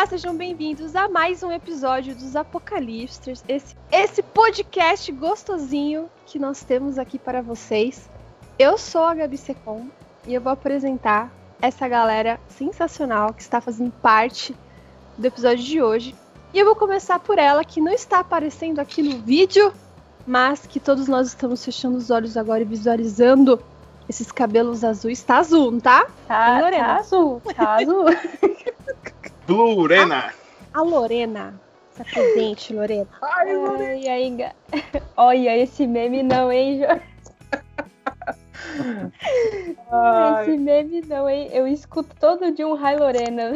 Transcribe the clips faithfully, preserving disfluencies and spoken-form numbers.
Olá, sejam bem-vindos a mais um episódio dos Apocalipsters, esse, esse podcast gostosinho que nós temos aqui para vocês. Eu sou a Gabi Secom e eu vou apresentar essa galera sensacional que está fazendo parte do episódio de hoje. E eu vou começar por ela, que não está aparecendo aqui no vídeo, mas que todos nós estamos fechando os olhos agora e visualizando esses cabelos azuis. Tá azul, não tá? Tá, Lorena? Tá azul, tá azul. Lorena. A, a Lorena. Tá presente, Lorena. Ai, Lorena. Ai, ai, olha, esse meme não, hein, Jo? Esse meme não, hein? Eu escuto todo dia um Hi, Lorena.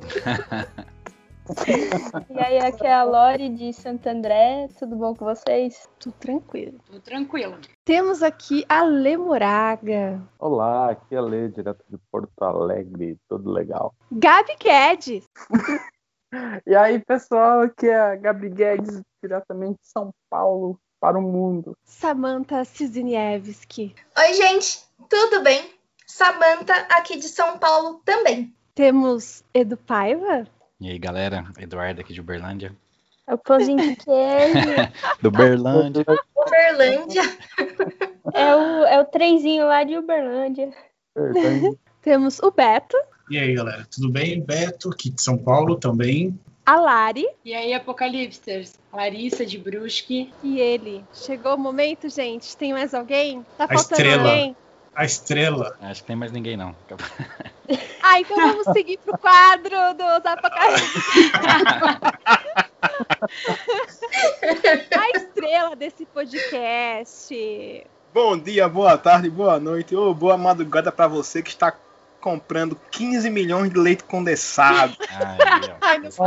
E aí, aqui é a Lori de Santo André. Tudo bom com vocês? Tudo tranquilo. Tudo tranquilo. Temos aqui a Lê Moraga. Olá, aqui é a Lê, direto de Porto Alegre. Tudo legal. Gabi Guedes. E aí, pessoal, aqui é a Gabi Guedes, diretamente de São Paulo para o mundo. Samantha Cisniewski. Oi, gente. Tudo bem? Samantha, aqui de São Paulo também. Temos Edu Paiva. E aí, galera, Eduardo aqui de Uberlândia. É o pãozinho de queijo. Do Uberlândia. Uberlândia. É o, é o trenzinho lá de Uberlândia. Temos o Beto. E aí, galera, tudo bem? Beto, aqui de São Paulo também. A Lari. E aí, Apocalipsters? Larissa de Brusque. E ele. Chegou o momento, gente. Tem mais alguém? Tá A faltando estrela. alguém? A estrela. Acho que tem mais ninguém, não. Ah, então vamos seguir pro quadro dos Apocalipse. A estrela desse podcast. Bom dia, boa tarde, boa noite ou boa madrugada para você que está comprando quinze milhões de leite condensado. Ai, Ai, não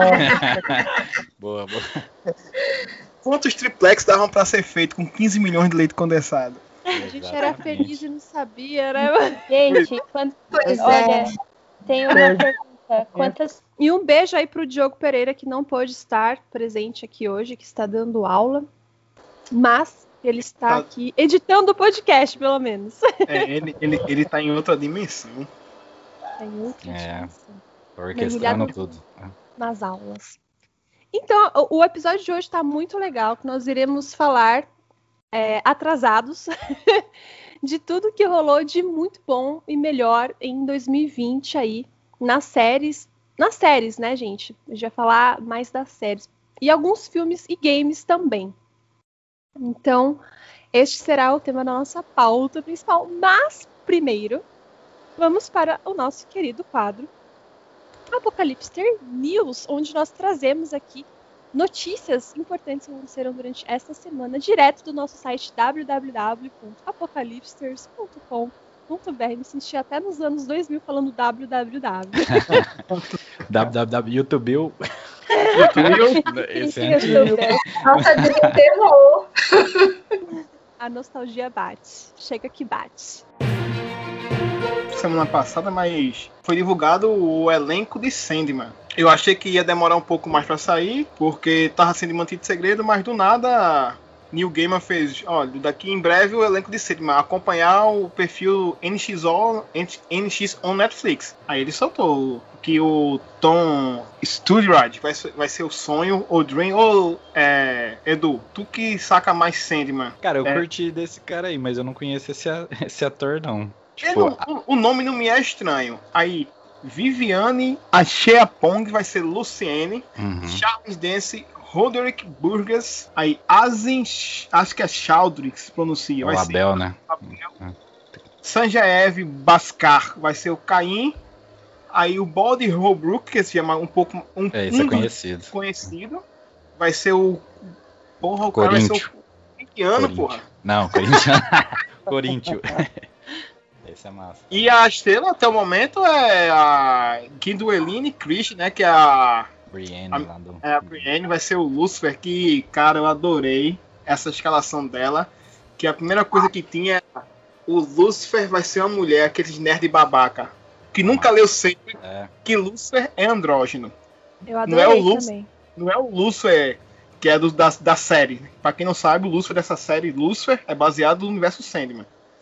boa, boa. Quantos triplex davam para ser feito com quinze milhões de leite condensado? A gente era feliz e não sabia, né? Gente, quant... Pois olha, é. tem uma pergunta. Quantas... E um beijo aí pro Diogo Pereira, que não pôde estar presente aqui hoje, que está dando aula. Mas ele está Tá. aqui editando o podcast, pelo menos. É, ele, ele, ele tá em outra dimensão. Tem outra É. dimensão. Orquestrando Mergulhado tudo. nas aulas. Então, o, o episódio de hoje está muito legal, que nós iremos falar é, atrasados de tudo que rolou de muito bom e melhor em dois mil e vinte aí, nas séries, nas séries, né, gente? A gente vai falar mais das séries. E alguns filmes e games também. Então, este será o tema da nossa pauta principal. Mas, primeiro, vamos para o nosso querido quadro Apocalipster News, onde nós trazemos aqui notícias importantes que aconteceram durante esta semana, direto do nosso site w w w ponto apocalipsters ponto com ponto b r. Me senti até nos anos dois mil falando w w w. www YouTube. Esse é Isso, antigo. Nossa, desenterrou. A nostalgia bate. Chega que bate. Semana passada, mas foi divulgado o elenco de Sandman. Eu achei que ia demorar um pouco mais pra sair, porque tava sendo mantido segredo, mas do nada Neil Gaiman fez, olha, daqui em breve o elenco de Sandman, acompanhar o perfil N X O, N X on Netflix. Aí ele soltou que o Tom Studride vai, vai ser o sonho, ou Dream, ou é, Edu, tu que saca mais Sandman. Cara, eu É. curti desse cara aí, mas eu não conheço esse, a- esse ator, não. Eu Tipo, não- o, o nome não me é estranho. Aí, Viviane Acheapong vai ser Luciene. uhum. Charles Dance, Roderick Burgess. Aí, Azin, acho que é Chaldrick se pronuncia. o Vai ser Abel, né? Sanjaev Bhaskar, vai ser o Caim. Aí, o Body Holbrook, que se chama um pouco. Um, É, esse é um dos conhecido. conhecido. Vai ser o. Porra, o cara vai ser Corinthians. o. Que ano, Corinthians. porra? Não, Corinthians. Corinthians. Esse é massa. E a estrela até o momento é a Gwendoline Christie, né? Que é a. Brienne A- lá do... É, a Brienne vai ser o Lucifer, que, cara, eu adorei essa escalação dela. Que a primeira coisa que tinha é o Lucifer vai ser uma mulher, aqueles nerd babaca. Que nunca leu sempre É, que Lucifer é andrógeno. Eu Não é o adorei Lúcio? também. Não é o Lucifer que é do, da, da série. Pra quem não sabe, o Lucifer dessa série, Lucifer, é baseado no universo Sandman.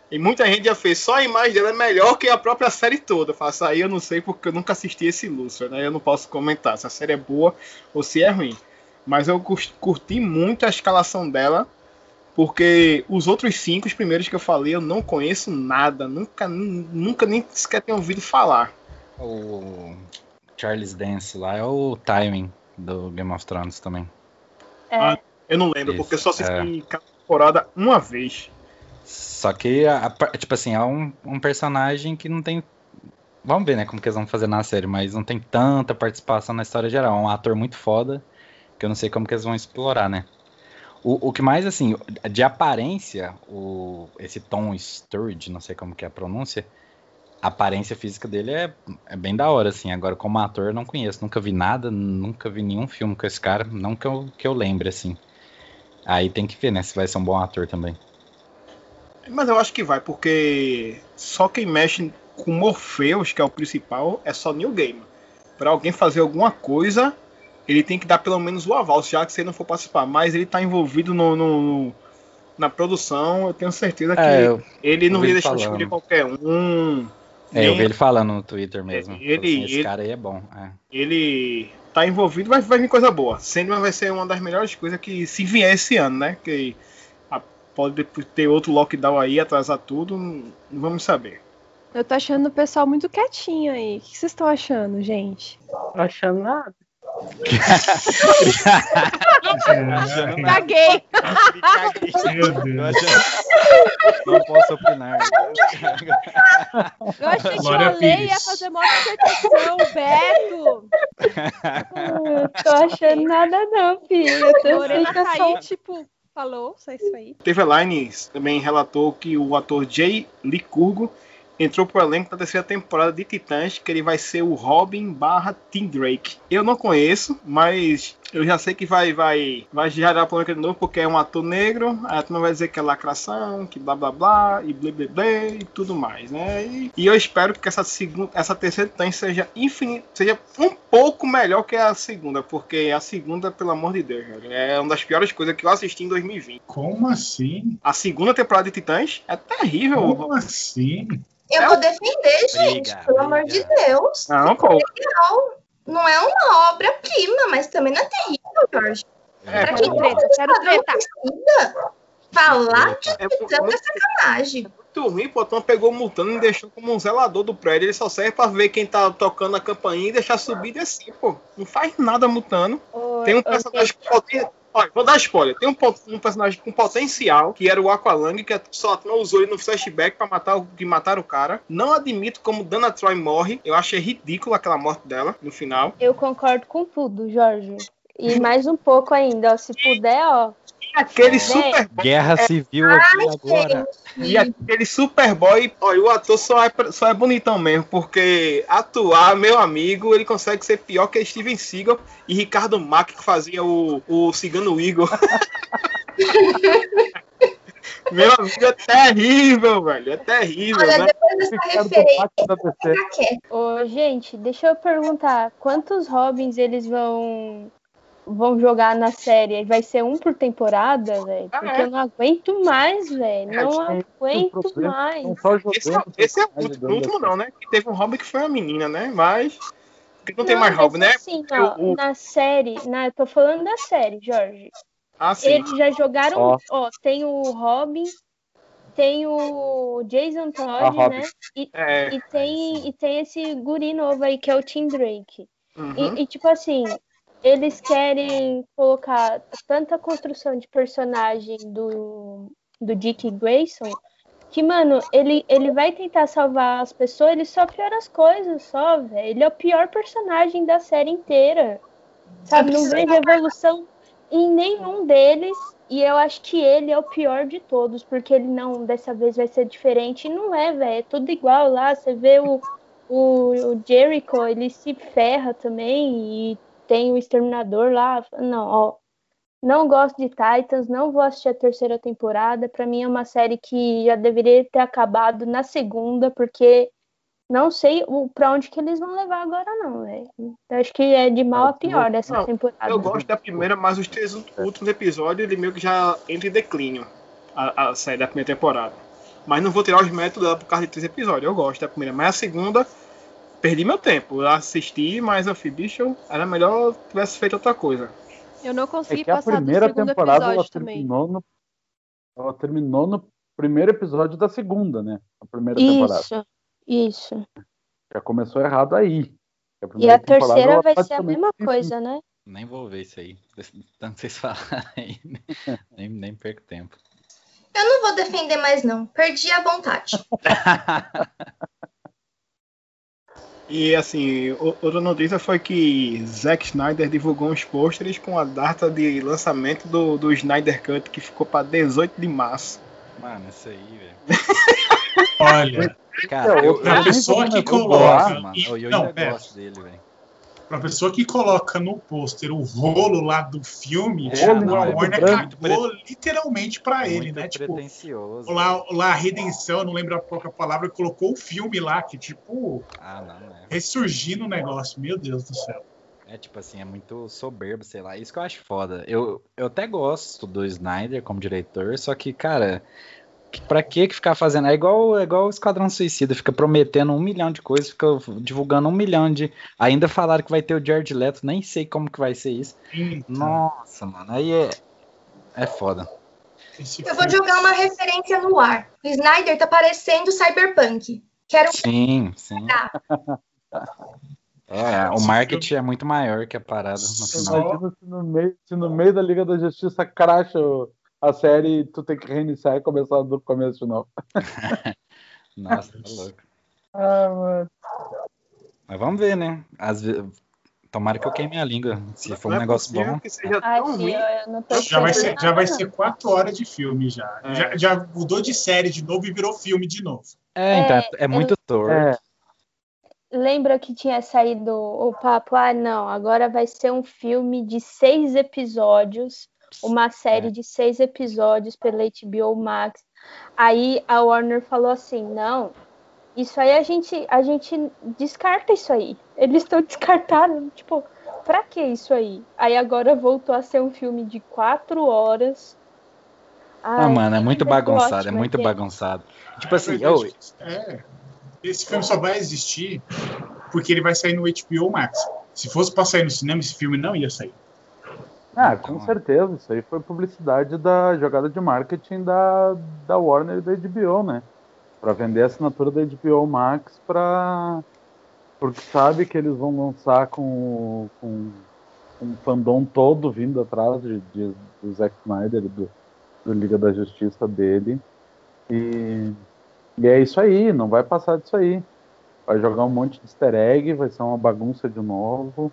E muita gente já fez, só a imagem dela é melhor que a própria série toda. Faço aí, eu não sei porque eu nunca assisti esse Lucifer, né? Eu não posso comentar se a série é boa ou se é ruim. Mas eu curti muito a escalação dela, porque os outros cinco, os primeiros que eu falei, eu não conheço nada. Nunca, nunca nem sequer tenho ouvido falar. O Charles Dance lá é o Tywin do Game of Thrones também. É. Ah, eu não lembro, Isso, porque eu só assisti é. cada temporada uma vez. Só que, a, a, tipo assim, é um, um personagem que não tem... Vamos ver, né, como que eles vão fazer na série, mas não tem tanta participação na história geral. É um ator muito foda, que eu não sei como que eles vão explorar, né. O, o que mais, assim, de aparência, o, esse Tom Sturridge, não sei como que é a pronúncia, a aparência física dele é, é bem da hora, assim. Agora, como ator, eu não conheço, nunca vi nada, nunca vi nenhum filme com esse cara, não que eu, que eu lembre, assim. Aí tem que ver, né, se vai ser um bom ator também. Mas eu acho que vai, porque só quem mexe com Morpheus, que é o principal, é só Neil Gaiman. Para alguém fazer alguma coisa, ele tem que dar pelo menos o aval, já que se ele não for participar. Mas ele está envolvido no, no, na produção, eu tenho certeza que É, eu, ele não ia deixar de escolher qualquer um. É, nem... eu vi ele falando no Twitter mesmo. Ele, assim, esse ele, cara aí é bom. É. Ele tá envolvido, vai, vai vir coisa boa. Sandman vai ser uma das melhores coisas que se vier esse ano, né? Que pode ter outro lockdown aí, atrasar tudo, não vamos saber. Eu tô achando o pessoal muito quietinho aí. O que vocês estão achando, gente? Tô achando nada. Caguei! Não posso opinar. Eu achei que Glória o Ale Pires. ia fazer uma dissertação, Beto! Eu tô achando nada não, filho. Eu tô Lorena sei que tá eu aí, sou... tipo, falou, só isso aí. T V Line também relatou que o ator Jay Licurgo entrou pro elenco da terceira temporada de Titãs, que ele vai ser o Robin barra Tim Drake. Eu não conheço, mas eu já sei que vai, vai, vai gerar polêmica de novo, porque é um ator negro, aí a turma vai dizer que é lacração, que blá blá blá, e blá blá blá, e tudo mais, né? E, e eu espero que essa, segunda, essa terceira Titãs seja infinito, seja um pouco melhor que a segunda, porque a segunda, pelo amor de Deus, velho, é uma das piores coisas que eu assisti em dois mil e vinte. Como assim? A segunda temporada de Titãs é terrível. Como assim? Eu É vou um- defender, gente, Briga, pelo amor de briga. Deus. Não, pô. Legal. Não é uma obra-prima, mas também não é terrível, Jorge. É, Pra pô, quem treta, gosta de quero Esquadrão treta. Suicida, falar de é Titã é muito, sacanagem. muito ruim, pô. A turma pegou o Mutano e deixou como um zelador do prédio. Ele só serve pra ver quem tá tocando a campainha e deixar subir e descer, pô. Não faz nada Mutano. Ô, Tem um ô, personagem com poten- Olha, vou dar spoiler. Tem um, po- um personagem com potencial, que era o Aqualung, que só não usou ele no flashback pra matar o que mataram o cara. Não admito como Dana Troy morre. Eu achei ridículo aquela morte dela no final. Eu concordo com tudo, Jorge. E mais um pouco ainda, ó. Se puder, ó. E aquele É. Superboy. Guerra civil aqui agora. E aquele Superboy, olha, o ator só é, só é bonitão mesmo, porque atuar, meu amigo, ele consegue ser pior que Steven Seagal e Ricardo Mack, que fazia o, o Cigano Igor. Meu amigo, é terrível, velho, é terrível, Olha, né? depois dessa Ricardo referência, Mack da D C. fica quieto. Ô, gente, deixa eu perguntar. Quantos Robins eles vão vão jogar na série? Vai ser um por temporada, velho? Ah, Porque é? eu não aguento mais, velho. É, Não tem um aguento problema. mais. Não só jogando. Esse é, esse é o personagem último, do último não, né? Que teve um Robin que foi uma menina, né? Mas porque não tem mais mas Robin, né? assim, ó, O- o- na série, na, eu tô falando da série, Jorge. Ah, sim. Eles já jogaram, Ó. ó, tem o Robin, tem o Jason A Todd, Robin. né? E, É. e tem, e tem esse guri novo aí, que é o Tim Drake. Uhum. E, e, tipo assim, eles querem colocar tanta construção de personagem do, do Dick Grayson que, mano, ele, ele vai tentar salvar as pessoas, ele só piora as coisas, só, velho. Ele é o pior personagem da série inteira. Sabe, não vejo evolução em nenhum deles. E eu acho que ele é o pior de todos, porque ele não, dessa vez vai ser diferente. E não é, velho, é tudo igual lá. Você vê o, o, o Jericho, ele se ferra também. E tem o Exterminador lá. Não, ó. Não gosto de Titans, não vou assistir a terceira temporada. Pra mim é uma série que já deveria ter acabado na segunda, porque não sei o, pra onde que eles vão levar agora, não, velho. Eu acho que é de mal a pior dessa Não, temporada. Eu gosto da primeira, mas os três últimos episódios ele meio que já entra em declínio. A, a série da primeira temporada. Mas não vou tirar os méritos dela por causa de três episódios. Eu gosto da primeira. Mas a segunda, perdi meu tempo. Eu assisti, mas eu fui, bicho, era melhor tivesse feito outra coisa. Eu não É consegui que a passar do primeira segundo temporada ela episódio também. terminou, no, ela terminou no primeiro episódio da segunda, né? A primeira temporada. Isso, isso. Já começou errado aí. E primeira a temporada, terceira ela vai ser a praticamente mesma tem coisa, né? Nem vou ver isso aí. Tanto vocês falarem. nem, nem perco tempo. Eu não vou defender mais, não. Perdi a vontade. E assim, o- outra notícia foi que Zack Snyder divulgou uns pôsteres com a data de lançamento do, do Snyder Cut, que ficou para dezoito de março. Mano, isso aí, velho. Olha, Cara, eu, pra eu, pessoa que eu coloca. gosto, mano. e- Eu, eu não, ainda pera. gosto dele, velho. Pra pessoa que coloca no pôster o rolo lá do filme, É, tipo, não, a é Warner muito cagou literalmente pra ele, Muito né? Tipo, pretencioso. lá, lá a Redenção, eu não lembro a própria palavra, colocou o filme lá, que tipo, Ah, não, né? ressurgindo o negócio. Meu Deus do céu. É tipo assim, é muito soberbo, sei lá. Isso que eu acho foda. Eu, eu até gosto do Snyder como diretor, só que, cara, que- pra que que ficar fazendo? É igual, é igual o Esquadrão Suicida, fica prometendo um milhão de coisas, fica divulgando um milhão de. Ainda falaram que vai ter o Jared Leto, nem sei como que vai ser isso. Então, Nossa, mano, aí é, é foda. esse Eu vou filme- jogar uma referência no ar. O Snyder tá parecendo Cyberpunk. Quero Sim, sim. Tá. É, o Esse marketing é muito maior que a parada no final. Imagina se no, meio, se no meio da Liga da Justiça cracha o- a série e tu tem que reiniciar e começar do começo de novo. Nossa, tá louco. Ah, mano. Mas vamos ver, né? Às ve- Tomara que eu queime a língua. Se for um Não é negócio possível bom. que seja Ai, tão sim, ruim. eu, eu não tô Já vai ser, esperando já vai nada, não. ser quatro horas de filme já. É. já. Já mudou de série de novo e virou filme de novo. É, então, é, É, é muito torto. É, Lembra que tinha saído o papo? Ah, não, agora vai ser um filme de seis episódios, uma série É. de seis episódios pela H B O Max. Aí a Warner falou assim, não, isso aí a gente, a gente descarta isso aí. Eles estão descartando, tipo, pra que isso aí? Aí agora voltou a ser um filme de quatro horas. Ah, Ai, mano, é que muito plot bagunçado, é vai muito ter. bagunçado. Tipo Na assim, verdade, eu, é, esse filme só vai existir porque ele vai sair no H B O Max. Se fosse pra sair no cinema, esse filme não ia sair. ah, Então, com certeza. Isso aí foi publicidade da jogada de marketing da, da Warner e da H B O, né? Pra vender a assinatura da H B O Max pra... porque sabe que eles vão lançar com, com, com o fandom todo vindo atrás de, de, do Zack Snyder, do, do Liga da Justiça dele. E, e é isso aí, não vai passar disso aí. Vai jogar um monte de easter egg, vai ser uma bagunça de novo.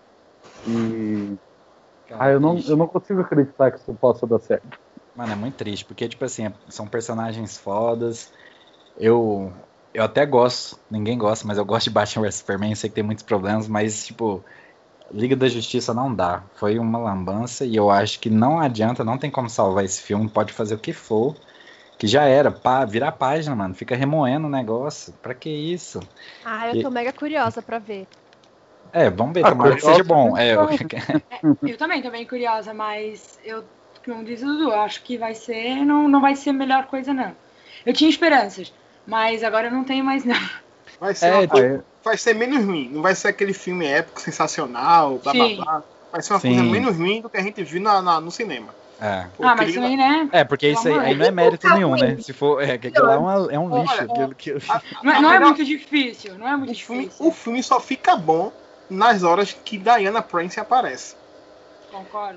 E. cara, Ah, eu não, triste. eu não consigo acreditar que isso possa dar certo. Mano, é muito triste, porque, tipo assim, são personagens fodas. Eu, eu até gosto, ninguém gosta, mas eu gosto de Batman versus Superman, eu sei que tem muitos problemas, mas, tipo, Liga da Justiça não dá. Foi uma lambança e eu acho que não adianta, não tem como salvar esse filme, pode fazer o que for, que já era, pá, vira a página, mano, fica remoendo o negócio. Pra que isso? Ah, eu E- tô mega curiosa pra ver. É, vamos ver, Ah, tomara que curioso, seja bom. né? É, eu- Eu também tô bem curiosa, mas eu, como diz o Dudu, eu acho que vai ser, não, não vai ser a melhor coisa, não. Eu tinha esperanças, mas agora eu não tenho mais, não. Vai ser, É, uma coisa- Ah, é- vai ser menos ruim. Não vai ser aquele filme épico, sensacional, blá blá Sim. blá. Vai ser uma Sim. coisa menos ruim do que a gente viu na, na- no cinema. é. Pô, Ah, mas Liga também, da- né? É, porque isso aí, aí não é mérito nenhum, né? Se for, é, que aquilo lá é, uma- é um lixo. Olha, Aquilo, aquilo- a- Não, é- a não é melhor- muito difícil, não é muito o, filme, difícil. o filme só fica bom nas horas que Diana Prince aparece. Concordo.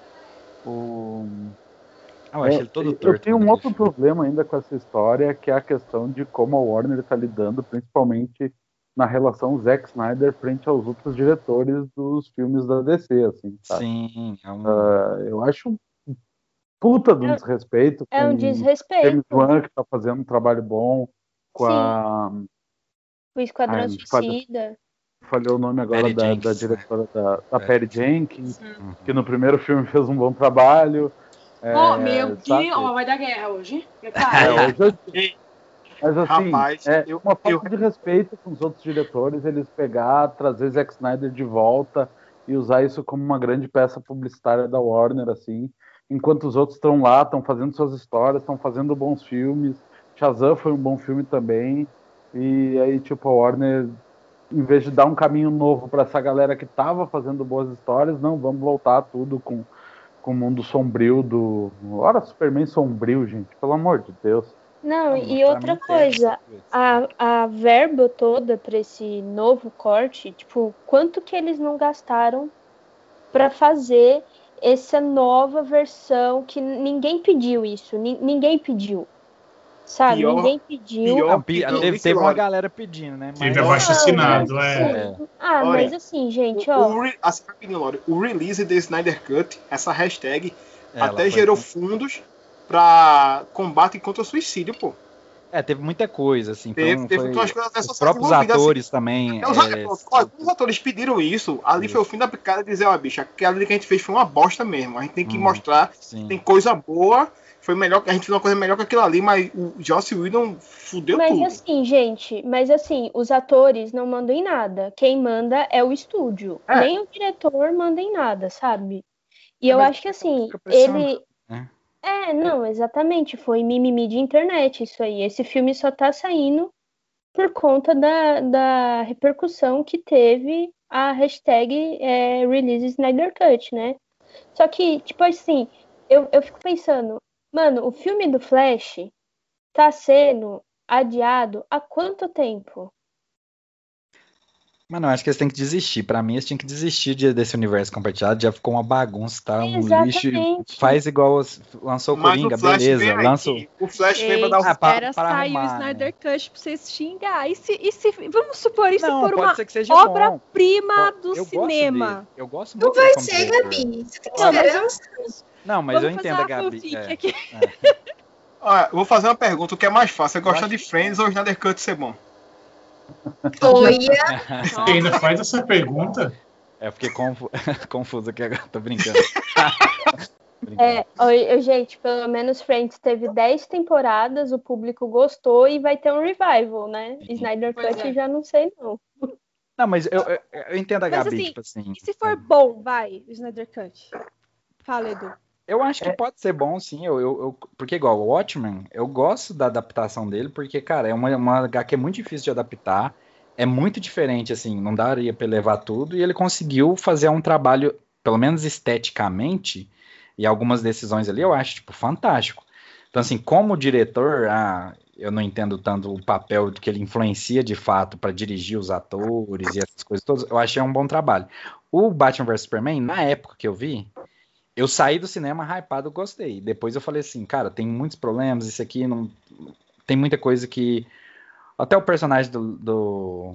o... Ah, eu achei É, ele todo eu torto. tenho um naquele outro filme. problema ainda com essa história, que é a questão de como a Warner está lidando, principalmente na relação Zack Snyder frente aos outros diretores dos filmes da D C, assim, sabe? Sim, é um. Ah, eu acho um puta de um É- desrespeito É um com desrespeito. James Wan, que tá fazendo um trabalho bom, com Sim. a... O Esquadrão Ai, falha- Suicida. Falhou o nome agora Perry da, Jenkins, da né? diretora da, da Perry Perry Jenkins, Uhum. que no primeiro filme fez um bom trabalho. É, Oh, meu sabe? Deus, ó, vai dar guerra hoje. É, Prepara. hoje eu- Mas assim, Rapaz, é eu- uma falta eu- de respeito com os outros diretores, eles pegar, trazer Zack Snyder de volta e usar isso como uma grande peça publicitária da Warner, assim, enquanto os outros estão lá, estão fazendo suas histórias, estão fazendo bons filmes. Shazam foi um bom filme também. E aí, tipo, a Warner, em vez de dar um caminho novo pra essa galera que tava fazendo boas histórias, não, vamos voltar tudo com, com o mundo sombrio do... Ora, Superman sombrio, gente, pelo amor de Deus. Não, Ah, e pra outra mim, coisa, tem. a, a verba toda pra esse novo corte, tipo, quanto que eles não gastaram pra fazer essa nova versão que ninguém pediu isso, ni- ninguém pediu, sabe? Pior- ninguém pediu. pior Não, pi- que não, teve, Rick teve uma Lord. galera pedindo, né? Mas... Teve abaixo assinado, mas, é. assim, Ah, Olha, mas assim, gente, O, ó. o, re- assim, rapidinho, Lore, o release do Snyder Cut, essa hashtag, É, ela até foi- gerou fundos pra combate contra o suicídio, pô. É, teve muita coisa, assim. Foi Teve, um- teve foi- umas coisas até Os sociais próprios envolvidas, assim. atores também. Até os, é, atores, olha, os atores pediram isso. Ali foi o fim da picada de dizer, ó, bicho, aquela ali que a gente fez foi uma bosta mesmo. A gente tem que Hum, mostrar sim. que tem coisa boa. Foi melhor que a gente fez uma coisa melhor que aquilo ali, mas o Joss Whedon fudeu Mas tudo. assim, gente, mas assim, os atores não mandam em nada. Quem manda é o estúdio. É. Nem o diretor manda em nada, sabe? E É, eu mas acho que assim, fica pressionando, ele. né? É, não, exatamente. Foi mimimi de internet isso aí. Esse filme só tá saindo por conta da, da repercussão que teve a hashtag é, Release Snyder Cut, né? Só que, tipo assim, eu, eu fico pensando, mano, o filme do Flash tá sendo adiado há quanto tempo? Mas não, acho que eles têm que desistir. Pra mim, eles tinham que desistir de- desse universo compartilhado. Já ficou uma bagunça, tá? Um lixo. Exatamente. Faz igual os- lançou o Mas Coringa, o Flash beleza. vem aí. Lança o- O Flash vem pra Gente, dar o... Ah, pra- espera para sair o arrumar, Snyder né? Cut pra vocês xingar. E se, e se vamos supor isso Não, for pode uma ser que seja bom. obra-prima do Eu gosto cinema. dele. Eu gosto Não muito vai dele como ser, diretor. Gabi. Você tem Não, mas- esperança? Não, mas Vamos eu fazer entendo a uma Gabi. fanfic é, aqui. é. Olha, eu vou fazer uma pergunta. O que é mais fácil? É gostar acho de Friends ou o Snyder Cut ser bom? Olha, Você ainda faz essa pergunta? É, eu fiquei confu- confuso aqui agora, tô brincando. Brincando. É, oi, oi, gente, pelo menos Friends teve dez temporadas, o público gostou e vai ter um revival, né? Sim. Snyder Pois Cut é. já não sei não. Não, mas eu, eu, eu entendo a Mas Gabi, assim, tipo assim. E se for bom, vai, o Snyder Cut. Fala, Edu. Eu acho que pode ser bom, sim. Eu, eu, eu- porque, igual, o Watchmen, eu gosto da adaptação dele, porque, cara, é uma, uma agá quê muito difícil de adaptar. É muito diferente, assim, não daria pra levar tudo. E ele conseguiu fazer um trabalho, pelo menos esteticamente, e algumas decisões ali, eu acho, tipo, fantástico. Então, assim, como diretor, ah, eu não entendo tanto o papel que ele influencia de fato pra dirigir os atores e essas coisas todas. Eu achei um bom trabalho. O Batman versus Superman, na época que eu vi, eu saí do cinema hypado, gostei. Depois eu falei assim, cara, tem muitos problemas, isso aqui não. Tem muita coisa que. Até o personagem do, do,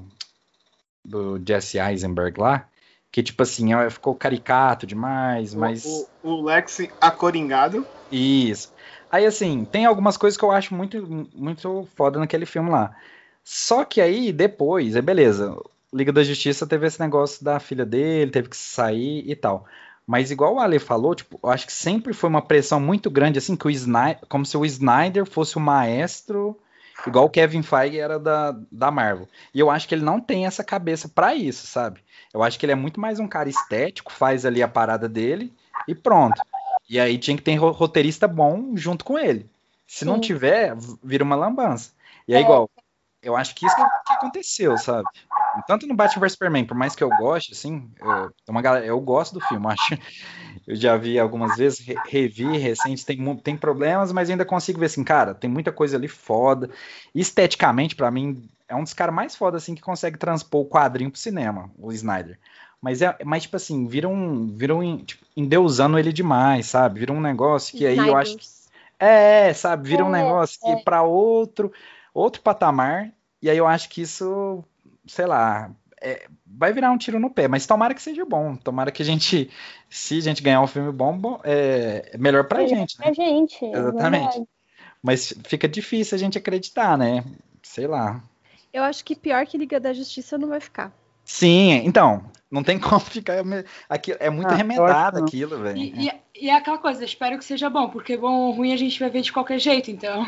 do Jesse Eisenberg lá, que tipo assim, ó, ficou caricato demais, mas. O, o, o Lex acoringado. Isso. Aí assim, tem algumas coisas que eu acho muito, muito foda naquele filme lá. Só que aí, depois, é beleza. Liga da Justiça teve esse negócio da filha dele, teve que sair e tal. Mas igual o Ale falou, tipo, eu acho que sempre foi uma pressão muito grande, assim, que o Snyder, como se o Snyder fosse o maestro, igual o Kevin Feige era da, da Marvel. E eu acho que ele não tem essa cabeça pra isso, sabe? Eu acho que ele é muito mais um cara estético, faz ali a parada dele e pronto. E aí tinha que ter ro- roteirista bom junto com ele. Se não Sim. tiver, v- vira uma lambança. E é igual, eu acho que isso que, que aconteceu, sabe? Tanto no Batman versus Superman, por mais que eu goste, assim, eu, tem uma galera, eu gosto do filme, acho. Eu já vi algumas vezes, re- revi recente, tem, mu- tem problemas, mas ainda consigo ver assim, cara, tem muita coisa ali foda. Esteticamente, pra mim, é um dos caras mais foda, assim, que consegue transpor o quadrinho pro cinema, o Snyder. Mas, é, mas tipo assim, viram, viram em- tipo, endeusando ele demais, sabe? Vira um negócio que aí eu acho... Snyders. É, sabe, vira um É, negócio que para outro, outro patamar, e aí eu acho que isso, sei lá, é, vai virar um tiro no pé, mas tomara que seja bom, tomara que a gente, se a gente ganhar um filme bom, bom, é, é melhor pra gente, né? É gente, é Exatamente. verdade. Mas fica difícil a gente acreditar, né? Sei lá. Eu acho que pior que Liga da Justiça não vai ficar. Sim, então, não tem como ficar, aqui, é muito Ah, eu remedado acho que não. aquilo, velho. E, e- e é aquela coisa, espero que seja bom, porque bom ou ruim a gente vai ver de qualquer jeito, então.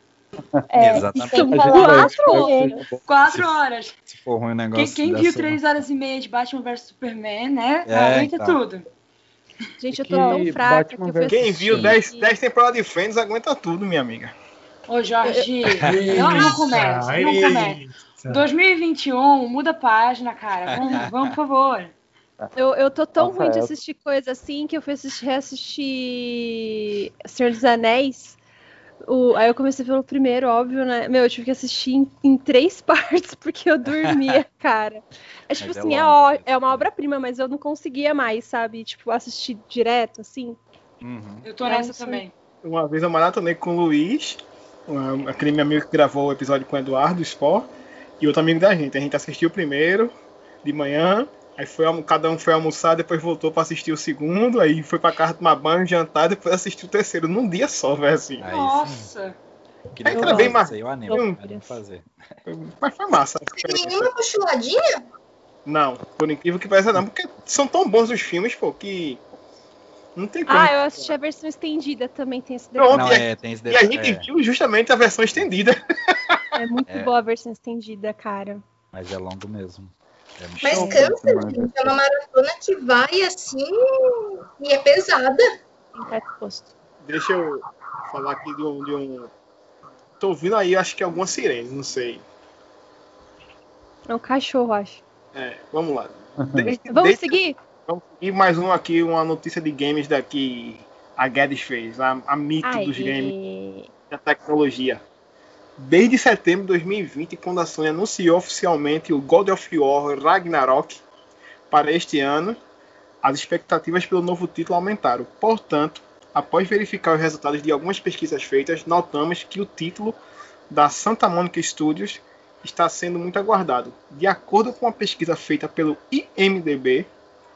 É, Exatamente. tem que A gente falar vai- quatro vai- horas. Quatro Se- horas. Se for ruim o Quem, negócio... quem dá viu só- três horas e meia de Batman versus Superman, né? É, Aguenta então. tudo. Gente, eu Que tô tão fraca Batman que eu fui versus- Quem viu assistir- dez, dez temporadas de Friends aguenta tudo, minha amiga. Ô, Jorge, não, não começa, não começa. dois mil e vinte e um, muda a página, cara. Vamos, vamos por favor. Eu, eu tô tão Nossa, ruim de eu- assistir coisa assim que eu fui assistir, reassistir Senhor dos Anéis. O, aí eu comecei pelo primeiro, óbvio, né? Meu, eu tive que assistir em, em três partes porque eu dormia, cara. É tipo Mas é assim, é, longo ó, mesmo, é uma né? obra-prima, mas eu não conseguia mais, sabe? Tipo, assistir direto, assim. Uhum. Eu tô Não, nessa sim. também. Uma vez eu maratonei com o Luiz, uma- aquele meu amigo que gravou o episódio com o Eduardo, do Sport, e outro amigo da gente. A gente assistiu o primeiro, de manhã, aí foi, almo- cada um foi almoçar, depois voltou pra assistir o segundo, aí foi pra casa tomar banho, jantar, depois assistiu o terceiro, num dia só, velho, assim. Aí sim. Nossa. Queria Aí fazer também, isso mas- aí, eu animo. Hum. Animo fazer. Mas foi massa. Nenhuma cochiladinha? Não, por incrível que pareça não, porque são tão bons os filmes, pô, que não tem como. Ah, eu assisti a versão estendida também, tem esse Pronto, detalhe. Não, e a- é, tem esse E a detalhe. gente É, viu justamente a versão estendida. É muito É. boa a versão estendida, cara. mas é longo mesmo. É muito Mas longo. cansa, demais, gente. É uma maratona que vai assim e é pesada. Tem pé exposto. Deixa eu falar aqui de um, de um. Tô ouvindo aí, acho que é alguma sirene, não sei. É um cachorro, acho. É, vamos lá. Desde- Vamos desde- seguir? Vamos seguir mais um aqui, uma notícia de games daqui a Guedes fez, a, a mito dos games Aí. da tecnologia. Desde setembro de dois mil e vinte, quando a Sony anunciou oficialmente o God of War Ragnarok para este ano, as expectativas pelo novo título aumentaram. Portanto, após verificar os resultados de algumas pesquisas feitas, notamos que o título da Santa Monica Studios está sendo muito aguardado. De acordo com uma pesquisa feita pelo I M D B,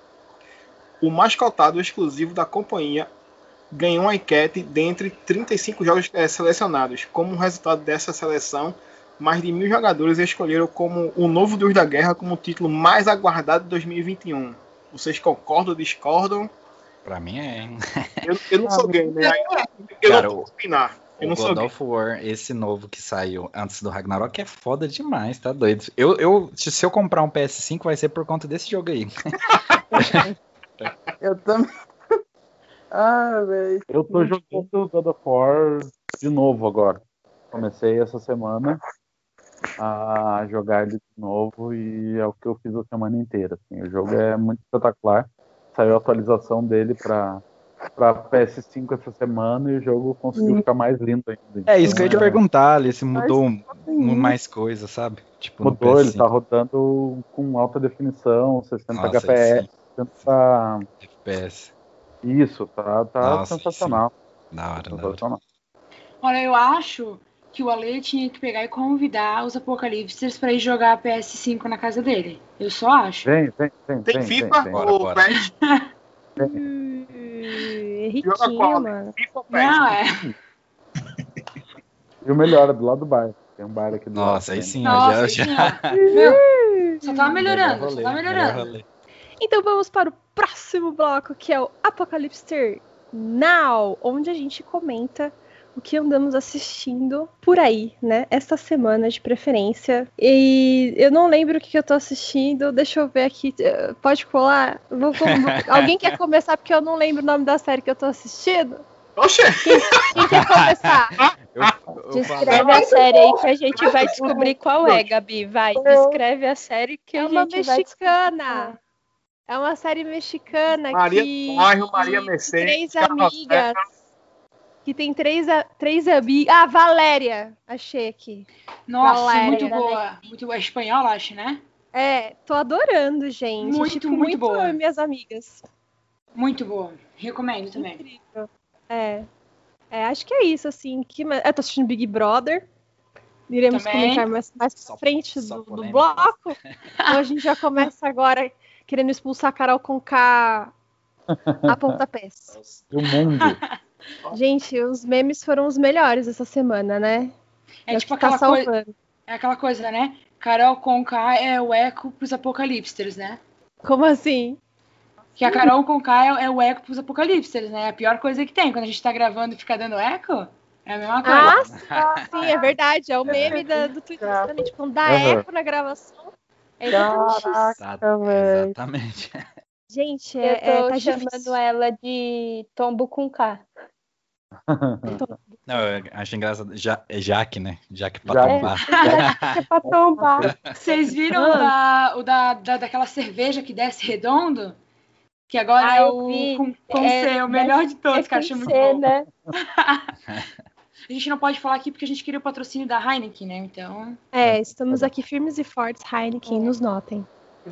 o mais cotado exclusivo da companhia ganhou uma enquete dentre trinta e cinco jogos eh, selecionados. Como resultado dessa seleção, mais de mil jogadores escolheram como o novo Deus da Guerra como o título mais aguardado de dois mil e vinte e um. Vocês concordam ou discordam? Pra mim é, hein? Eu, eu não sou gamer, aí eu Cara, não posso opinar. Eu O não sou God gamer. of War, esse novo que saiu antes do Ragnarok, é foda demais, tá doido? Eu, eu, se se eu comprar um P S cinco, vai ser por conta desse jogo aí. Eu também. Ah, velho. Eu tô jogando God of War de novo agora. Comecei essa semana a jogar ele de novo e é o que eu fiz a semana inteira. Assim. O jogo é muito espetacular. Saiu a atualização dele pra, pra P S cinco essa semana e o jogo conseguiu ficar mais lindo ainda. É isso que eu ia te Então, perguntar, ali, se mudou Mas, um- mais coisa, sabe? Tipo, no Mudou, ele P S cinco. tá rodando com alta definição, sessenta Nossa, H P S, aí sim. sessenta... F P S. Isso, tá, tá Nossa, aí sensacional. Da hora, da hora. sensacional. Olha, eu acho que o Ale tinha que pegar e convidar os Apocalipsters pra ir jogar P S cinco na casa dele. Eu só acho. Vem, vem, vem, Tem vem, FIFA vem, vem. Bora, ou bora. P E S? Hum, Joga riquinho, qual? mano. FIFA ou P E S? Não, é. E o melhor é do lado do bar. Tem um bar aqui do lado. Nossa, aí também. sim, ó, Nossa, já, aí já. sim, ó. Meu, só tá melhorando, Melhor só rolê, tá melhor melhorando. rolê. Então vamos para o próximo bloco, que é o Apocalipster Now, onde a gente comenta o que andamos assistindo por aí, né? Esta semana de preferência. E eu não lembro o que eu tô assistindo. Deixa eu ver aqui. eh, Pode colar? Vou com- Alguém quer começar? Porque eu não lembro o nome da série que eu tô assistindo. Oxe! Quem quer começar? Eu, eu Descreve falo- a série aí que a gente vai descobrir qual é, Gabi. Vai, descreve a série que É a uma gente vai mexicana. É uma série mexicana Maria que. do Bairro, Maria que Mercedes, Três Carrossel. amigas. Que tem três, a- três amigas. Ah, Valéria! Achei aqui. Nossa, Valéria. muito boa. Muito boa. É espanhola, acho, né? É, tô adorando, gente. Muito, tipo, muito boa. eu e minhas amigas. Muito boa. Recomendo também. Incrível. É. É, acho que é isso, assim. Que... ma- Eu tô assistindo Big Brother. Iremos Também. comentar mais, mais pra Só- frente só do, do polêmica. bloco. Então a gente já começa agora querendo expulsar a Carol Conká a pontapés. E o mundo. Gente, os memes foram os melhores essa semana, né? É o tipo que tá aquela coisa. salvando. É aquela coisa, né? Carol Conká é o eco pros Apocalipsters, né? Como assim? Que a Carol Conká é, é o eco pros Apocalipsters, né? A pior coisa que tem. Quando a gente tá gravando e fica dando eco, é a mesma coisa. Ah, sim, é verdade. É o meme da- do Twitter, justamente. Quando dá Uhum. eco na gravação. É exatamente isso. Exata- velho. Exatamente. Gente, Eu é, tô é, tá chamando difícil. ela de Tombo com K. Não, eu acho engraçado. Ja, é Jaque, né? Jaque pra Jaque. tombar. É pra tombar. Vocês viram o, da, o da, da, daquela cerveja que desce redondo? Que agora Ah, é eu o vi. com, com É, C, o melhor de todos, que eu É achei com muito C, bom. né? A gente não pode falar aqui porque a gente queria o patrocínio da Heineken, né? Então. É, estamos aqui firmes e fortes, Heineken, nos notem.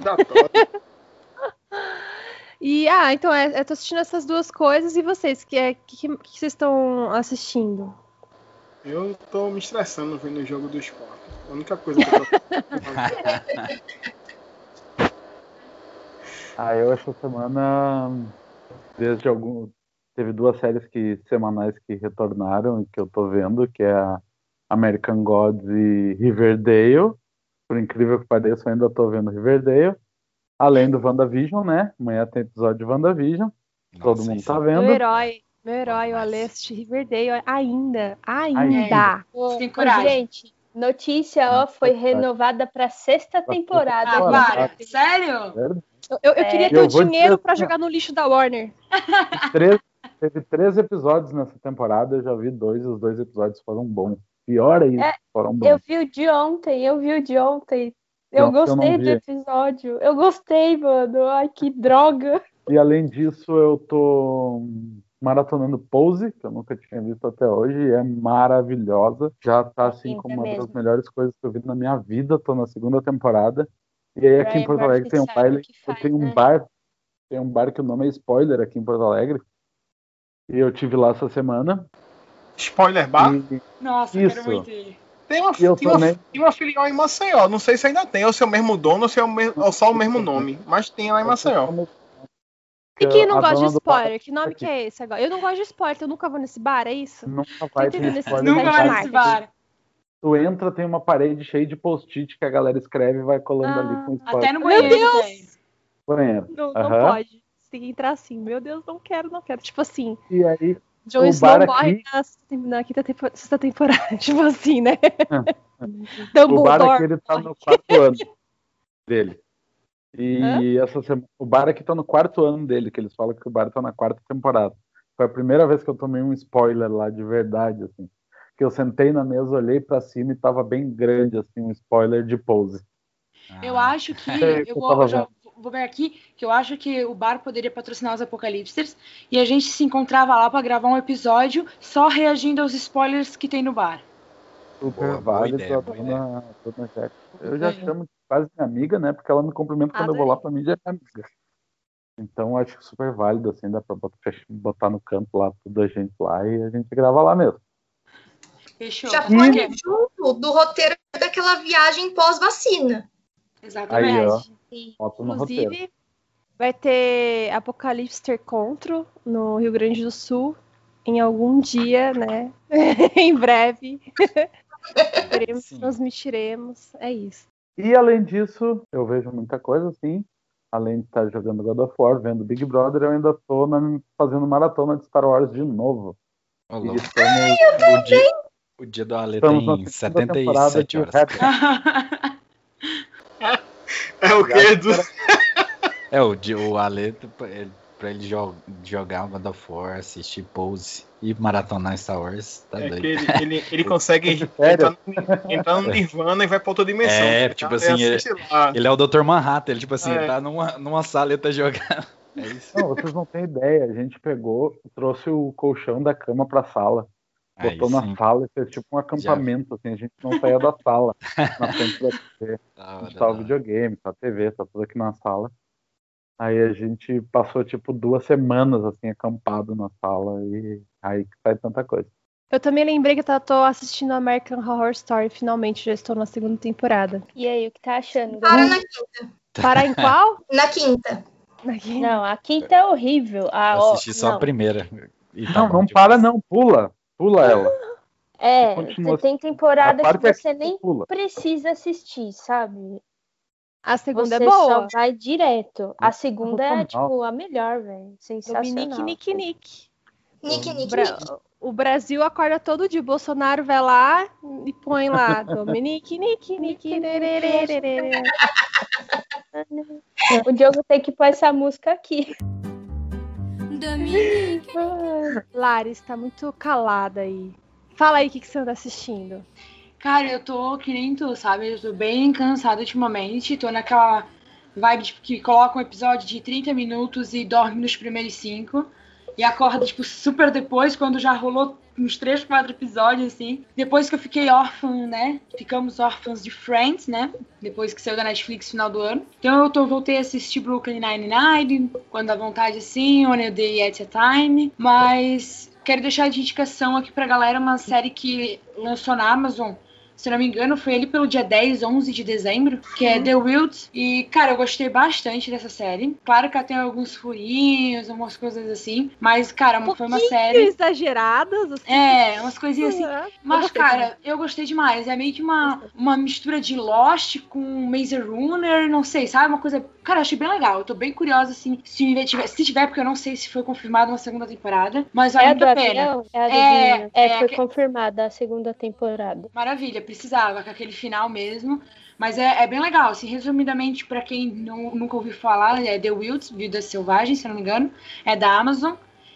E, ah, então, é, eu tô assistindo essas duas coisas, e vocês, que é, que, que, que vocês estão assistindo? Eu tô me estressando vendo o jogo do esporte. A única coisa que eu tô Ah, eu essa semana, desde algum, teve duas séries que semanais que retornaram e que eu tô vendo, que é a American Gods e Riverdale. Por incrível que pareça, eu ainda tô vendo Riverdale. Além do WandaVision, né? Amanhã tem episódio de WandaVision. Todo Nossa, mundo isso- tá Meu vendo. herói, meu herói, o Bom demais. Ale assiste Riverdale ainda, ainda. Ainda. Ô, Tem ô, coragem. gente, notícia, ó, foi renovada pra sexta temporada. Ah, Bora, para. gente. Sério? Certo? Eu, eu, eu É. queria E ter eu o vou dinheiro dizer pra assim, ó. jogar no lixo da Warner. Três, teve três episódios nessa temporada, eu já vi dois e os dois episódios foram bons. Pior ainda, É, foram bons. Eu vi o de ontem, eu vi o de ontem. Eu Ontem eu não gostei do vi. episódio. Eu gostei, mano. Ai, que droga. E além disso, eu tô maratonando Pose, que eu nunca tinha visto até hoje, e é maravilhosa. Já tá assim Sim, como é uma das mesmo. melhores coisas que eu vi na minha vida. Tô na segunda temporada. E aí aqui em Ryan Porto Alegre Murphy tem um sabe o baile, que faz, tem um né? bar, tem um bar que o nome é Spoiler aqui em Porto Alegre. E eu tive lá essa semana. Spoiler bar. E Nossa, eu quero Isso. muito ir. Tem uma, E eu tem, uma, também. tem uma filial em Maceió. Não sei se ainda tem, ou se é o mesmo dono, ou se é, o me, ou só o mesmo nome. Mas tem lá em Maceió. E quem não A gosta de dona do bar spoiler? Que nome aqui. que é esse agora? Eu não gosto de spoiler, eu nunca vou nesse bar, é isso? Nunca vai Tô ter entendendo spoiler. esses Nunca Site vai de nesse marketing. bar. Tu entra, tem uma parede cheia de post-it que a galera escreve e vai colando ali com spoiler. Até no Meu banheiro Deus! tem. banheiro. Não, não Aham. pode. Você tem que entrar assim. Meu Deus, não quero, não quero. Tipo assim, E aí, Jon O Snow bar morre aqui- na, sexta- na quinta tempo- sexta temporada. Tipo assim, né? o bar Dumbledore aqui ele tá morre. no quarto ano dele. E essa semana, o bar aqui tá no quarto ano dele, que eles falam que o bar tá na quarta temporada. Foi a primeira vez que eu tomei um spoiler lá de verdade, assim. Que eu sentei na mesa, olhei pra cima e tava bem grande, assim, um spoiler de Pose. Eu Ah, acho que. É, Eu eu vou, tava eu já vendo. vou ver aqui que eu acho que o bar poderia patrocinar os Apocalipsters e a gente se encontrava lá pra gravar um episódio só reagindo aos spoilers que tem no bar. Super Boa, boa válido, ideia, a boa dona, dona Jack. Eu já Ganhou. chamo de quase minha amiga, né? Porque ela me cumprimenta quando eu vou lá, pra mim já é minha amiga. Então acho que super válido, assim, dá pra botar, botar no canto lá, tudo a gente lá e a gente grava lá mesmo. Fechou. Já Faz põe esquema. junto do roteiro daquela viagem pós-vacina. Exatamente. Aí, ó, Sim. bota no roteiro. Inclusive, vai ter Apocalipse Encontro no Rio Grande do Sul em algum dia, né? Em breve. Teremos, Sim. transmitiremos. É isso. E além disso, eu vejo muita coisa, assim. Além de estar jogando God of War, vendo Big Brother, eu ainda tô na- fazendo maratona de Star Wars de novo. Ô, E louco. estamos, O dia, o dia do Ale estamos na tem segunda setenta e temporada sete de horas. Rebels. É o que, Edu? É, o, dia- o Ale, ele- pra ele jo- jogar God of War, assistir Pose e maratonar Star Wars, tá É doido. que ele, ele, ele consegue Sério? entrar no, entrar no Nirvana e vai pra outra dimensão. É, tá? tipo Ele assim, assiste lá. Ele é o doutor Manhattan, ele tipo assim, É. tá numa, numa sala e tá jogando. É isso. Não, vocês não têm ideia. A gente pegou, trouxe o colchão da cama pra sala. Aí Botou na sim. sala e fez tipo um acampamento, assim. A gente não saía da sala. Na frente da T V. Da A hora, gente tava da hora. videogame, tá T V, tá tudo aqui na sala. Aí a gente passou tipo duas semanas assim acampado na sala e aí que sai tanta coisa. Eu também lembrei que eu tô assistindo American Horror Story, finalmente, já estou na segunda temporada. E aí, o que tá achando? Para Gabi? na quinta. Parar em qual? Na quinta. Aqui. Não, a quinta é horrível. Ah, Eu ó, assisti só não. a primeira. E tá Não, bom não demais. para não, pula. Pula ela. É, Continua tem temporada A parte que é você que nem pula. precisa assistir, sabe? A segunda Você é boa. só vai direto. A segunda é, sensacional. tipo, a melhor, velho. Sensacional. Dominique, Nick, Nick. Nick, O, Nick, Bra- Nick. o Brasil acorda todo dia. Bolsonaro vai lá e põe lá. Dominique, Nick, Nick. Rererererê. O Diogo tem que pôr essa música aqui. Laris, tá muito calada aí. Fala aí o que, que você anda assistindo. Cara, eu tô que nem tu, sabe? Eu tô bem cansada ultimamente. Tô naquela vibe tipo, que coloca um episódio de trinta minutos e dorme nos primeiros cinco. E acorda, tipo, super depois, quando já rolou uns três, quatro episódios, assim. Depois que eu fiquei órfã, né? Ficamos órfãos de Friends, né? Depois que saiu da Netflix no final do ano. Então eu tô, voltei a assistir Brooklyn Nine-Nine, quando dá vontade, assim, On a Day at a Time. Mas quero deixar de indicação aqui pra galera uma série que lançou na Amazon. Se não me engano, foi ali pelo dia dez, onze de dezembro, que é The Wilds. E, cara, eu gostei bastante dessa série. Claro que ela tem alguns furinhos, algumas coisas assim. Mas, cara, Um foi uma série... exageradas, assim. É, umas coisinhas assim. É, Mas, gostei cara, também. eu gostei demais. É meio que uma, uma mistura de Lost com Maze Runner, não sei, sabe? Uma coisa... Cara, eu achei bem legal. Eu tô bem curiosa, assim, se tiver, se tiver, porque eu não sei se foi confirmada uma segunda temporada. Mas vale É a muito do a pena. avião? É, a do É, vinho. é, é foi que- confirmada a segunda temporada. Maravilha, precisava, com aquele final mesmo. Mas é, é bem legal, assim, resumidamente, pra quem não, nunca ouviu falar, é The Wilds, Vidas Selvagens, se eu não me engano, é da Amazon.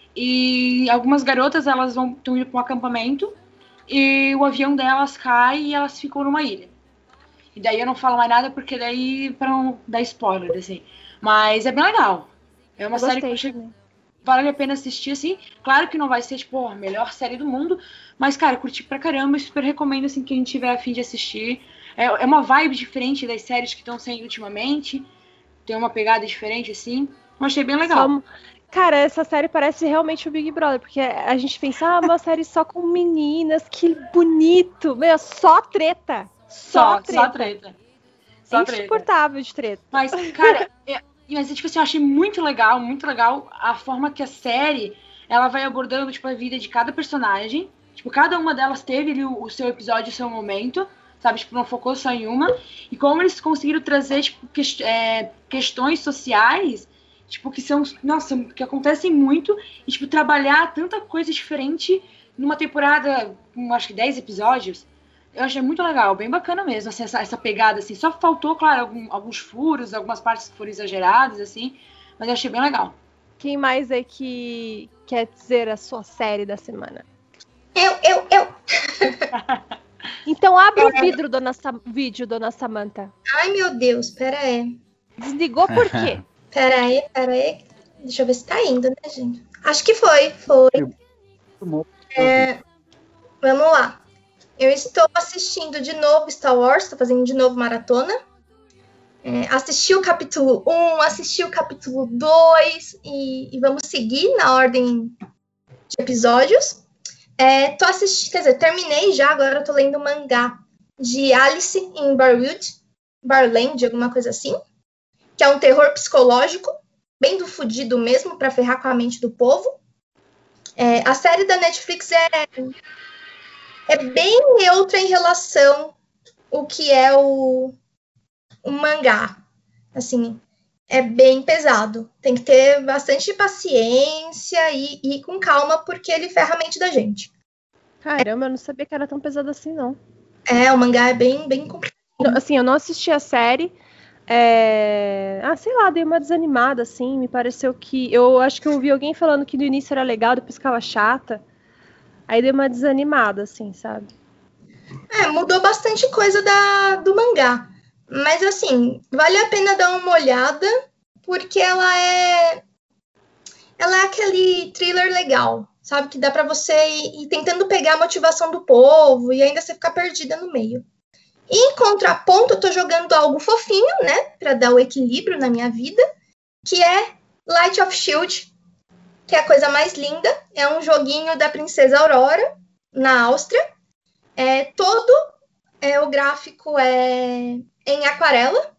E algumas garotas, elas vão estão indo para um acampamento e o avião delas cai e elas ficam numa ilha. E daí eu não falo mais nada, porque daí, pra não dar spoiler, assim. Mas é bem legal. É uma Eu série que eu gostei achei também. vale a pena assistir, assim. Claro que não vai ser, tipo, a melhor série do mundo, mas, cara, curti pra caramba e super recomendo, assim, quem tiver a fim de assistir. É, é uma vibe diferente das séries que estão saindo ultimamente. Tem uma pegada diferente, assim. Eu achei bem legal. Só- Cara, essa série parece realmente o Big Brother, porque a gente pensa, ah, uma série só com meninas, que bonito. Meu, só treta. Só, Só, treta. só treta. Só treta. Insuportável de treta. Mas, cara, é, mas, tipo assim, eu achei muito legal, muito legal a forma que a série, ela vai abordando, tipo, a vida de cada personagem. Tipo, cada uma delas teve ali o, o seu episódio, o seu momento, sabe? Tipo, não focou só em uma. E como eles conseguiram trazer, tipo, que, é, questões sociais, tipo, que são, nossa, que acontecem muito. E, tipo, trabalhar tanta coisa diferente numa temporada com, acho que, dez episódios. Eu achei muito legal, bem bacana mesmo, assim, essa, essa pegada, assim. Só faltou, claro, algum, alguns furos, algumas partes que foram exageradas, assim. Mas eu achei bem legal. Quem mais é que quer dizer a sua série da semana? Eu, eu, eu. Então abre o vidro, dona Sam... vídeo, dona Samantha. Ai, meu Deus, pera aí. Desligou por quê? Pera aí, pera aí. Deixa eu ver se tá indo, né, gente? Acho que foi, foi. É, vamos lá. Eu estou assistindo de novo Star Wars, estou fazendo de novo maratona. É, assisti o capítulo um, assisti o capítulo dois e, e vamos seguir na ordem de episódios. É, tô assistindo, quer dizer, terminei já, agora eu tô lendo o mangá de Alice em Barwood, Barland, alguma coisa assim, que é um terror psicológico, bem do fudido mesmo, pra ferrar com a mente do povo. É, a série da Netflix é, é bem neutra em relação ao que é o, o mangá. Assim, é bem pesado. Tem que ter bastante paciência e, e ir com calma, porque ele ferra a mente da gente. Caramba, eu não sabia que era tão pesado assim, não. É, o mangá é bem, bem complicado. Não, assim, eu não assisti a série. É... Ah, sei lá, dei uma desanimada, assim. Me pareceu que... Eu acho que eu ouvi alguém falando que no início era legal, depois ficava chata. Aí dei uma desanimada, assim, sabe? É, mudou bastante coisa da, do mangá. Mas, assim, vale a pena dar uma olhada, porque ela é... Ela é aquele thriller legal, sabe? Que dá pra você ir, ir tentando pegar a motivação do povo e ainda você ficar perdida no meio. E, em contraponto, eu tô jogando algo fofinho, né? Pra dar o equilíbrio na minha vida, que é Light of Shield, que é a coisa mais linda. É um joguinho da Princesa Aurora, na Áustria. É, todo é, o gráfico é em aquarela.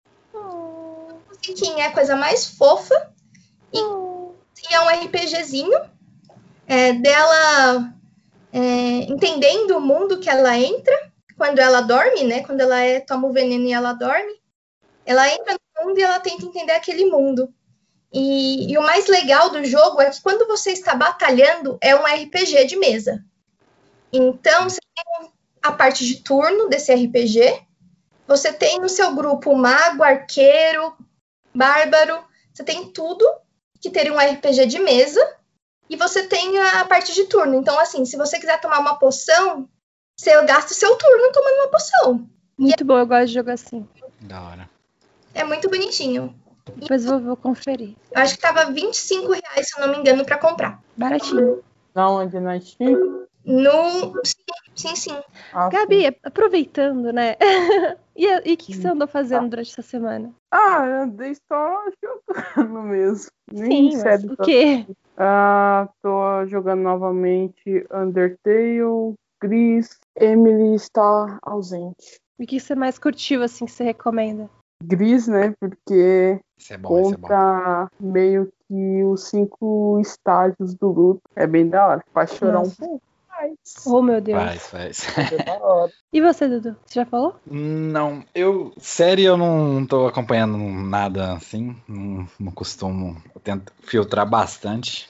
A musiquinha é a coisa mais fofa. E, e é um RPGzinho é, dela é, entendendo o mundo que ela entra quando ela dorme, né? Quando ela é, toma o veneno e ela dorme. Ela entra no mundo e ela tenta entender aquele mundo. E, e o mais legal do jogo é que quando você está batalhando, é um R P G de mesa. Então, você tem a parte de turno desse R P G. Você tem no seu grupo mago, arqueiro, bárbaro. Você tem tudo que teria um R P G de mesa. e você tem a parte de turno. Então, assim, se você quiser tomar uma poção, você gasta o seu turno tomando uma poção. Muito bom, eu gosto de jogo assim. Da hora. É muito bonitinho. Depois eu vou conferir. Eu acho que tava vinte e cinco reais, se eu não me engano, pra comprar. Baratinho. Na onde? Na Steam? No... Sim, sim, sim. Ah, Gabi, sim. aproveitando, né? E e o que, que você andou fazendo durante essa semana? Ah, eu andei só jogando mesmo. Nem Sim, mas sério. o quê? Ah, tô jogando novamente Undertale, Gris, Emily está ausente. E o que você mais curtiu, assim, que você recomenda? Gris, né? Porque Isso é bom, isso é bom. conta meio que os cinco estágios do luto. É bem da hora. Faz chorar Nossa. um pouco. Mas Oh, meu Deus. Faz, faz. é da hora. E você, Dudu? Você já falou? Não, eu, série eu não tô acompanhando nada assim, não, não costumo, eu tento filtrar bastante,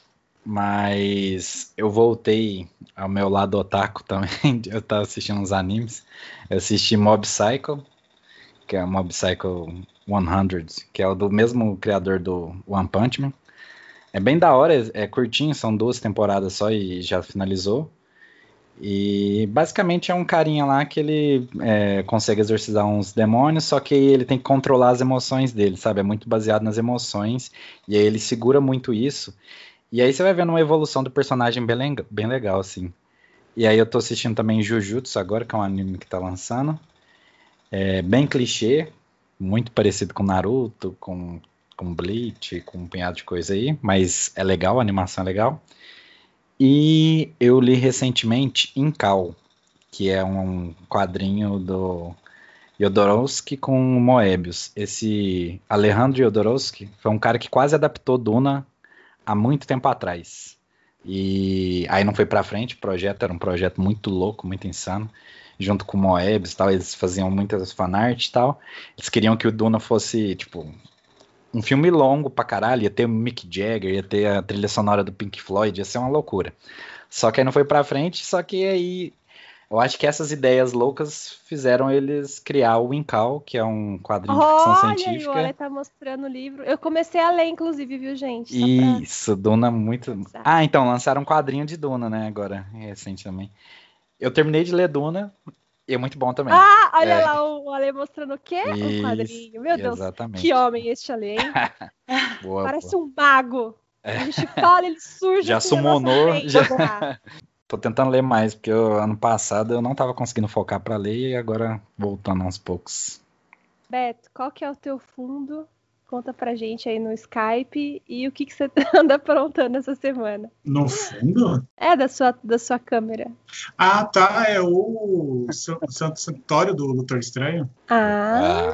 mas eu voltei ao meu lado otaku também, eu tava assistindo uns animes, eu assisti Mob Psycho, que é Mob Psycho cem, que é o do mesmo criador do One Punch Man, é bem da hora, é, é curtinho, são duas temporadas só e já finalizou. E basicamente é um carinha lá que ele é, consegue exorcizar uns demônios, só que ele tem que controlar as emoções dele, sabe? É muito baseado nas emoções, e aí ele segura muito isso. E aí você vai vendo uma evolução do personagem bem, leg- bem legal, assim. E aí eu tô assistindo também Jujutsu agora, que é um anime que tá lançando. É bem clichê, muito parecido com Naruto, com, com Bleach, com um punhado de coisa aí, mas é legal, a animação é legal. E eu li recentemente Incal, que é um quadrinho do Jodorowsky com Moebius. Esse Alejandro Jodorowsky foi um cara que quase adaptou Duna há muito tempo atrás. E aí não foi pra frente, o projeto era um projeto muito louco, muito insano. Junto com o Moebius e tal, eles faziam muitas fanart e tal. Eles queriam que o Duna fosse, tipo, um filme longo pra caralho, ia ter o Mick Jagger, ia ter a trilha sonora do Pink Floyd, ia ser uma loucura. Só que aí não foi pra frente, só que aí eu acho que essas ideias loucas fizeram eles criar o Incal, que é um quadrinho de ficção Olha aí, científica. o Ale tá mostrando o livro. Eu comecei a ler, inclusive, viu, gente? Só pra- Isso, Duna muito... Exato. Ah, então, lançaram um quadrinho de Duna, né, agora, recente também. Eu terminei de ler Duna, e é muito bom também. Ah, olha É. lá o Ale mostrando o quê? Um Isso, quadrinho. Meu Deus, exatamente. que homem este Ale, hein? Boa, Parece boa. um mago. É. A gente fala, ele surge Já assim na nossa summonou, frente, já- tá? Tô tentando ler mais, porque eu, ano passado eu não tava conseguindo focar pra ler, e agora voltando aos poucos. Beto, qual que é o teu fundo? Conta pra gente aí no Skype. E o que, que você anda aprontando essa semana? No fundo? É, da sua, da sua câmera. Ah, tá. É o San- Santo Santuário do Doutor Estranho. Ah,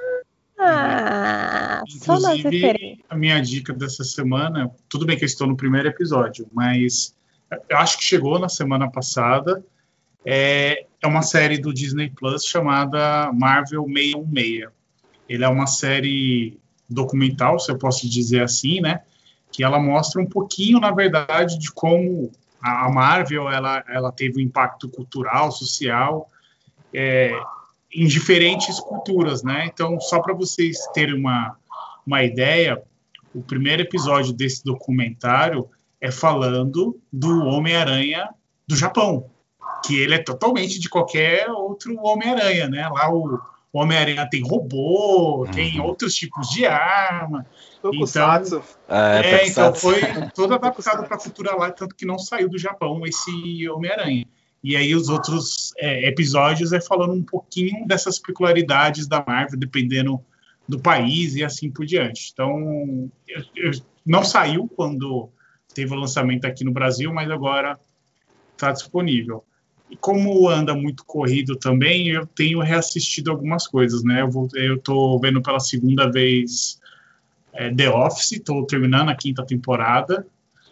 ah só nas Inclusive, referências. a minha dica dessa semana, tudo bem que eu estou no primeiro episódio, mas eu acho que chegou na semana passada, é, é uma série do Disney Plus chamada Marvel seiscentos e dezesseis. Ele é uma série documental, se eu posso dizer assim, né? Que ela mostra um pouquinho, na verdade, de como a Marvel ela, ela teve um impacto cultural, social, é, em diferentes culturas, né? Então, só para vocês terem uma, uma ideia, o primeiro episódio desse documentário é falando do Homem-Aranha do Japão, que ele é totalmente de qualquer outro Homem-Aranha, né? Lá o Homem-Aranha tem robô, Uhum. tem outros tipos de arma. Tokusatsu. É, É, então Tokusatsu. foi todo adaptado para a cultura lá, tanto que não saiu do Japão esse Homem-Aranha. E aí os outros é, episódios é falando um pouquinho dessas peculiaridades da Marvel, dependendo do país e assim por diante. Então, eu, eu, não saiu quando teve o lançamento aqui no Brasil, mas agora está disponível. E como anda muito corrido também, eu tenho reassistido algumas coisas, né? Eu, vou, eu tô vendo pela segunda vez é, The Office, estou terminando a quinta temporada.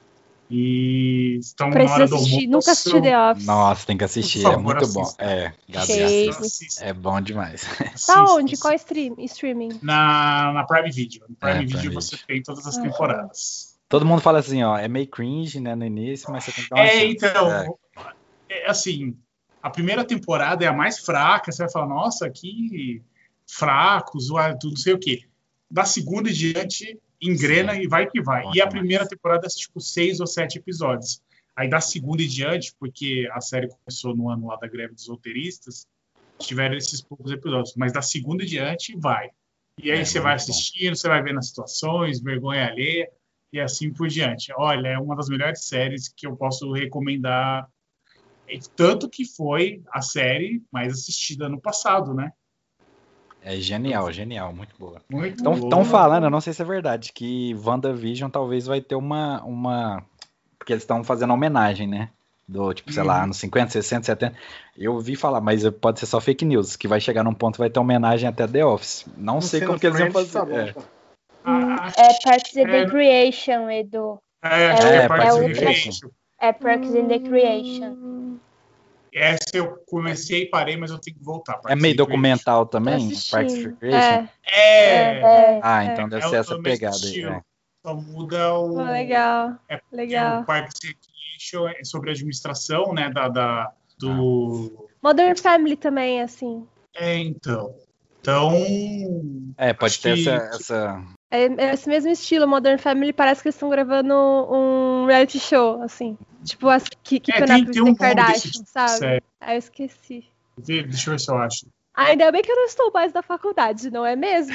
E estão na Preciso hora do assistir. almoço. Nunca assisti The Office. Nossa, tem que assistir, Por é favor, muito bom. assista. É, Gabi, Sei. assista. É bom demais. Tá Assista, onde? assista. Qual stream, streaming? Na, na Prime Video. No Prime É, Video Prime você Video. tem todas as Ah, temporadas. Todo mundo fala assim, ó, é meio cringe, né, no início, mas você tem que dar uma É, chance. então, É. é, assim, a primeira temporada é a mais fraca, você vai falar, nossa, que fraco, zoado, tudo, não sei o quê. Da segunda em diante, engrena Sim. e vai que vai. Bom E a demais. primeira temporada é tipo seis ou sete episódios. Aí da segunda em diante, porque a série começou no ano lá da greve dos roteiristas, tiveram esses poucos episódios. Mas da segunda em diante, vai. E aí É, você vai muito bom. assistindo, você vai vendo as situações, vergonha alheia, e assim por diante. Olha, é uma das melhores séries que eu posso recomendar. Tanto que foi a série mais assistida no passado, né? É genial, genial, muito boa. Muito Estão boa. falando, eu não sei se é verdade, que WandaVision talvez vai ter uma. uma... Porque eles estão fazendo homenagem, né? Do, tipo, sei lá, Uhum. anos cinquenta, sessenta, setenta. Eu ouvi falar, mas pode ser só fake news, que vai chegar num ponto que vai ter homenagem até The Office. Não sei como que eles iam Friends, fazer. tá bom, É. pô. Ah, É Parks and é- Recreation, Edu. É, acho É que é o- Parks é and o- Recreation. É Parks and Recreation. Hum, Essa eu comecei e parei, mas eu tenho que voltar. É Parks meio and Recreation. documental tô também? assistindo. Parks and Recreation? É, É, É, Ah, é. então deve é ser o, essa o mesmo pegada aí. estilo. É. Só muda o... Pô, legal, É porque legal. o Parks and Recreation é sobre a administração, né, da, da, do... Modern Family também, assim. É, então. Então... É, pode acho ter que- essa, essa. É é esse mesmo estilo, Modern Family, parece que eles estão gravando um reality show, assim. Tipo, as que, que É, tem- Penelope tem um nome desse Kardashian, tipo de sabe? série. Aí eu esqueci. Deixa eu ver se eu acho. Ainda bem que eu não estou mais na faculdade, não é mesmo?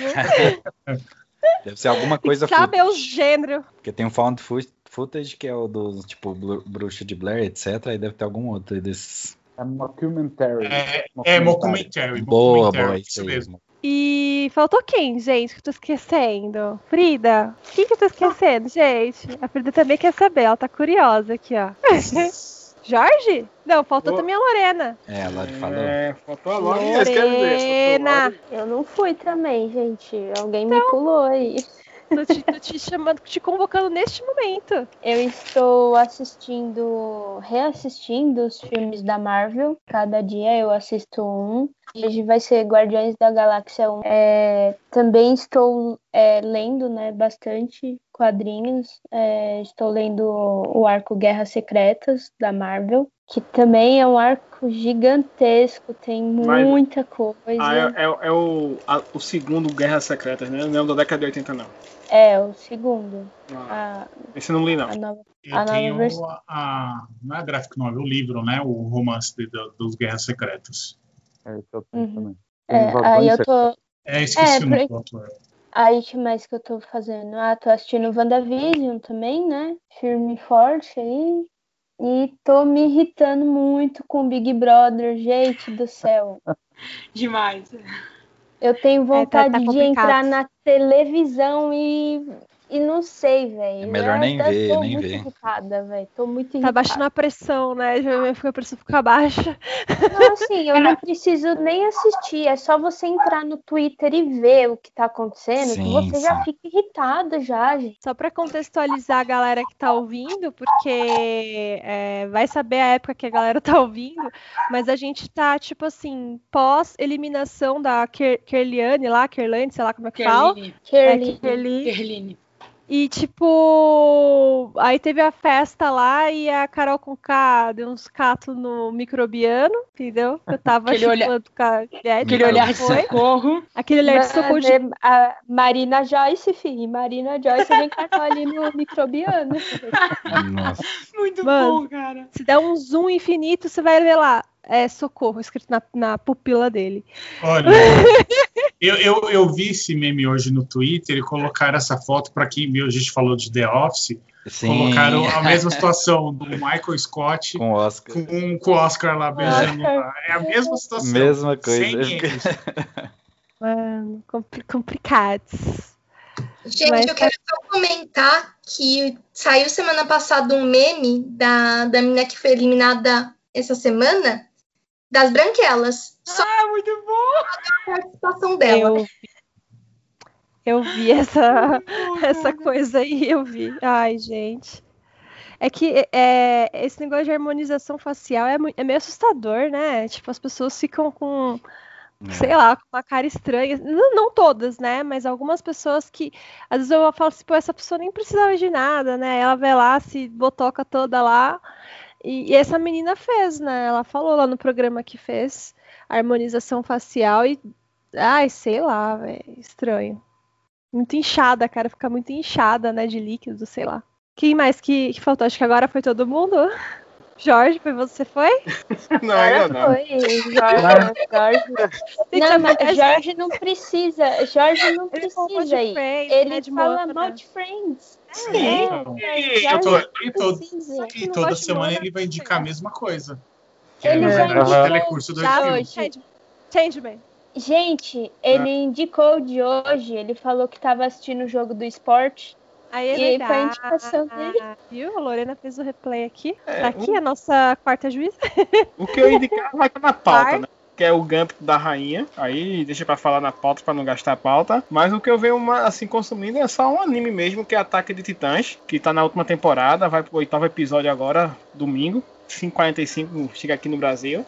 Deve ser alguma Tem que coisa saber o footage. gênero. Porque tem um found fu- footage que é o do, tipo, Blu- Bruxa de Blair, etcétera. Aí deve ter algum outro aí desses. É mockumentary. É, é Mockumentary. Boa, Mockumentary, boa, isso isso aí. mesmo. E faltou quem, gente, que eu tô esquecendo? Frida? Quem que eu tô esquecendo, gente? A Frida também quer saber, ela tá curiosa aqui, ó. Jorge? Não, faltou Ô. também a Lorena. É, a Lori falou. É, faltou a Lorena. Quer dizer, Lorena! eu não fui também, gente. Alguém me pulou aí. Tô te, tô te chamando, te convocando neste momento. Eu estou assistindo, reassistindo os filmes da Marvel. Cada dia eu assisto um. Hoje vai ser Guardiões da Galáxia um. É, também estou é, lendo, né, bastante quadrinhos. É, estou lendo o arco Guerras Secretas da Marvel, que também é um arco gigantesco, tem Mas- muita coisa. Ah, é, é- é o, a- o segundo Guerras Secretas, né? Não é o da década de oitenta, não. É, o segundo. Ah, A, esse eu não li, não. a nova. Eu A nova tenho versão. a, a... Não é a graphic novel, o livro, né? O romance de- do- dos Guerras Secretas. É, isso eu tenho Uhum. também. Tem É, invasões aí eu secretas. tô. É, esqueci É, o nome por- do autor. Aí, que mais que eu tô fazendo? Ah, tô assistindo WandaVision também, né? Firme e forte aí. E tô me irritando muito com o Big Brother, gente do céu. Demais. Eu tenho É, tá- vontade tá de complicado. entrar na televisão e, e não sei, velho. É melhor Eu nem ainda ver, tô nem muito ver. irritada, velho. Tô muito Tá irritada. baixando a pressão, né? Já fica a pressão fica baixa. Não, assim, eu não preciso nem assistir. É só você entrar no Twitter e ver o que tá acontecendo, que Sim, você já sim. fica irritado já, gente. Só pra contextualizar a galera que tá ouvindo, porque é, vai saber a época que a galera tá ouvindo, mas a gente tá, tipo assim, pós-eliminação da Ker Kerliane lá, Kerlane, sei lá como é que fala. Kerline. É, Kerly. Kerli. Kerline. E, tipo, aí teve a festa lá e a Carol Conká deu uns catos no microbiano, entendeu? Eu tava Aquele olhar- chipando com a Jet, Aquele mas olhar não de foi. socorro. Aquele olhar de socorro de... Mano, a Marina Joyce, filho. Marina Joyce vem catar ali no microbiano. Nossa. Muito Mano. bom, cara. Se der um zoom infinito, você vai ver lá, é socorro, escrito na, na pupila dele. Olha, eu, eu, eu vi esse meme hoje no Twitter e colocaram essa foto para quem viu, a gente falou de The Office, Sim. colocaram a mesma situação do Michael Scott Com o Oscar. com, com o Oscar lá beijando. Oscar. lá. É a mesma situação. Mesma coisa. Sem eles. Mano, compli complicados. Gente, Mas eu quero só comentar que saiu semana passada um meme da, da menina que foi eliminada essa semana, das branquelas. Só Ah, muito bom. a participação dela. Eu, eu vi essa, Muito bom, essa cara. coisa aí, eu vi. Ai, gente. É que é, esse negócio de harmonização facial é, mui- é meio assustador, né? Tipo, as pessoas ficam com, sei lá, com uma cara estranha. Não, não todas, né? Mas algumas pessoas que, às vezes eu falo assim, pô, essa pessoa nem precisava de nada, né? Ela vai lá, se botoca toda lá. E, e essa menina fez, né? Ela falou lá no programa que fez harmonização facial e, ai, sei lá, velho, estranho. Muito inchada, a cara fica muito inchada, né, de líquido, sei lá. Quem mais que, que faltou? Acho que agora foi todo mundo. Jorge, foi você, foi? Não, ainda não. Foi, Jorge, Jorge. Não, mas Jorge não precisa, Jorge não precisa ir. Ele fala mal de Friends. Sim, é, então. E, eu tô, e, todo, e toda semana ele vai indicar a mesma coisa. Que ele é já o indicou telecurso do hoje. Changeman. Gente, ele ah. indicou de hoje, ele falou que estava assistindo o jogo do esporte. Aí é e verdade. foi a indicação dele. Viu? A Lorena fez o replay aqui. É, tá aqui um... a nossa quarta juíza. O que eu indicar vai estar na pauta, né? Que é o Gambito da Rainha. Aí deixa pra falar na pauta pra não gastar a pauta. Mas o que eu venho assim consumindo é só um anime mesmo, que é Ataque de Titãs, que tá na última temporada, vai pro oitavo episódio agora, domingo. cinco e quarenta e cinco chega aqui no Brasil.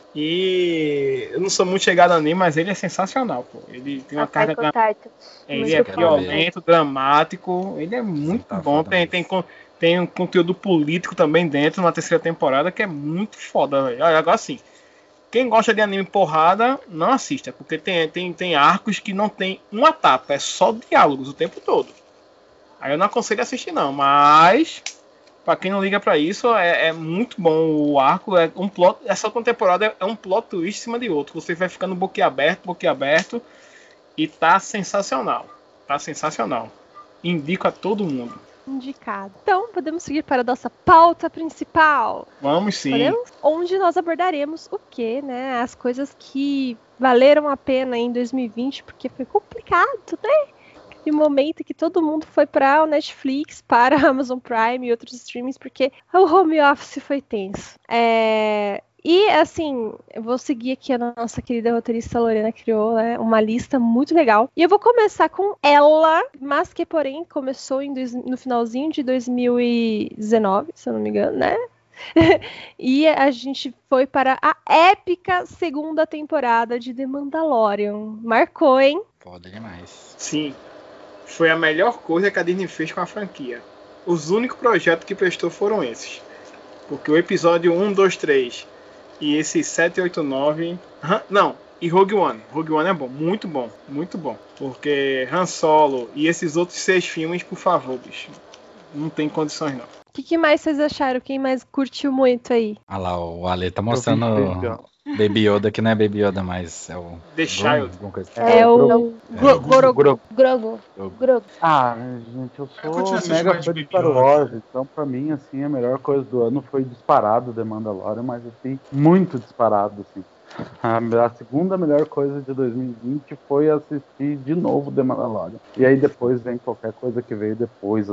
E eu não sou muito chegado a anime, mas ele é sensacional, pô. Ele tem uma carga dramática. Ele é violento, dramático. Ele é muito tá bom. Tem, tem, tem um conteúdo político também dentro, na terceira temporada, que é muito foda, velho. Agora sim. Quem gosta de anime porrada, não assista, porque tem, tem, tem arcos que não tem uma tapa, é só diálogos o tempo todo. Aí eu não aconselho assistir não, mas pra quem não liga pra isso, é, é muito bom o arco, é um plot, essa temporada é um plot twist em cima de outro, você vai ficando boquiaberto, boquiaberto, e tá sensacional, tá sensacional. Indico a todo mundo. Indicado. Então, podemos seguir para a nossa pauta principal. Vamos sim. Podemos? Onde nós abordaremos o quê, né? As coisas que valeram a pena em dois mil e vinte, porque foi complicado, né? E o momento que todo mundo foi para o Netflix, para a Amazon Prime e outros streamings, porque o home office foi tenso. É... E, assim, eu vou seguir aqui a nossa querida roteirista Lorena criou, né, uma lista muito legal. E eu vou começar com ela, mas que, porém, começou em dois, no finalzinho de dois mil e dezenove, se eu não me engano, né? E a gente foi para a épica segunda temporada de The Mandalorian. Marcou, hein? Foda demais. Sim, foi a melhor coisa que a Disney fez com a franquia. Os únicos projetos que prestou foram esses. Porque o episódio um, dois, três... E esse sete, oito, nove... Não, e Rogue One. Rogue One é bom, muito bom, muito bom. Porque Han Solo e esses outros seis filmes, por favor, bicho. Não tem condições, não. O que, que mais vocês acharam? Quem mais curtiu muito aí? Ah lá, o Ale tá mostrando Baby Yoda, que não é Baby Yoda, mas é o... The Child. É, é o... Grogu. Grogu. Grogu. Ah, gente, eu sou é, mega fã de Star Wars, então pra mim, assim, a melhor coisa do ano foi disparado The Mandalorian, mas assim, muito disparado, assim. A, a segunda melhor coisa de dois mil e vinte foi assistir de novo The Mandalorian. E aí depois vem qualquer coisa que veio depois,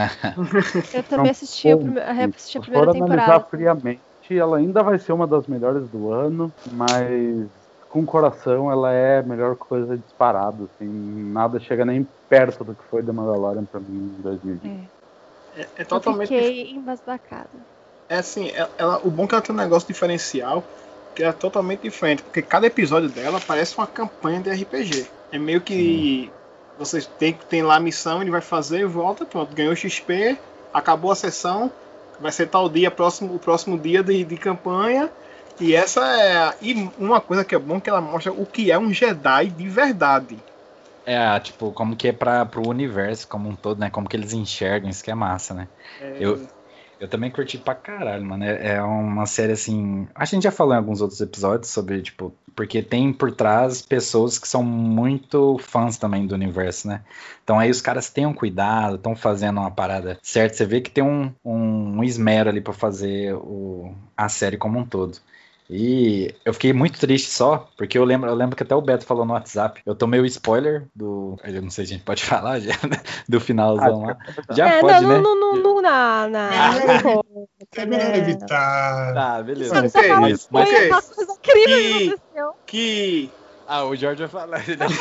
assim. Eu também assisti, então, a, assisti a primeira temporada. Analisar friamente, ela ainda vai ser uma das melhores do ano, mas com coração ela é a melhor coisa disparado, assim, nada chega nem perto do que foi The Mandalorian pra mim em dois mil e vinte. É, é, é totalmente... Eu fiquei embasbacada. É assim, ela, ela, o bom é que ela tem um negócio diferencial, que é totalmente diferente, porque cada episódio dela parece uma campanha de R P G. É meio que hum. você tem, tem lá a missão, ele vai fazer, volta, pronto, ganhou X P, acabou a sessão, vai ser tal dia, próximo, o próximo dia de, de campanha. E essa é a, e uma coisa que é bom, que ela mostra o que é um Jedi de verdade. É, tipo, como que é pra, pro universo como um todo, né? Como que eles enxergam, isso que é massa, né? É... Eu, eu também curti pra caralho, mano. É, é uma série, assim... A gente já falou em alguns outros episódios sobre, tipo... Porque tem por trás pessoas que são muito fãs também do universo, né? Então aí os caras têm um cuidado, estão fazendo uma parada certa. Você vê que tem um, um, um esmero ali pra fazer o, a série como um todo. E eu fiquei muito triste só, porque eu lembro, eu lembro que até o Beto falou no WhatsApp. Eu tomei o spoiler do... Eu não sei se a gente pode falar já, do finalzão ah, lá. Já é, pode, não, né? Não, não, não, não, não. É melhor evitar. Tá, beleza. Não, okay, mas, mas okay. Uma coisa incrível que, que aconteceu. Que... Ah, o Jorge vai falar.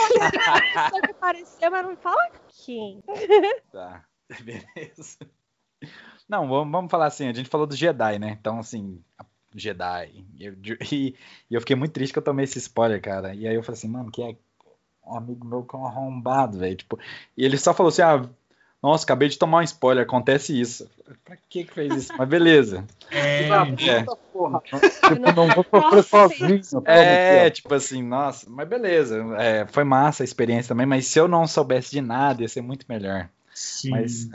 Só que apareceu, mas não me fala quem. Tá, beleza. Não, vamos, vamos falar assim, a gente falou do Jedi, né? Então, assim... Jedi. E eu, e, e eu fiquei muito triste que eu tomei esse spoiler, cara. E aí eu falei assim, mano, que é um amigo meu que é um arrombado, velho. Tipo, e ele só falou assim, ah, nossa, acabei de tomar um spoiler, acontece isso. Pra que que fez isso? Mas beleza. É, é. porra. Tipo, não vou sofrer sozinho. É, tipo assim, nossa, mas beleza. É, foi massa a experiência também, mas se eu não soubesse de nada, ia ser muito melhor. Sim. Mas,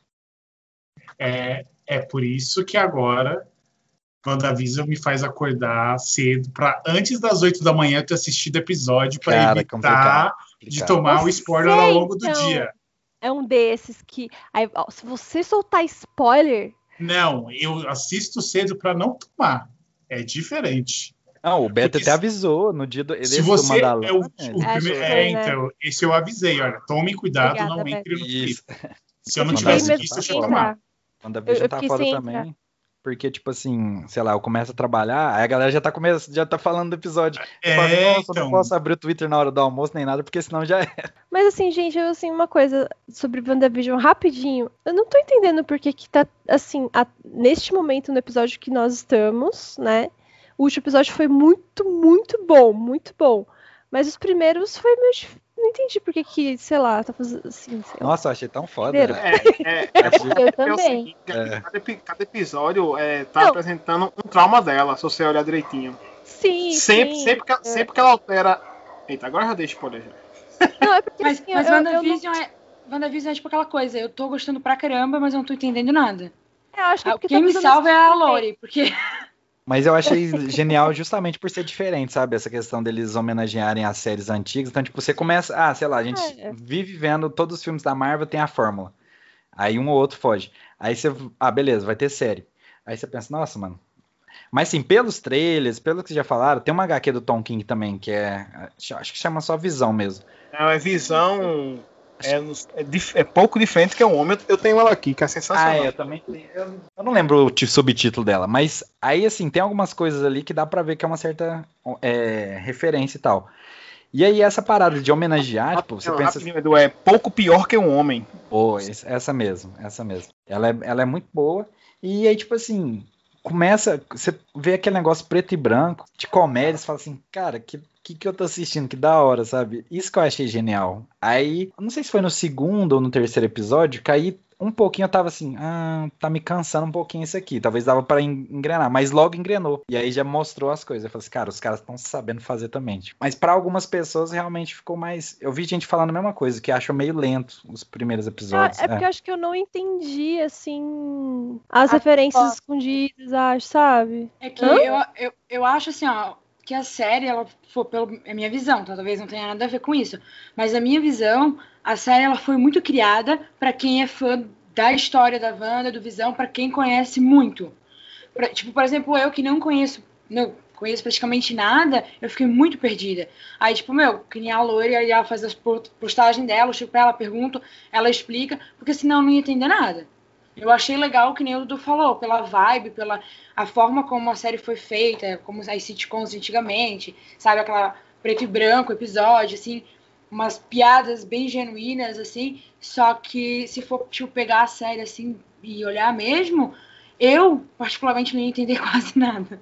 É, é por isso que agora WandaVision me faz acordar cedo para antes das oito da manhã ter assistido o episódio para cara, evitar complicado, de complicado. tomar o Você, spoiler ao longo do então, dia. é um desses que. Aí, ó, se você soltar spoiler. Não, eu assisto cedo para não tomar. É diferente. Não, o Beto Porque até se- avisou no dia do, Se desse do você é o, Mandalorian. o Acho primeiro, que é, foi, né? então, esse eu avisei, olha, tome cuidado, Obrigada, não Beto. entre no Isso. clipe. Se eu Eu não fiquei tivesse mesmo visto, eu sem tinha tomado. entrar. WandaVision Eu- eu tá fiquei foda sem também. entrar. Porque, tipo assim, sei lá, eu começo a trabalhar, aí a galera já tá, come... já tá falando do episódio. Eu É, falo assim, nossa, eu então. não posso abrir o Twitter na hora do almoço nem nada, porque senão já é. Mas assim, gente, eu assim, uma coisa sobre WandaVision rapidinho. Eu não tô entendendo por que que tá, assim, a- neste momento no episódio que nós estamos, né? O último episódio foi muito, muito bom, muito bom. Mas os primeiros foi meio dif- não entendi por que que, sei lá, tá fazendo assim, sei lá. Nossa, eu achei tão foda. Entenderam? velho. É, é, é porque Eu é o também. seguinte, É. cada, epi- cada episódio é, tá Não. apresentando um trauma dela, se você olhar direitinho. Sim, Sempre, sim. sempre, que, sempre que ela altera. Eita, agora já dei spoiler já. Não, é porque Mas, assim, mas eu, eu, não, WandaVision, é, WandaVision é tipo aquela coisa, eu tô gostando pra caramba, mas eu não tô entendendo nada. eu acho que é Ah, porque Quem me talvez eu salva é não a assisti Lori, porque Mas eu achei genial justamente por ser diferente, sabe? Essa questão deles homenagearem as séries antigas. Então, tipo, você começa. Ah, sei lá, a gente É. vive vendo todos os filmes da Marvel, tem a fórmula. Aí um ou outro foge. Aí você. Ah, beleza, vai ter série. Aí você pensa, nossa, mano. Mas sim, pelos trailers, pelo que vocês já falaram, tem uma H Q do Tom King também, que é. Acho que chama só Visão mesmo. Não, é visão. É, nos- é dif- é pouco diferente que é um homem. Eu, eu tenho ela aqui, que é Ah, sensacional. é, eu também tenho. Eu, eu não lembro o ti- subtítulo dela, mas aí, assim, tem algumas coisas ali que dá pra ver que é uma certa é, referência e tal. E aí, essa parada de homenagear, tipo, você Não, pensa. rapidinho, Edu, é pouco pior que um homem. Pô, esse- essa mesmo, essa mesmo. Ela é, ela é muito boa. E aí, tipo assim, começa. Você vê aquele negócio preto e branco, de comédia, você fala assim, cara, que, que que eu tô assistindo? Que da hora, sabe? Isso que eu achei genial. Aí, eu não sei se foi no segundo ou no terceiro episódio, que aí um pouquinho eu tava assim, ah, tá me cansando um pouquinho isso aqui. Talvez dava pra en- engrenar, mas logo engrenou. E aí já mostrou as coisas. Eu falei assim, cara, os caras estão sabendo fazer também. Tipo. Mas pra algumas pessoas realmente ficou mais. Eu vi gente falando a mesma coisa, que acham meio lento os primeiros Ah, episódios. é porque eu acho que eu não entendi, assim, as A referências proposta. escondidas, acho, sabe? é que Hã? eu, eu, eu acho assim, ó, que a série, ela foi pela é minha visão, tá? Talvez não tenha nada a ver com isso, mas a minha visão, a série ela foi muito criada pra quem é fã da história da Wanda, do Visão, pra quem conhece muito. Pra- tipo, por exemplo, eu que não conheço, não conheço praticamente nada, eu fiquei muito perdida. Aí, tipo, meu, que nem a Lori, aí ela faz as po- postagens dela, eu chego pra ela, pergunto, ela explica, porque senão eu não ia entender nada. Eu achei legal, que nem o Dudu falou, pela vibe, pela a forma como a série foi feita, como as sitcoms de antigamente, sabe, aquela preto e branco episódio, assim, umas piadas bem genuínas, assim, só que se for, tipo, pegar a série, assim, e olhar mesmo, eu, particularmente, não ia entender quase nada.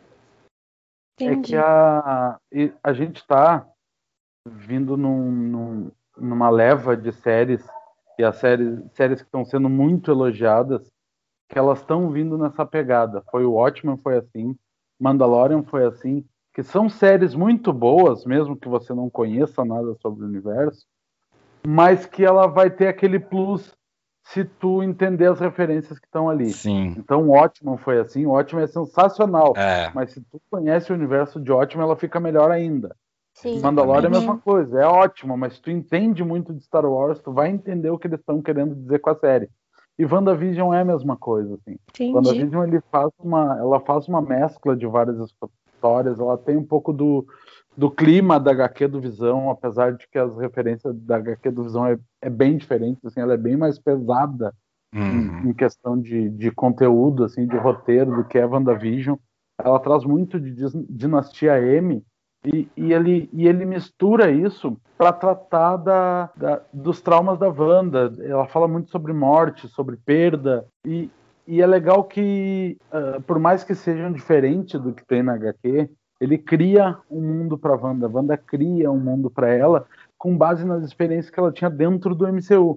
É Entendi. que a, e a gente tá vindo num, num- numa leva de séries, e as séries, séries que estão sendo muito elogiadas, que elas estão vindo nessa pegada. Foi o Watchmen, foi assim, Mandalorian foi assim, que são séries muito boas, mesmo que você não conheça nada sobre o universo, mas que ela vai ter aquele plus se tu entender as referências que estão ali. Sim. Então, o Watchmen foi assim, o Watchmen é sensacional, É. mas se tu conhece o universo de Watchmen, ela fica melhor ainda. Sim. Mandalorian é a Uhum. mesma coisa, é ótimo, mas se tu entende muito de Star Wars, tu vai entender o que eles estão querendo dizer com a série. E WandaVision é a mesma coisa, assim. Entendi. WandaVision, ele faz uma, ela faz uma mescla de várias histórias, ela tem um pouco do, do clima da H Q do Visão, apesar de que as referências da H Q do Visão é, é bem diferente, assim, ela é bem mais pesada Uhum. em, em questão de, de conteúdo, assim, de roteiro, do que é WandaVision. Ela traz muito de Dis- Dinastia M, e, e, ele, e ele mistura isso para tratar da, da, dos traumas da Wanda. Ela fala muito sobre morte, sobre perda, e, e é legal que, uh, por mais que sejam diferentes do que tem na H Q, ele cria um mundo para a Wanda. A Wanda cria um mundo para ela com base nas experiências que ela tinha dentro do M C U.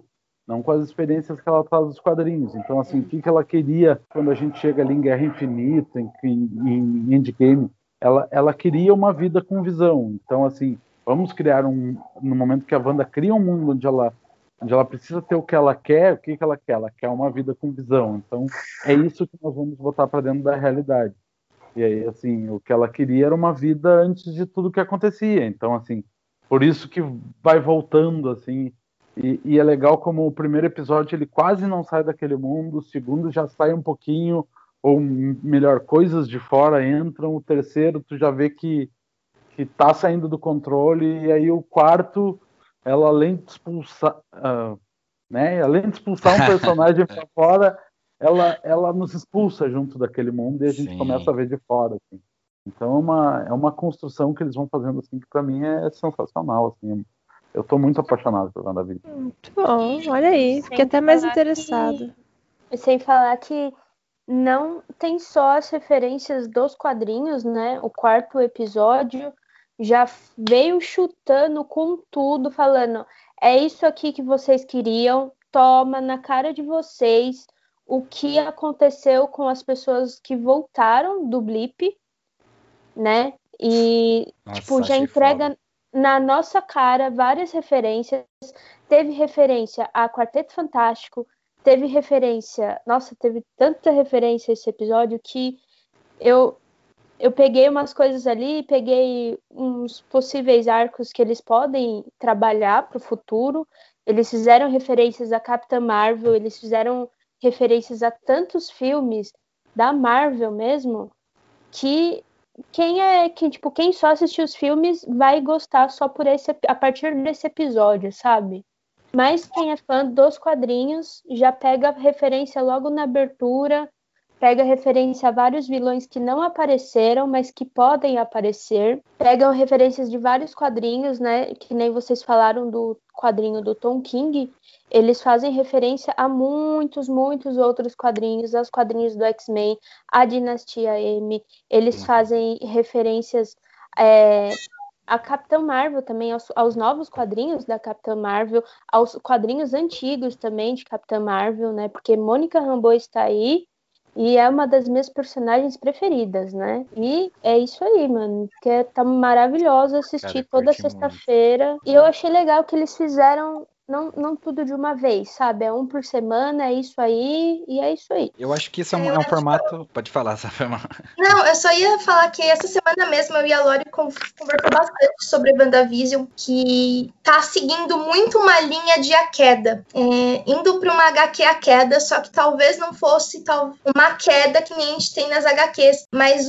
não com as experiências que ela traz dos quadrinhos. Então, assim, o que, que ela queria quando a gente chega ali em Guerra Infinita, em, em, em Endgame? Ela, ela queria uma vida com visão. Então, assim, vamos criar um... No momento que a Wanda cria um mundo onde ela, onde ela precisa ter o que ela quer, o que, que ela quer? Ela quer uma vida com visão. Então, é isso que nós vamos botar para dentro da realidade. E aí, assim, o que ela queria era uma vida antes de tudo que acontecia. Então, assim, por isso que vai voltando, assim. E, e é legal como o primeiro episódio ele quase não sai daquele mundo, o segundo já sai um pouquinho, ou melhor, coisas de fora entram, o terceiro tu já vê que, que tá saindo do controle, e aí o quarto, ela além de expulsar, uh, né, além de expulsar um personagem para fora, ela, ela nos expulsa junto daquele mundo e a gente Sim. começa a ver de fora, assim. Então é uma, é uma construção que eles vão fazendo assim que para mim é sensacional, assim. Eu tô muito apaixonado por WandaVision. Muito bom, olha aí, fiquei até mais interessado. Que, sem falar que não tem só as referências dos quadrinhos, né? O quarto episódio já veio chutando com tudo, falando, é isso aqui que vocês queriam, toma na cara de vocês o que aconteceu com as pessoas que voltaram do blip, né? E, Nossa, tipo, já entrega foda. Na nossa cara várias referências. Teve referência a Quarteto Fantástico, teve referência... Nossa, teve tanta referência esse episódio que eu, eu peguei umas coisas ali, peguei uns possíveis arcos que eles podem trabalhar para o futuro. Eles fizeram referências a Capitã Marvel, eles fizeram referências a tantos filmes da Marvel mesmo, que quem é que tipo quem só assistiu os filmes vai gostar só por esse a partir desse episódio, sabe? Mas quem é fã dos quadrinhos já pega referência logo na abertura, pega referência a vários vilões que não apareceram, mas que podem aparecer, pegam referências de vários quadrinhos, né? Que nem vocês falaram do quadrinho do Tom King. Eles fazem referência a muitos, muitos outros quadrinhos, aos quadrinhos do X-Men, a Dinastia M. Eles fazem referências é, a Capitã Marvel também, aos, aos novos quadrinhos da Capitã Marvel, aos quadrinhos antigos também de Capitã Marvel, né? Porque Mônica Rambeau está aí e é uma das minhas personagens preferidas, né? E é isso aí, mano. Que tá maravilhoso assistir Cara, toda sexta-feira. E eu achei legal que eles fizeram... Não, não tudo de uma vez, sabe? É um por semana, é isso aí, e é isso aí. Eu acho que isso é um, é um formato... Que... Pode falar, Safema. Não, eu só ia falar que essa semana mesmo eu e a Lori conversou bastante sobre WandaVision, que tá seguindo muito uma linha de A Queda. É, indo pra uma H Q A Queda, só que talvez não fosse tal, uma queda que nem a gente tem nas H Qs, mas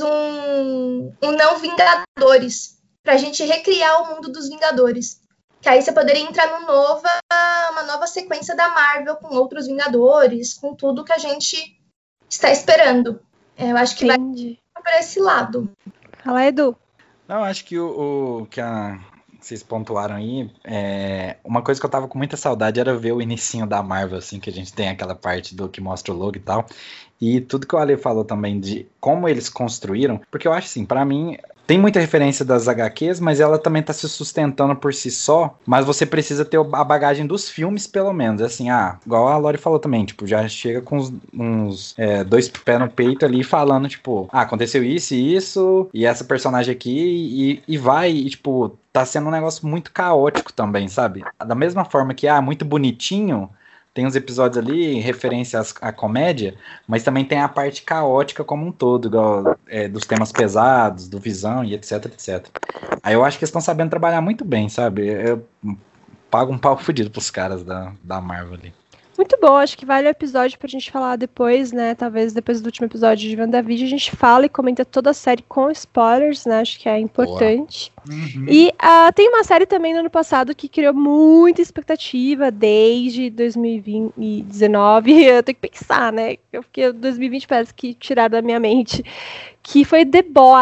um, um não Vingadores, pra gente recriar o mundo dos Vingadores. Que aí você poderia entrar no nova, uma nova sequência da Marvel com outros Vingadores, com tudo que a gente está esperando. Eu acho que Entendi. Vai por esse lado. Fala, Edu. Não, acho que o, o que a, vocês pontuaram aí, é, uma coisa que eu tava com muita saudade era ver o inicinho da Marvel, assim, que a gente tem aquela parte do que mostra o logo e tal. E tudo que o Ale falou também de como eles construíram, porque eu acho assim, pra mim... Tem muita referência das H Qs, mas ela também tá se sustentando por si só, mas você precisa ter a bagagem dos filmes, pelo menos. Assim, ah, igual a Lori falou também, tipo, já chega com uns, uns é, dois pés no peito ali falando, tipo, ah, aconteceu isso e isso, e essa personagem aqui, e, e vai, e tipo, tá sendo um negócio muito caótico também, sabe? Da mesma forma que, ah, muito bonitinho, tem uns episódios ali, referência à comédia, mas também tem a parte caótica como um todo, igual é, dos temas pesados, do Visão e etc, etcétera. Aí eu acho que eles estão sabendo trabalhar muito bem, sabe? Eu pago um pau fudido pros caras da, da Marvel ali. Muito bom, acho que vale o episódio pra gente falar depois, né? Talvez depois do último episódio de WandaVision a gente fala e comenta toda a série com spoilers, né? Acho que é importante. Uhum. E uh, tem uma série também no ano passado que criou muita expectativa desde dois mil e dezenove. Eu tenho que pensar, né? Porque dois mil e vinte parece que tiraram da minha mente. Que foi The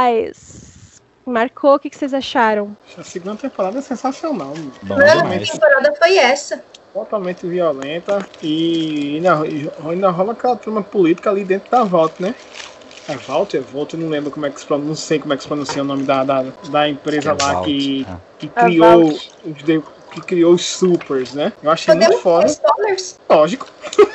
Boys. Marcou, o que, que vocês acharam? A segunda temporada é sensacional. Bom, a temporada foi essa. Totalmente violenta e ainda, ainda rola aquela trama política ali dentro da Vault, né? É Vault, é Vault, eu não lembro como é que se pronuncia, não sei como é que se pronuncia o nome da, da, da empresa é lá Vault, que, é. que criou os, que criou os Supers, né? Eu achei Podemos muito foda. ter spoilers? Lógico.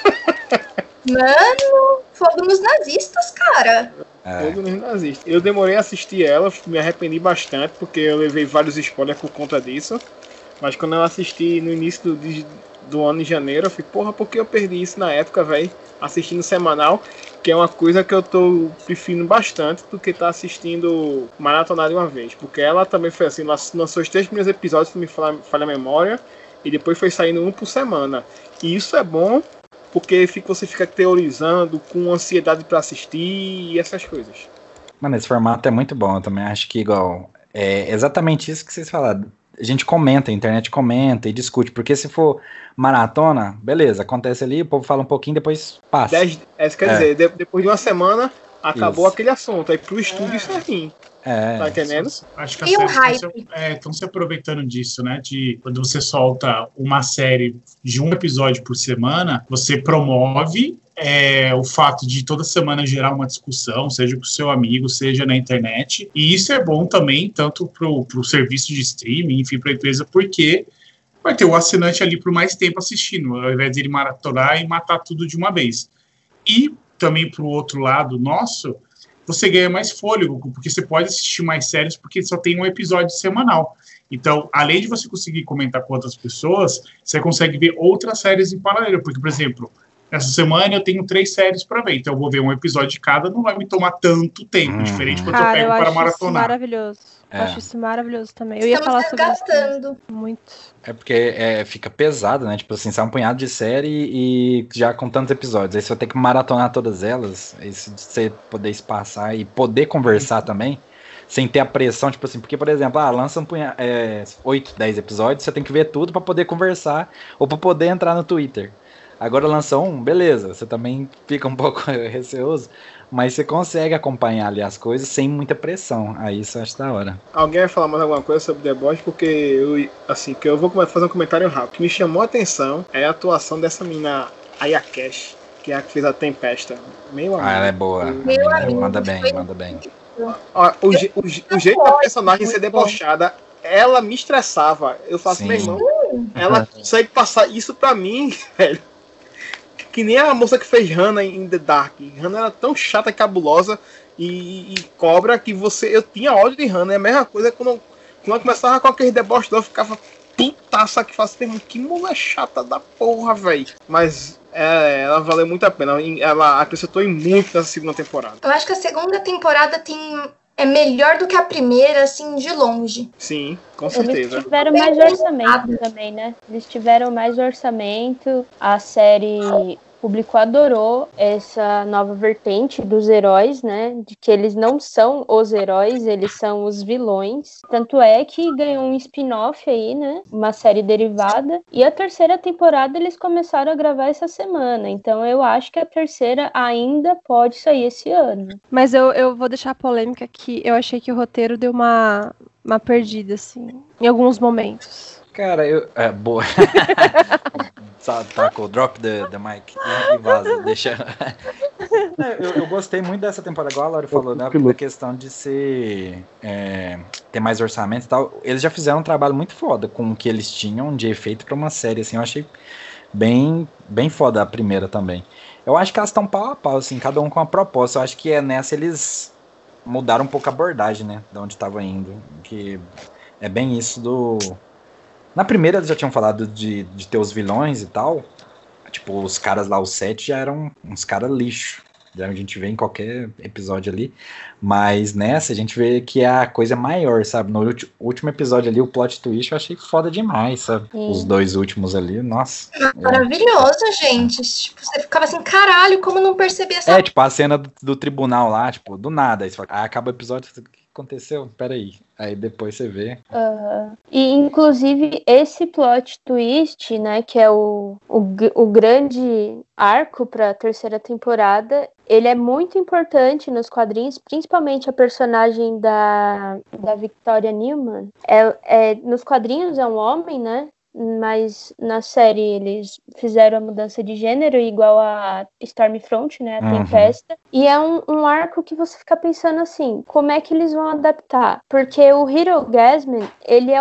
Mano, fogo nos nazistas, cara. É. Fogo nos nazistas. Eu demorei a assistir ela, me arrependi bastante, porque eu levei vários spoilers por conta disso. Mas quando eu assisti no início do, do ano, em janeiro, eu falei, porra, por que eu perdi isso na época, velho? Assistindo semanal, que é uma coisa que eu tô preferindo bastante do que tá assistindo maratonar de uma vez. Porque ela também foi assim, lançou os três primeiros episódios, se me falha, falha a memória, e depois foi saindo um por semana. E isso é bom, porque você fica teorizando com ansiedade pra assistir e essas coisas. Mano, esse formato é muito bom, eu também acho que igual, é exatamente isso que vocês falaram. A gente comenta, a internet comenta e discute, porque se for maratona, beleza, acontece ali, o povo fala um pouquinho, depois passa. Dez, é, isso quer É. dizer, de, depois de uma semana, acabou Isso. aquele assunto. Aí pro estúdio isso é ruim. É, Tá entendendo? Acho que E o as séries estão hype? se, é, estão se aproveitando disso, né? De quando você solta uma série de um episódio por semana, você promove é, o fato de toda semana gerar uma discussão, seja com o seu amigo, seja na internet. E isso é bom também, tanto pro, pro serviço de streaming, enfim, pra empresa, porque vai ter o assinante ali por mais tempo assistindo, ao invés de ele maratonar e matar tudo de uma vez. E também pro outro lado nosso, você ganha mais fôlego, porque você pode assistir mais séries porque só tem um episódio semanal. Então, além de você conseguir comentar com outras pessoas, você consegue ver outras séries em paralelo. Porque, por exemplo, essa semana eu tenho três séries para ver, então eu vou ver um episódio de cada, não vai me tomar tanto tempo, Uhum. diferente quando eu Cara, pego eu para acho isso maratonar. maravilhoso. Eu É. acho isso maravilhoso também. Eu ia Estamos falar sobre isso resgatando. muito. É porque é, fica pesado, né? Tipo assim, sai um punhado de série e já com tantos episódios. Aí você vai ter que maratonar todas elas. Aí se você poder espaçar e poder conversar também, sem ter a pressão, tipo assim, porque, por exemplo, ah, lança um punhado, é, oito, dez episódios, você tem que ver tudo pra poder conversar ou pra poder entrar no Twitter. Agora lançou um, beleza, você também fica um pouco receoso, mas você consegue acompanhar ali as coisas sem muita pressão. Aí isso eu acho da hora. Alguém vai falar mais alguma coisa sobre The Boys? Porque eu, assim, que eu vou fazer um comentário rápido. O que me chamou a atenção é a atuação dessa menina Aya Cash, que é a que fez a Tempesta. Meu amigo. Ah, ela é boa. Meu Ela amigo, manda bem, foi- manda bem. Ó, o, je- o, je- o jeito da personagem ser muito bom. debochada, ela me estressava. Eu faço, Sim. meu irmão, ela consegue passar isso pra mim, velho. Que nem a moça que fez Hannah em The Dark. Hannah era tão chata e cabulosa e, e cobra que você. Eu tinha ódio de Hannah. É a mesma coisa quando, quando eu começava com aquele deboche, eu ficava putaça que faz tempo. Que mulher chata da porra, velho. Mas é, ela valeu muito a pena. Ela acrescentou em muito nessa segunda temporada. Eu acho que a segunda temporada tem é melhor do que a primeira, assim, de longe. Sim, com Eles certeza. tiveram mais orçamento também, né? Eles tiveram mais orçamento. A série, o público adorou essa nova vertente dos heróis, né? De que eles não são os heróis, eles são os vilões. Tanto é que ganhou um spin-off aí, né? Uma série derivada. E a terceira temporada eles começaram a gravar essa semana. Então eu acho que a terceira ainda pode sair esse ano. Mas eu, eu vou deixar a polêmica que eu achei que o roteiro deu uma, uma perdida, assim, em alguns momentos. Cara, eu. É, boa. Só taca o drop the, the mic e, e vaza, deixa. eu, eu gostei muito dessa temporada, igual a Laura falou, né? Da questão de ser. É, ter mais orçamento e tal. Eles já fizeram um trabalho muito foda com o que eles tinham de efeito pra uma série, assim. Eu achei bem, bem foda a primeira também. Eu acho que elas estão pau a pau, assim, cada um com uma proposta. Eu acho que é nessa eles mudaram um pouco a abordagem, né? De onde tava indo. Que é bem isso do. Na primeira eles já tinham falado de, de ter os vilões e tal. Tipo, os caras lá, os sete, já eram uns caras lixo. Já a gente vê em qualquer episódio ali. Mas nessa a gente vê que a coisa é maior, sabe? No ulti- último episódio ali, o plot twist, eu achei foda demais, sabe? Sim. Os dois últimos ali, nossa. Maravilhoso, gente. Tipo, você ficava assim, caralho, como não percebi essa... É, tipo, a cena do, do tribunal lá, tipo, do nada. Aí, você fala, ah, acaba o episódio, o que aconteceu? Peraí. Aí depois você vê. Uhum. E, inclusive, esse plot twist, né, que é o, o, g- o grande arco para a terceira temporada, ele é muito importante nos quadrinhos, principalmente a personagem da, da Victoria Newman. É, é, nos quadrinhos é um homem, né? Mas na série eles fizeram a mudança de gênero igual a Stormfront, né, a Uhum. Tempesta, e é um, um arco que você fica pensando assim, como é que eles vão adaptar? Porque o Hero Gasman, ele é o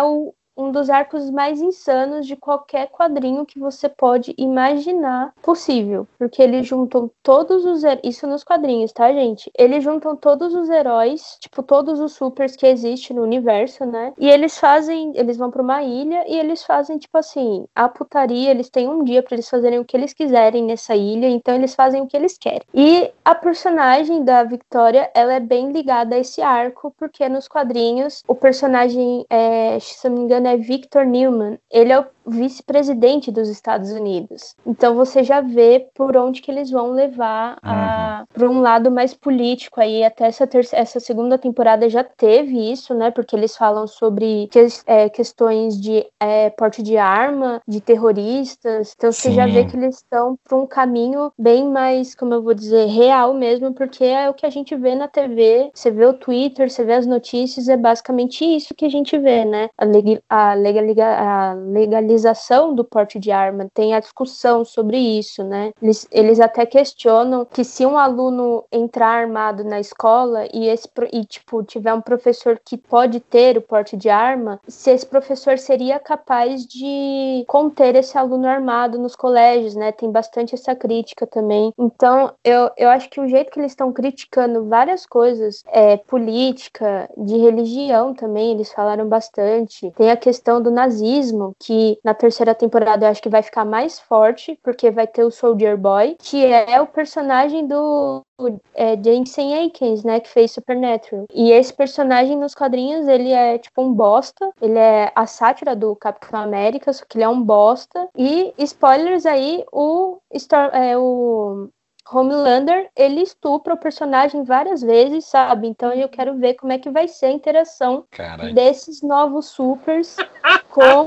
um dos arcos mais insanos de qualquer quadrinho que você pode imaginar possível. Porque eles juntam todos os... her- Isso nos quadrinhos, tá, gente? Eles juntam todos os heróis, tipo, todos os supers que existem no universo, né? E eles fazem... Eles vão pra uma ilha e eles fazem, tipo assim, a putaria. Eles têm um dia pra eles fazerem o que eles quiserem nessa ilha, então eles fazem o que eles querem. E a personagem da Victoria, ela é bem ligada a esse arco, porque nos quadrinhos, o personagem, é, se não me engano, é Victor Newman. Ele é o vice-presidente dos Estados Unidos. Então você já vê por onde que eles vão levar a, para um lado mais político. Aí até essa, terceira, essa segunda temporada já teve isso, né? Porque eles falam sobre que, é, questões de é, porte de arma, de terroristas. Então você Sim. já vê que eles estão para um caminho bem mais, como eu vou dizer, real mesmo, porque é o que a gente vê na T V. Você vê o Twitter, você vê as notícias, é basicamente isso que a gente vê, né? A, leg- a, legaliga- a legalização do porte de arma, tem a discussão sobre isso, né? Eles, eles até questionam que se um aluno entrar armado na escola e, esse, e tipo, tiver um professor que pode ter o porte de arma, se esse professor seria capaz de conter esse aluno armado nos colégios, né? Tem bastante essa crítica também. Então, eu, eu acho que o jeito que eles estão criticando várias coisas, é, política, de religião também, eles falaram bastante. Tem a questão do nazismo, que na terceira temporada eu acho que vai ficar mais forte, porque vai ter o Soldier Boy, que é o personagem do é, Jensen Ackles, né, que fez Supernatural. E esse personagem nos quadrinhos, ele é tipo um bosta, ele é a sátira do Capitão América, só que ele é um bosta. E, spoilers aí, o, Star, é, o Homelander, ele estupra o personagem várias vezes, sabe? Então eu quero ver como é que vai ser a interação Caralho. desses novos supers com,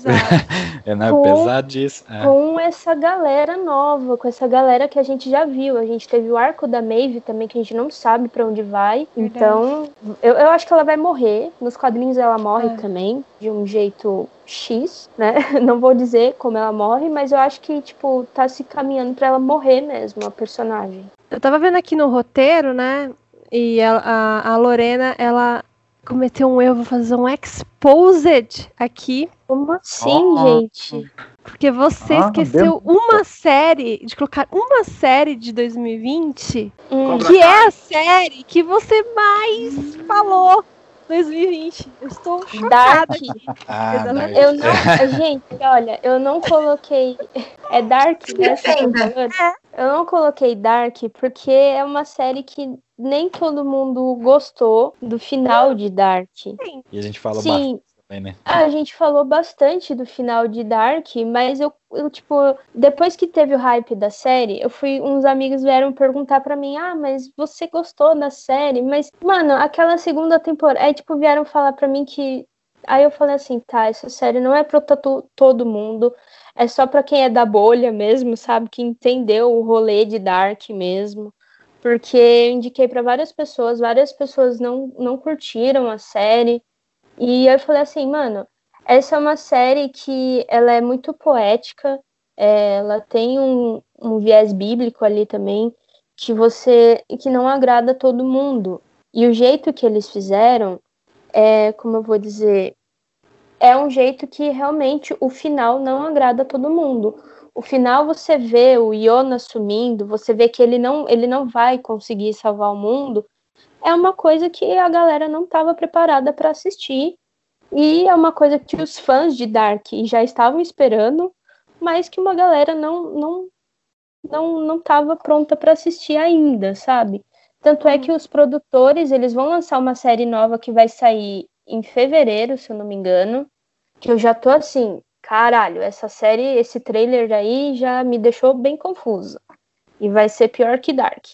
É, não, é com, pesadíssimo. É. com essa galera nova, com essa galera que a gente já viu. A gente teve o arco da Maeve também, que a gente não sabe pra onde vai. Verdade. Então, eu, eu acho que ela vai morrer. Nos quadrinhos ela morre Ah. também, de um jeito X, né? Não vou dizer como ela morre, mas eu acho que, tipo, tá se caminhando pra ela morrer mesmo, a personagem. Eu tava vendo aqui no roteiro, né? E a, a, a Lorena, ela cometeu um erro, vou fazer um exposed aqui. Como assim, Ah. gente? Porque você Ah, esqueceu dentro- uma série, de colocar uma série de dois mil e vinte, Hum. Cobra que Kai. é a série que você mais falou dois mil e vinte. Eu estou chocada Dark. aqui. Ah, Exatamente. Dark. Eu não, gente, olha, eu não coloquei. É Dark, né? que eu tô Defenda. falando? Eu não coloquei Dark porque é uma série que nem todo mundo gostou do final de Dark. E a gente fala Sim. bastante também, né? A gente falou bastante do final de Dark, mas eu, eu, tipo, depois que teve o hype da série, eu fui, uns amigos vieram perguntar pra mim, ah, mas você gostou da série? Mas, mano, aquela segunda temporada, aí, tipo, vieram falar pra mim que, aí eu falei assim, tá, essa série não é pra to- todo mundo, é só pra quem é da bolha mesmo, sabe, que entendeu o rolê de Dark mesmo. Porque eu indiquei pra várias pessoas, várias pessoas não, não curtiram a série. E eu falei assim, mano, essa é uma série que ela é muito poética, é, ela tem um, um viés bíblico ali também, que você que não agrada a todo mundo. E o jeito que eles fizeram é, como eu vou dizer, é um jeito que realmente o final não agrada a todo mundo. O final você vê o Jonas sumindo, você vê que ele não, ele não vai conseguir salvar o mundo. É uma coisa que a galera não estava preparada para assistir. E é uma coisa que os fãs de Dark já estavam esperando, mas que uma galera não não não não estava pronta para assistir ainda, sabe? Tanto é que os produtores, eles vão lançar uma série nova que vai sair em fevereiro, se eu não me engano, que eu já tô assim, caralho, essa série, esse trailer aí já me deixou bem confusa. E vai ser pior que Dark.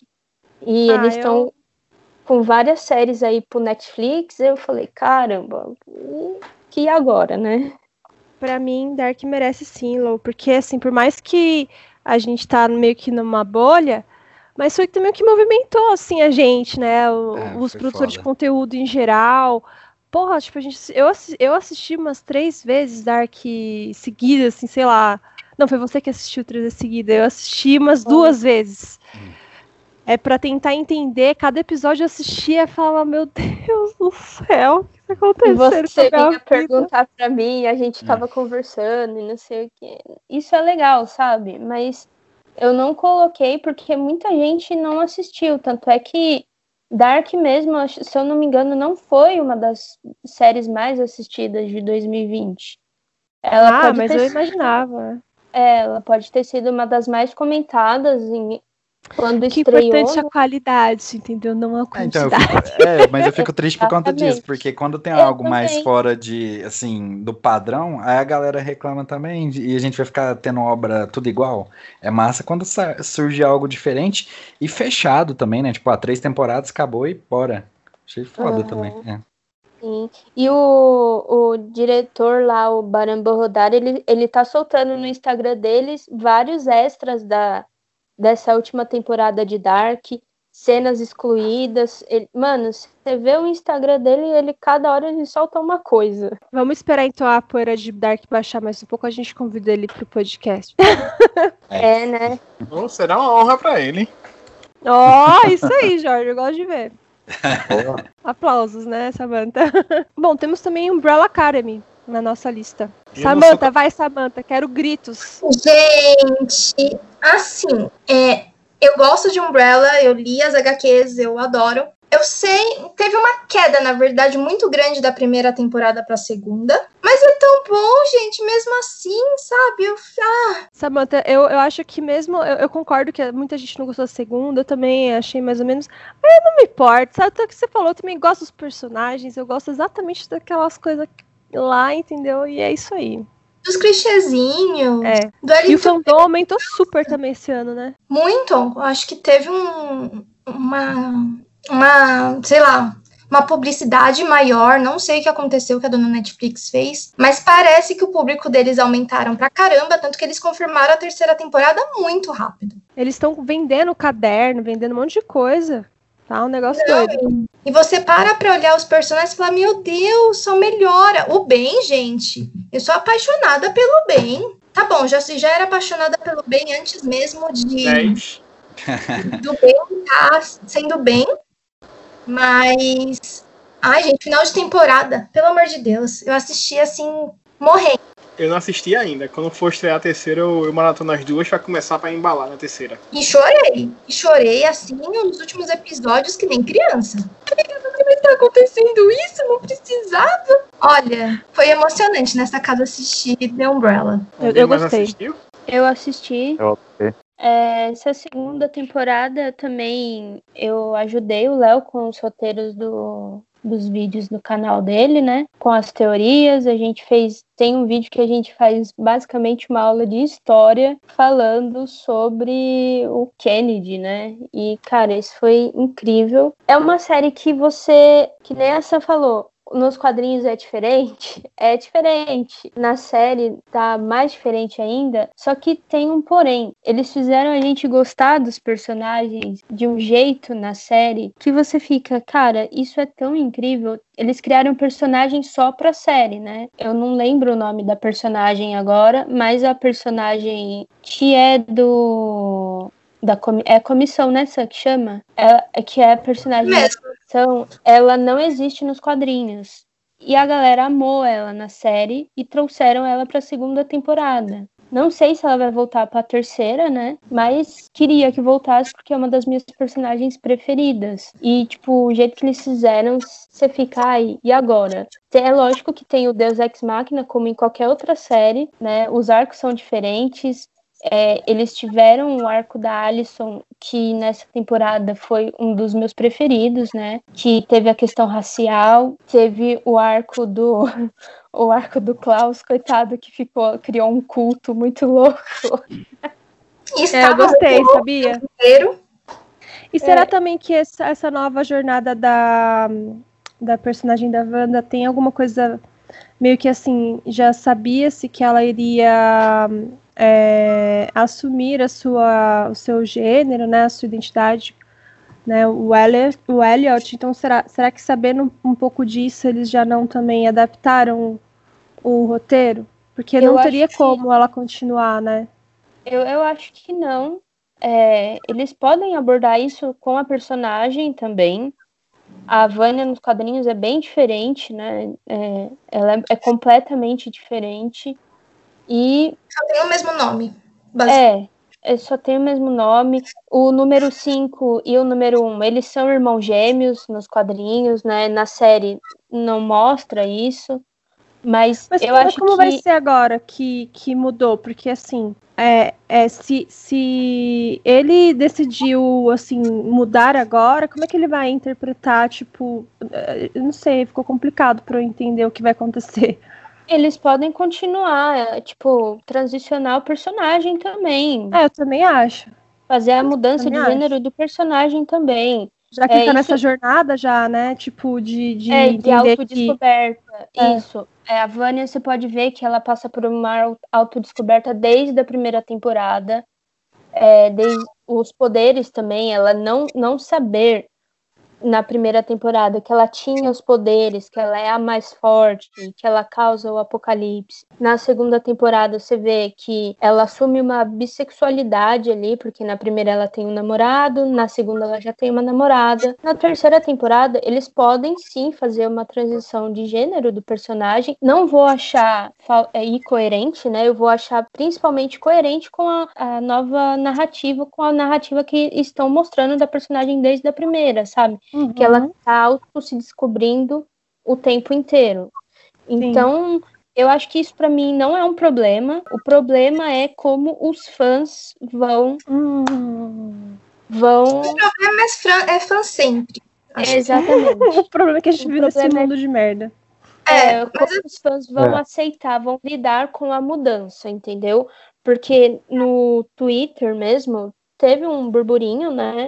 E Ah, eles estão eu- com várias séries aí pro Netflix, eu falei, caramba, e que agora, né? Pra mim, Dark merece sim, Lou, porque assim, por mais que a gente tá meio que numa bolha, mas foi também o que movimentou assim a gente, né? O- É, os foi produtores de foda. conteúdo em geral. Porra, tipo, a gente, eu, assi- eu assisti umas três vezes Dark seguidas, assim, sei lá. Não, foi você que assistiu três vezes seguidas. Eu assisti umas Foi. duas vezes. é pra tentar entender. Cada episódio eu assistia e falava, meu Deus do céu, o que tá E acontecendo com a você minha vinha vida? perguntar pra mim, e a gente ficava conversando e não sei o que. Isso é legal, sabe? Mas eu não coloquei porque muita gente não assistiu. Tanto é que Dark mesmo, acho- se eu não me engano, não foi uma das séries mais assistidas de dois mil e vinte. Ela Ah, pode mas ter eu sido, imaginava. é, ela pode ter sido uma das mais comentadas em- quando O que é estreou. importante é a qualidade, entendeu? Não a É, então, eu fico, quantidade. é, mas eu fico triste por conta disso, Exatamente. porque quando tem Eu algo mais também. fora de, assim, do padrão, aí a galera reclama também e a gente vai ficar tendo obra tudo igual. É massa quando sa- surge algo diferente e fechado também, né? Tipo, ah, três temporadas, acabou e bora. Achei foda Aham. também. É. Sim. E o, o diretor lá, o Baran Borohdar, ele, ele tá soltando no Instagram deles vários extras da, dessa última temporada de Dark, cenas excluídas. Ele- mano, você vê o Instagram dele, ele cada hora ele solta uma coisa. Vamos esperar então a poeira de Dark baixar mais um pouco, a gente convida ele pro podcast. É, né? Oh, será uma honra pra ele. Ó, isso aí, Jorge, eu gosto de ver. Boa. Aplausos, né, Samantha? Bom, temos também Umbrella Academy na nossa lista. Eu Samantha, não vai, Samantha, quero gritos. Gente, assim, é, eu gosto de Umbrella, eu li as H Qs, eu adoro. Eu sei, teve uma queda, na verdade, muito grande da primeira temporada pra segunda. Mas é tão bom, gente, mesmo assim, sabe? Eu, ah, Samantha, eu, eu acho que mesmo, eu, eu concordo que muita gente não gostou da segunda, eu também achei mais ou menos, mas não me importa, sabe o que você falou, eu também gosto dos personagens, eu gosto exatamente daquelas coisas lá, entendeu? E é isso aí. dos clichêzinhos, É. do E o Ellington, fandom aumentou super também esse ano, né? muito. Eu acho que teve um, uma, uma, sei lá, uma publicidade maior. Não sei o que aconteceu que a dona Netflix fez, mas parece que o público deles aumentaram pra caramba, tanto que eles confirmaram a terceira temporada muito rápido. Eles estão vendendo caderno, vendendo um monte de coisa. Tá um negócio doido. E você para pra olhar os personagens e fala, meu Deus, só melhora. O Ben, gente, eu sou apaixonada pelo Ben. Tá bom, já, já era apaixonada pelo Ben antes mesmo de dez. do Ben tá sendo bem, mas ai, gente, final de temporada, pelo amor de Deus, eu assisti assim, morrendo. Eu não assisti ainda. Quando for estrear a terceira, eu, eu maratono as duas pra começar pra embalar na terceira. E chorei, e chorei assim nos últimos episódios que nem criança. Mas tá acontecendo isso? Não precisava. Olha, foi emocionante nessa casa assistir The Umbrella. Eu, Alguém eu mais gostei. assistiu? Eu assisti. Eu ok. É, essa segunda temporada também eu ajudei o Léo com os roteiros do, dos vídeos do canal dele, né? Com as teorias, a gente fez. Tem um vídeo que a gente faz basicamente uma aula de história falando sobre o Kennedy, né? E, cara, isso foi incrível. É uma série que você, que nem a Sam falou, nos quadrinhos é diferente? É diferente. Na série tá mais diferente ainda, só que tem um porém. Eles fizeram a gente gostar dos personagens de um jeito na série que você fica, cara, isso é tão incrível. Eles criaram um personagem só pra série, né? Eu não lembro o nome da personagem agora, mas a personagem que é do... Da comi- é a comissão, né, Sam, que chama? É, que é a personagem da Mesmo. comissão, ela não existe nos quadrinhos. E a galera amou ela na série e trouxeram ela pra segunda temporada. Não sei se ela vai voltar pra terceira, né? Mas queria que voltasse porque é uma das minhas personagens preferidas. E, tipo, o jeito que eles fizeram, você fica, ai, e agora? É lógico que tem o Deus Ex Machina, como em qualquer outra série, né? Os arcos são diferentes. É, eles tiveram o arco da Alicent, que nessa temporada foi um dos meus preferidos, né? Que teve a questão racial, teve o arco do o arco do Klaus, coitado, que ficou criou um culto muito louco. É, eu Estava gostei, muito sabia? inteiro. E será É. também que essa, essa nova jornada da, da personagem da Wanda tem alguma coisa meio que assim, já sabia-se que ela iria é, assumir a sua, o seu gênero, né, a sua identidade, né, o Elliot, o Elliot. Então será, será que sabendo um pouco disso, eles já não também adaptaram o roteiro? Porque Eu não acho teria que- como ela continuar, né? Eu, eu acho que não, é, eles podem abordar isso com a personagem também. A Vânia nos quadrinhos é bem diferente, né? É, ela é, é completamente diferente. E só tem o mesmo nome. Basicamente. É, é, só tem o mesmo nome. O número cinco e o número um, eles são irmãos gêmeos nos quadrinhos, né? Na série não mostra isso. Mas, Mas eu como, acho como que... vai ser agora que, que mudou? Porque, assim, é, é, se, se ele decidiu, assim, mudar agora, como é que ele vai interpretar, tipo... Eu não sei, ficou complicado para eu entender o que vai acontecer. Eles podem continuar, tipo, transicionar o personagem também. É, eu também acho. Fazer a mudança de também gênero acho. do personagem também. Já que ele É, tá isso- nessa jornada já, né? Tipo, de, de É, de entender que... autodescoberta. É. Isso. É, a Vânia, você pode ver que ela passa por uma autodescoberta desde a primeira temporada. É, desde os poderes também, ela não, não saber na primeira temporada que ela tinha os poderes, que ela é a mais forte, que ela causa o apocalipse. Na segunda temporada você vê que ela assume uma bissexualidade ali, porque na primeira ela tem um namorado, na segunda ela já tem uma namorada. Na terceira temporada eles podem sim fazer uma transição de gênero do personagem. Não vou achar é, incoerente, né? Eu vou achar principalmente coerente com a, a nova narrativa, com a narrativa que estão mostrando da personagem desde a primeira, sabe? Uhum. Que ela tá auto se descobrindo o tempo inteiro. Então, Sim. eu acho que isso para mim não é um problema. O problema é como os fãs vão Hum. vão. O problema é fã, é fã sempre. É, exatamente. O problema é que a gente O vive nesse problema mundo é... de merda. É, É, como mas... os fãs vão É. aceitar, vão lidar com a mudança, entendeu? Porque no Twitter mesmo teve um burburinho, né?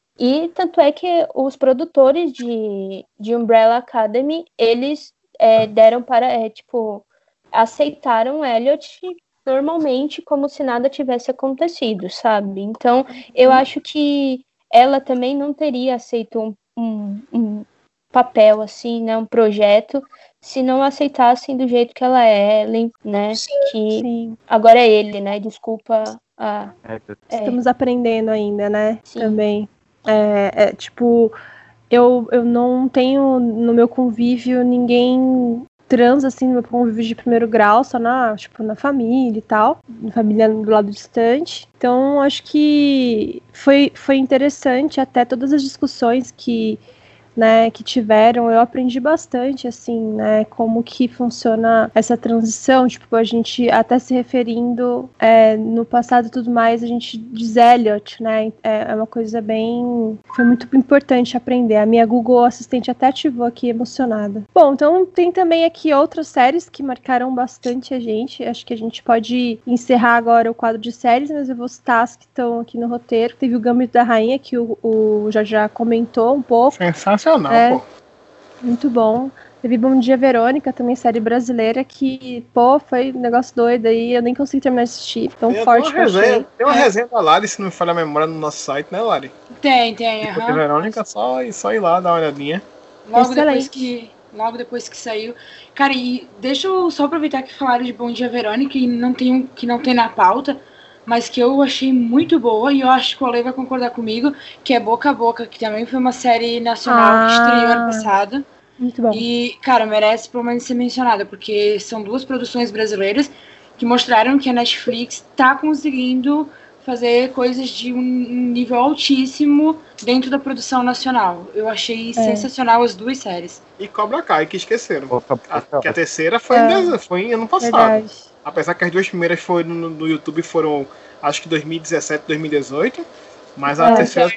E tanto é que os produtores de, de Umbrella Academy, eles é, deram para, é, tipo, aceitaram Elliot normalmente como se nada tivesse acontecido, sabe? Então, eu acho que ela também não teria aceito um, um, um papel, assim, né, um projeto, se não aceitassem do jeito que ela é, né? Sim, que sim. Agora é ele, né? Desculpa a... É, Estamos aprendendo ainda, né? Sim. Também. É, é, tipo, eu, eu não tenho no meu convívio ninguém trans, assim, no meu convívio de primeiro grau, só na, tipo, na família e tal, na família do lado distante. Então, acho que foi, foi interessante até todas as discussões que, né, que tiveram, eu aprendi bastante, assim, né, como que funciona essa transição, tipo, a gente até se referindo é, no passado e tudo mais, a gente diz Elliot, né, é, é uma coisa bem, foi muito importante aprender, a minha Google Assistente até ativou aqui, emocionada. Bom, então tem também aqui outras séries que marcaram bastante a gente, acho que a gente pode encerrar agora o quadro de séries, mas eu vou citar as que estão aqui no roteiro. Teve o Gambito da Rainha, que o, o já já comentou um pouco. Sensacional, É, pô. Muito bom. Teve Bom Dia Verônica, também série brasileira, que, pô, foi um negócio doido aí, eu nem consegui terminar de assistir, tão Tem forte uma que eu resenha, achei. tem uma É. resenha da Lari, se não me falha a memória, no nosso site, né, Lari? Tem, tem, Tipo, aham. Verônica, só, só ir lá, dar uma olhadinha. Logo depois Excelente. que logo depois que saiu. Cara, e deixa eu só aproveitar que falaram de Bom Dia Verônica e não tem, que não tem na pauta, mas que eu achei muito boa, e eu acho que o Ale vai concordar comigo, que é Boca a Boca, que também foi uma série nacional que estreou Ah. ano passado. Muito bom. E, cara, merece pelo menos ser mencionada, porque são duas produções brasileiras que mostraram que a Netflix tá conseguindo fazer coisas de um nível altíssimo dentro da produção nacional. Eu achei sensacional as duas séries. E Cobra Kai, que esqueceram. Boca a A, boca. que a terceira foi, É. em, dez- foi em ano passado. Verdade. Apesar que as duas primeiras foram no, no YouTube foram, acho que dois mil e dezessete, dois mil e dezoito. Mas a É. terceira.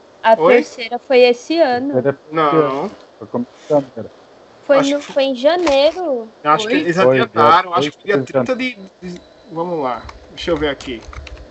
A Oi? terceira foi esse ano. Era- Não. Foi como câmera. Foi, Acho no, que- foi em janeiro. Eu acho que Oi? eles Foi, adiantaram. foi, Acho que dia foi, trinta de, de. Vamos lá. Deixa eu ver aqui.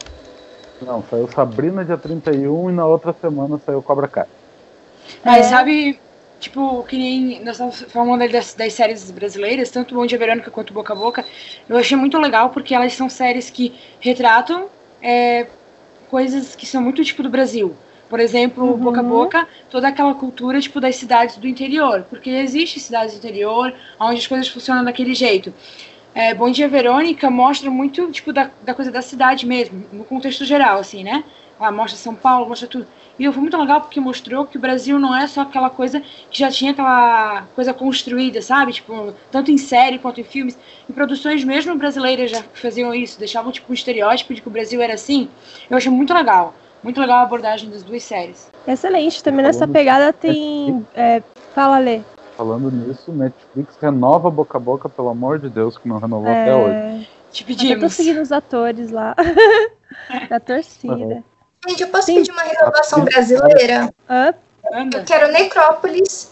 Não, saiu Sabrina dia trinta e um e na outra semana saiu Cobra Kai. Mas É. sabe, tipo, que nem nós estamos falando das, das séries brasileiras, tanto Bom Dia Verônica quanto Boca a Boca, eu achei muito legal porque elas são séries que retratam é, coisas que são muito tipo do Brasil. Por exemplo, Uhum. Boca a Boca, toda aquela cultura tipo das cidades do interior, porque existe cidades do interior onde as coisas funcionam daquele jeito. É, Bom Dia Verônica mostra muito tipo da, da coisa da cidade mesmo, no contexto geral, assim, né? lá mostra São Paulo, mostra tudo. E foi muito legal porque mostrou que o Brasil não é só aquela coisa que já tinha aquela coisa construída, sabe? Tipo, tanto em série quanto em filmes. Em produções mesmo brasileiras já faziam isso, deixavam tipo um estereótipo de que o Brasil era assim. Eu achei muito legal. Muito legal a abordagem das duas séries. Excelente. Também nessa pegada tem... É, fala, Lê. Falando nisso, Netflix renova boca a boca, pelo amor de Deus, que não renovou é... até hoje. Te pedimos. Eu tô seguindo os atores lá. Da torcida. Uhum. Gente, eu posso Sim. pedir uma renovação brasileira? Ah, eu quero Necrópolis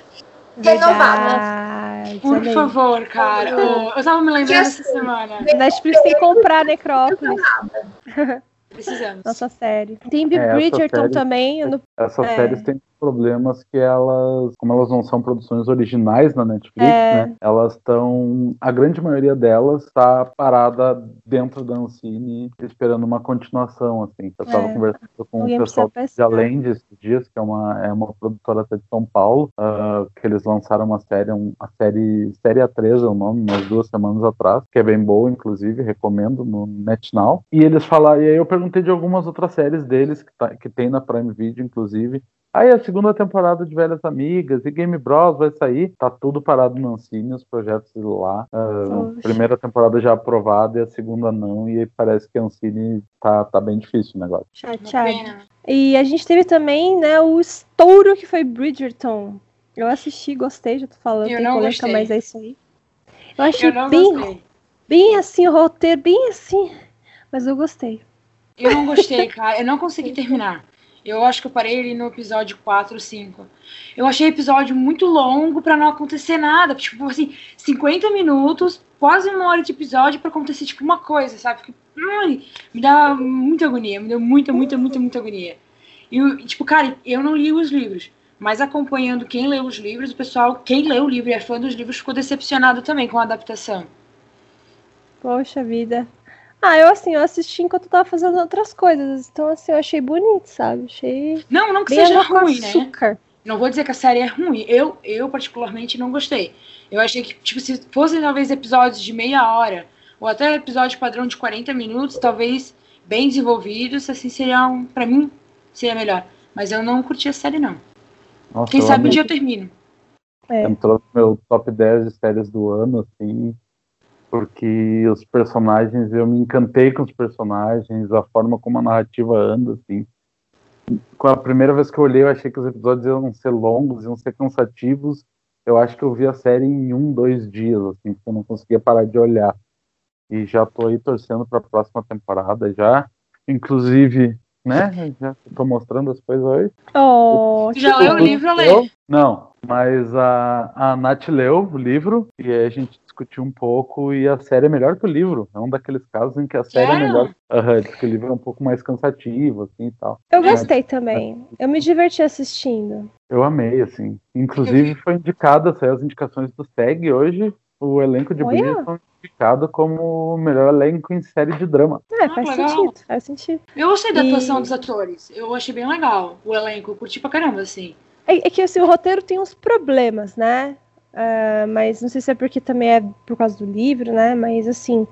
renovada. Por favor, cara. Oh, eu tava me lembrando essa semana. Netflix tem que comprar Necrópolis. Precisamos. Nossa série. Tem É, Bridgerton série, também. No... Essas é. séries têm problemas que elas, como elas não são produções originais na Netflix, é. né? Elas estão, a grande maioria delas está parada dentro da Ancine esperando uma continuação, assim. Eu estava é. conversando com o pessoal de Além esses dias, que é uma, é uma produtora até de São Paulo, uh, que eles lançaram uma série, um, a série Série A três é o nome, umas duas semanas atrás, que é bem boa, inclusive, recomendo no NetNow. E eles falaram, e aí eu perguntei de algumas outras séries deles, que, tá, que tem na Prime Video, inclusive. Aí a segunda temporada de Velhas Amigas e Game Bros vai sair, tá tudo parado no Ancine, os projetos lá. Uh, a primeira temporada já aprovada e a segunda não, e aí parece que a Ancine tá, tá bem difícil o negócio. Chateado. E a gente teve também, né, o estouro que foi Bridgerton. Eu assisti, gostei, já tô falando, eu tem não polêmica, gostei. Mas é isso aí. Eu achei eu não bem, gostei. bem assim o roteiro, bem assim, mas eu gostei. Eu não gostei, cara, eu não consegui terminar. Eu acho que eu parei ali no episódio quatro, cinco. Eu achei o episódio muito longo pra não acontecer nada. Tipo, assim, cinquenta minutos, quase uma hora de episódio pra acontecer, tipo, uma coisa, sabe? Porque, ai, me dá muita agonia, me deu muita, muita, muita, muita agonia. E, tipo, cara, eu não li os livros, mas acompanhando quem leu os livros, o pessoal, quem leu o livro e é fã dos livros, ficou decepcionado também com a adaptação. Poxa vida. Ah, eu assim, eu assisti enquanto eu tava fazendo outras coisas. Então, assim, eu achei bonito, sabe? Achei. Não, não que bem seja ruim, açúcar. Né? Não vou dizer que a série é ruim. Eu, eu, particularmente, não gostei. Eu achei que, tipo, se fossem talvez episódios de meia hora, ou até episódio padrão de quarenta minutos, talvez bem desenvolvidos, assim, seria um, pra mim, seria melhor. Mas eu não curti a série, não. Nossa, Quem sabe amei. um dia eu termino. É. Entrou no meu top dez de séries do ano, assim. Porque os personagens, eu me encantei com os personagens, a forma como a narrativa anda, assim. Com a primeira vez que eu olhei, eu achei que os episódios iam ser longos, iam ser cansativos. Eu acho que eu vi a série em um, dois dias, assim, porque eu não conseguia parar de olhar. E já tô aí torcendo para a próxima temporada, já. Inclusive, né, já tô mostrando as coisas hoje. Oh, já leu o livro, Lê? Não, mas a, a Nath leu o livro, e aí a gente discutir um pouco, e a série é melhor que o livro. É um daqueles casos em que a série é, é melhor. Uhum, diz que o livro é um pouco mais cansativo, assim, e tal. Eu gostei também. Eu me diverti assistindo. Eu amei, assim. Inclusive, foi indicada, saiu as indicações do S E G hoje, o elenco de Bridgerton foi indicado como o melhor elenco em série de drama. É, ah, faz legal. sentido, faz sentido. Eu gostei da atuação e... dos atores. Eu achei bem legal o elenco. Eu curti pra caramba, assim. É, é que, assim, o roteiro tem uns problemas, né? Uh, mas não sei se é porque também é por causa do livro, né? Mas assim,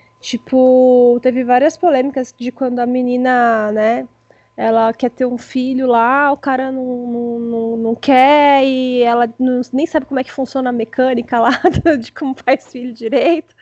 tipo, teve várias polêmicas de quando a menina, né? Ela quer ter um filho lá, o cara não, não, não, não quer e ela não, nem sabe como é que funciona a mecânica lá de como faz filho direito.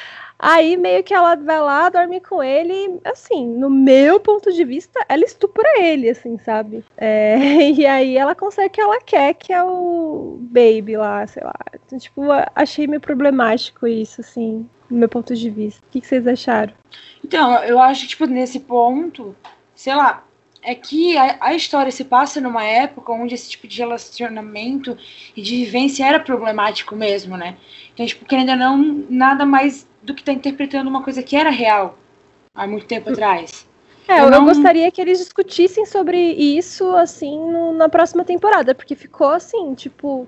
Aí meio que ela vai lá, dorme com ele, assim, no meu ponto de vista, ela estupra ele, assim, sabe? É, e aí ela consegue o que ela quer, que é o baby lá, sei lá. Então, tipo, achei meio problemático isso, assim, no meu ponto de vista. O que, que vocês acharam? Então, eu acho que, tipo, nesse ponto, sei lá, é que a, a história se passa numa época onde esse tipo de relacionamento e de vivência era problemático mesmo, né? Então, tipo, querendo ou não, nada mais do que tá interpretando uma coisa que era real há muito tempo atrás. É, eu, eu não... gostaria que eles discutissem sobre isso, assim, no, na próxima temporada, porque ficou assim, tipo...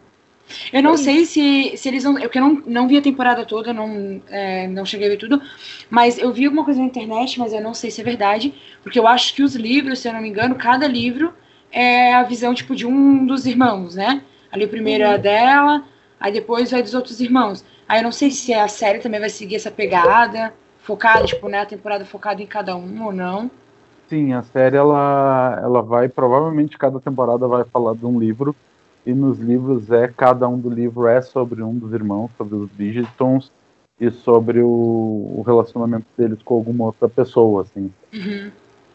Eu não sei se, se eles não... Porque eu não, não vi a temporada toda, não, é, não cheguei a ver tudo, mas eu vi alguma coisa na internet, mas eu não sei se é verdade, porque eu acho que os livros, se eu não me engano, cada livro é a visão, tipo, de um dos irmãos, né? Ali o primeiro uhum. é a dela, aí depois vai dos outros irmãos. Aí eu não sei se a série também vai seguir essa pegada, focada, tipo, né, a temporada focada em cada um ou não. Sim, a série ela, ela vai, provavelmente cada temporada vai falar de um livro, e nos livros é, cada um do livro é sobre um dos irmãos, sobre os Bridgertons, e sobre o, o relacionamento deles com alguma outra pessoa, assim. Uhum.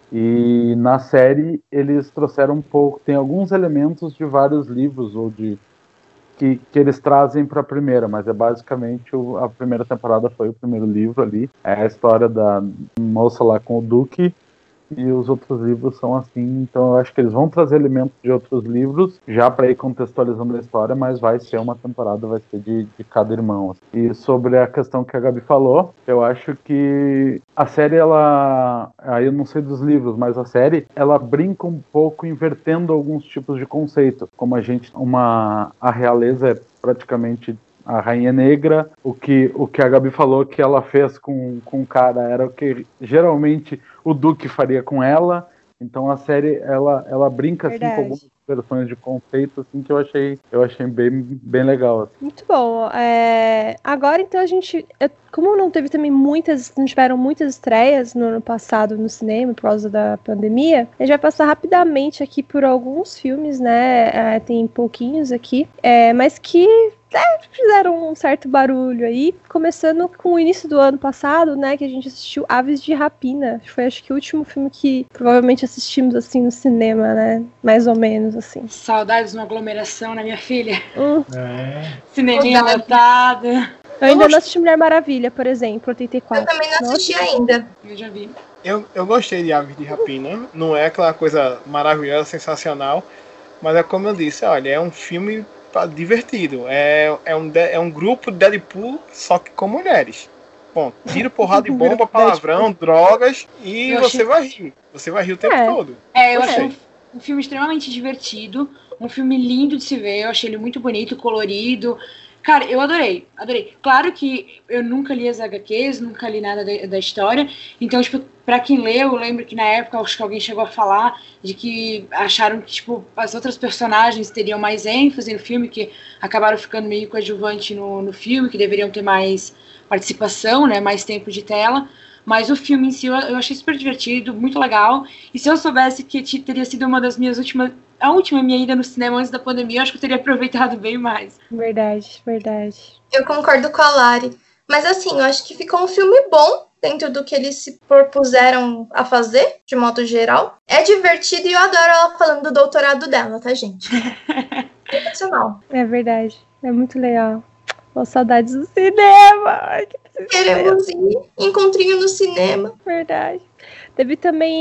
E na série eles trouxeram um pouco, tem alguns elementos de vários livros, ou de que, que eles trazem para a primeira, mas é basicamente o, a primeira temporada foi o primeiro livro ali, é a história da moça lá com o Duque, e os outros livros são assim, então eu acho que eles vão trazer elementos de outros livros, já para ir contextualizando a história, mas vai ser uma temporada, vai ser de, de cada irmão. E sobre a questão que a Gabi falou, eu acho que a série, ela, aí eu não sei dos livros, mas a série, ela brinca um pouco invertendo alguns tipos de conceito, como a gente, uma, a realeza é praticamente a Rainha Negra, o que, o que a Gabi falou que ela fez com, com o cara era o que geralmente o Duque faria com ela. Então a série ela, ela brinca assim, com algumas versões de conceito assim, que eu achei, eu achei bem, bem legal. Assim. Muito bom. É... Agora então a gente, como não teve também muitas, não tiveram muitas estreias no ano passado no cinema por causa da pandemia, a gente vai passar rapidamente aqui por alguns filmes, né? É, tem pouquinhos aqui, é, mas que é, fizeram um certo barulho aí, começando com o início do ano passado, né, que a gente assistiu Aves de Rapina. Foi acho que o último filme que provavelmente assistimos assim no cinema, né, mais ou menos assim. Saudades de uma aglomeração, né, minha filha? Hum. É. Cineminha lotado. Eu ainda não assisti Mulher Maravilha, por exemplo, oitenta e quatro. Eu também não assisti Nossa. ainda. Eu já vi. Eu, eu gostei de Aves de Rapina. Não é aquela coisa maravilhosa, sensacional, mas é como eu disse, olha, é um filme divertido. É, é, um, é um grupo de Deadpool, só que com mulheres. Bom, tiro, porrada de bomba, palavrão, drogas, e Eu você achei- vai rir. Você vai rir o tempo É. todo. É, eu Gostei. achei um, um filme extremamente divertido, um filme lindo de se ver, eu achei ele muito bonito, colorido. Cara, eu adorei, adorei. Claro que eu nunca li as H Qs, nunca li nada da, da história, então, tipo, pra quem leu, eu lembro que na época, acho que alguém chegou a falar de que acharam que, tipo, as outras personagens teriam mais ênfase no filme, que acabaram ficando meio coadjuvante no, no filme, que deveriam ter mais participação, né, mais tempo de tela. Mas o filme em si eu, eu achei super divertido, muito legal. E se eu soubesse que te- teria sido uma das minhas últimas, a última minha ida no cinema antes da pandemia, eu acho que eu teria aproveitado bem mais. Verdade, verdade. Eu concordo com a Lari. Mas assim, eu acho que ficou um filme bom dentro do que eles se propuseram a fazer, de modo geral. É divertido e eu adoro ela falando do doutorado dela, tá, gente? Sensacional. É verdade. É muito legal. Pô, saudades do cinema. Ai, que Queremos ir. Encontrinho no cinema. verdade. Teve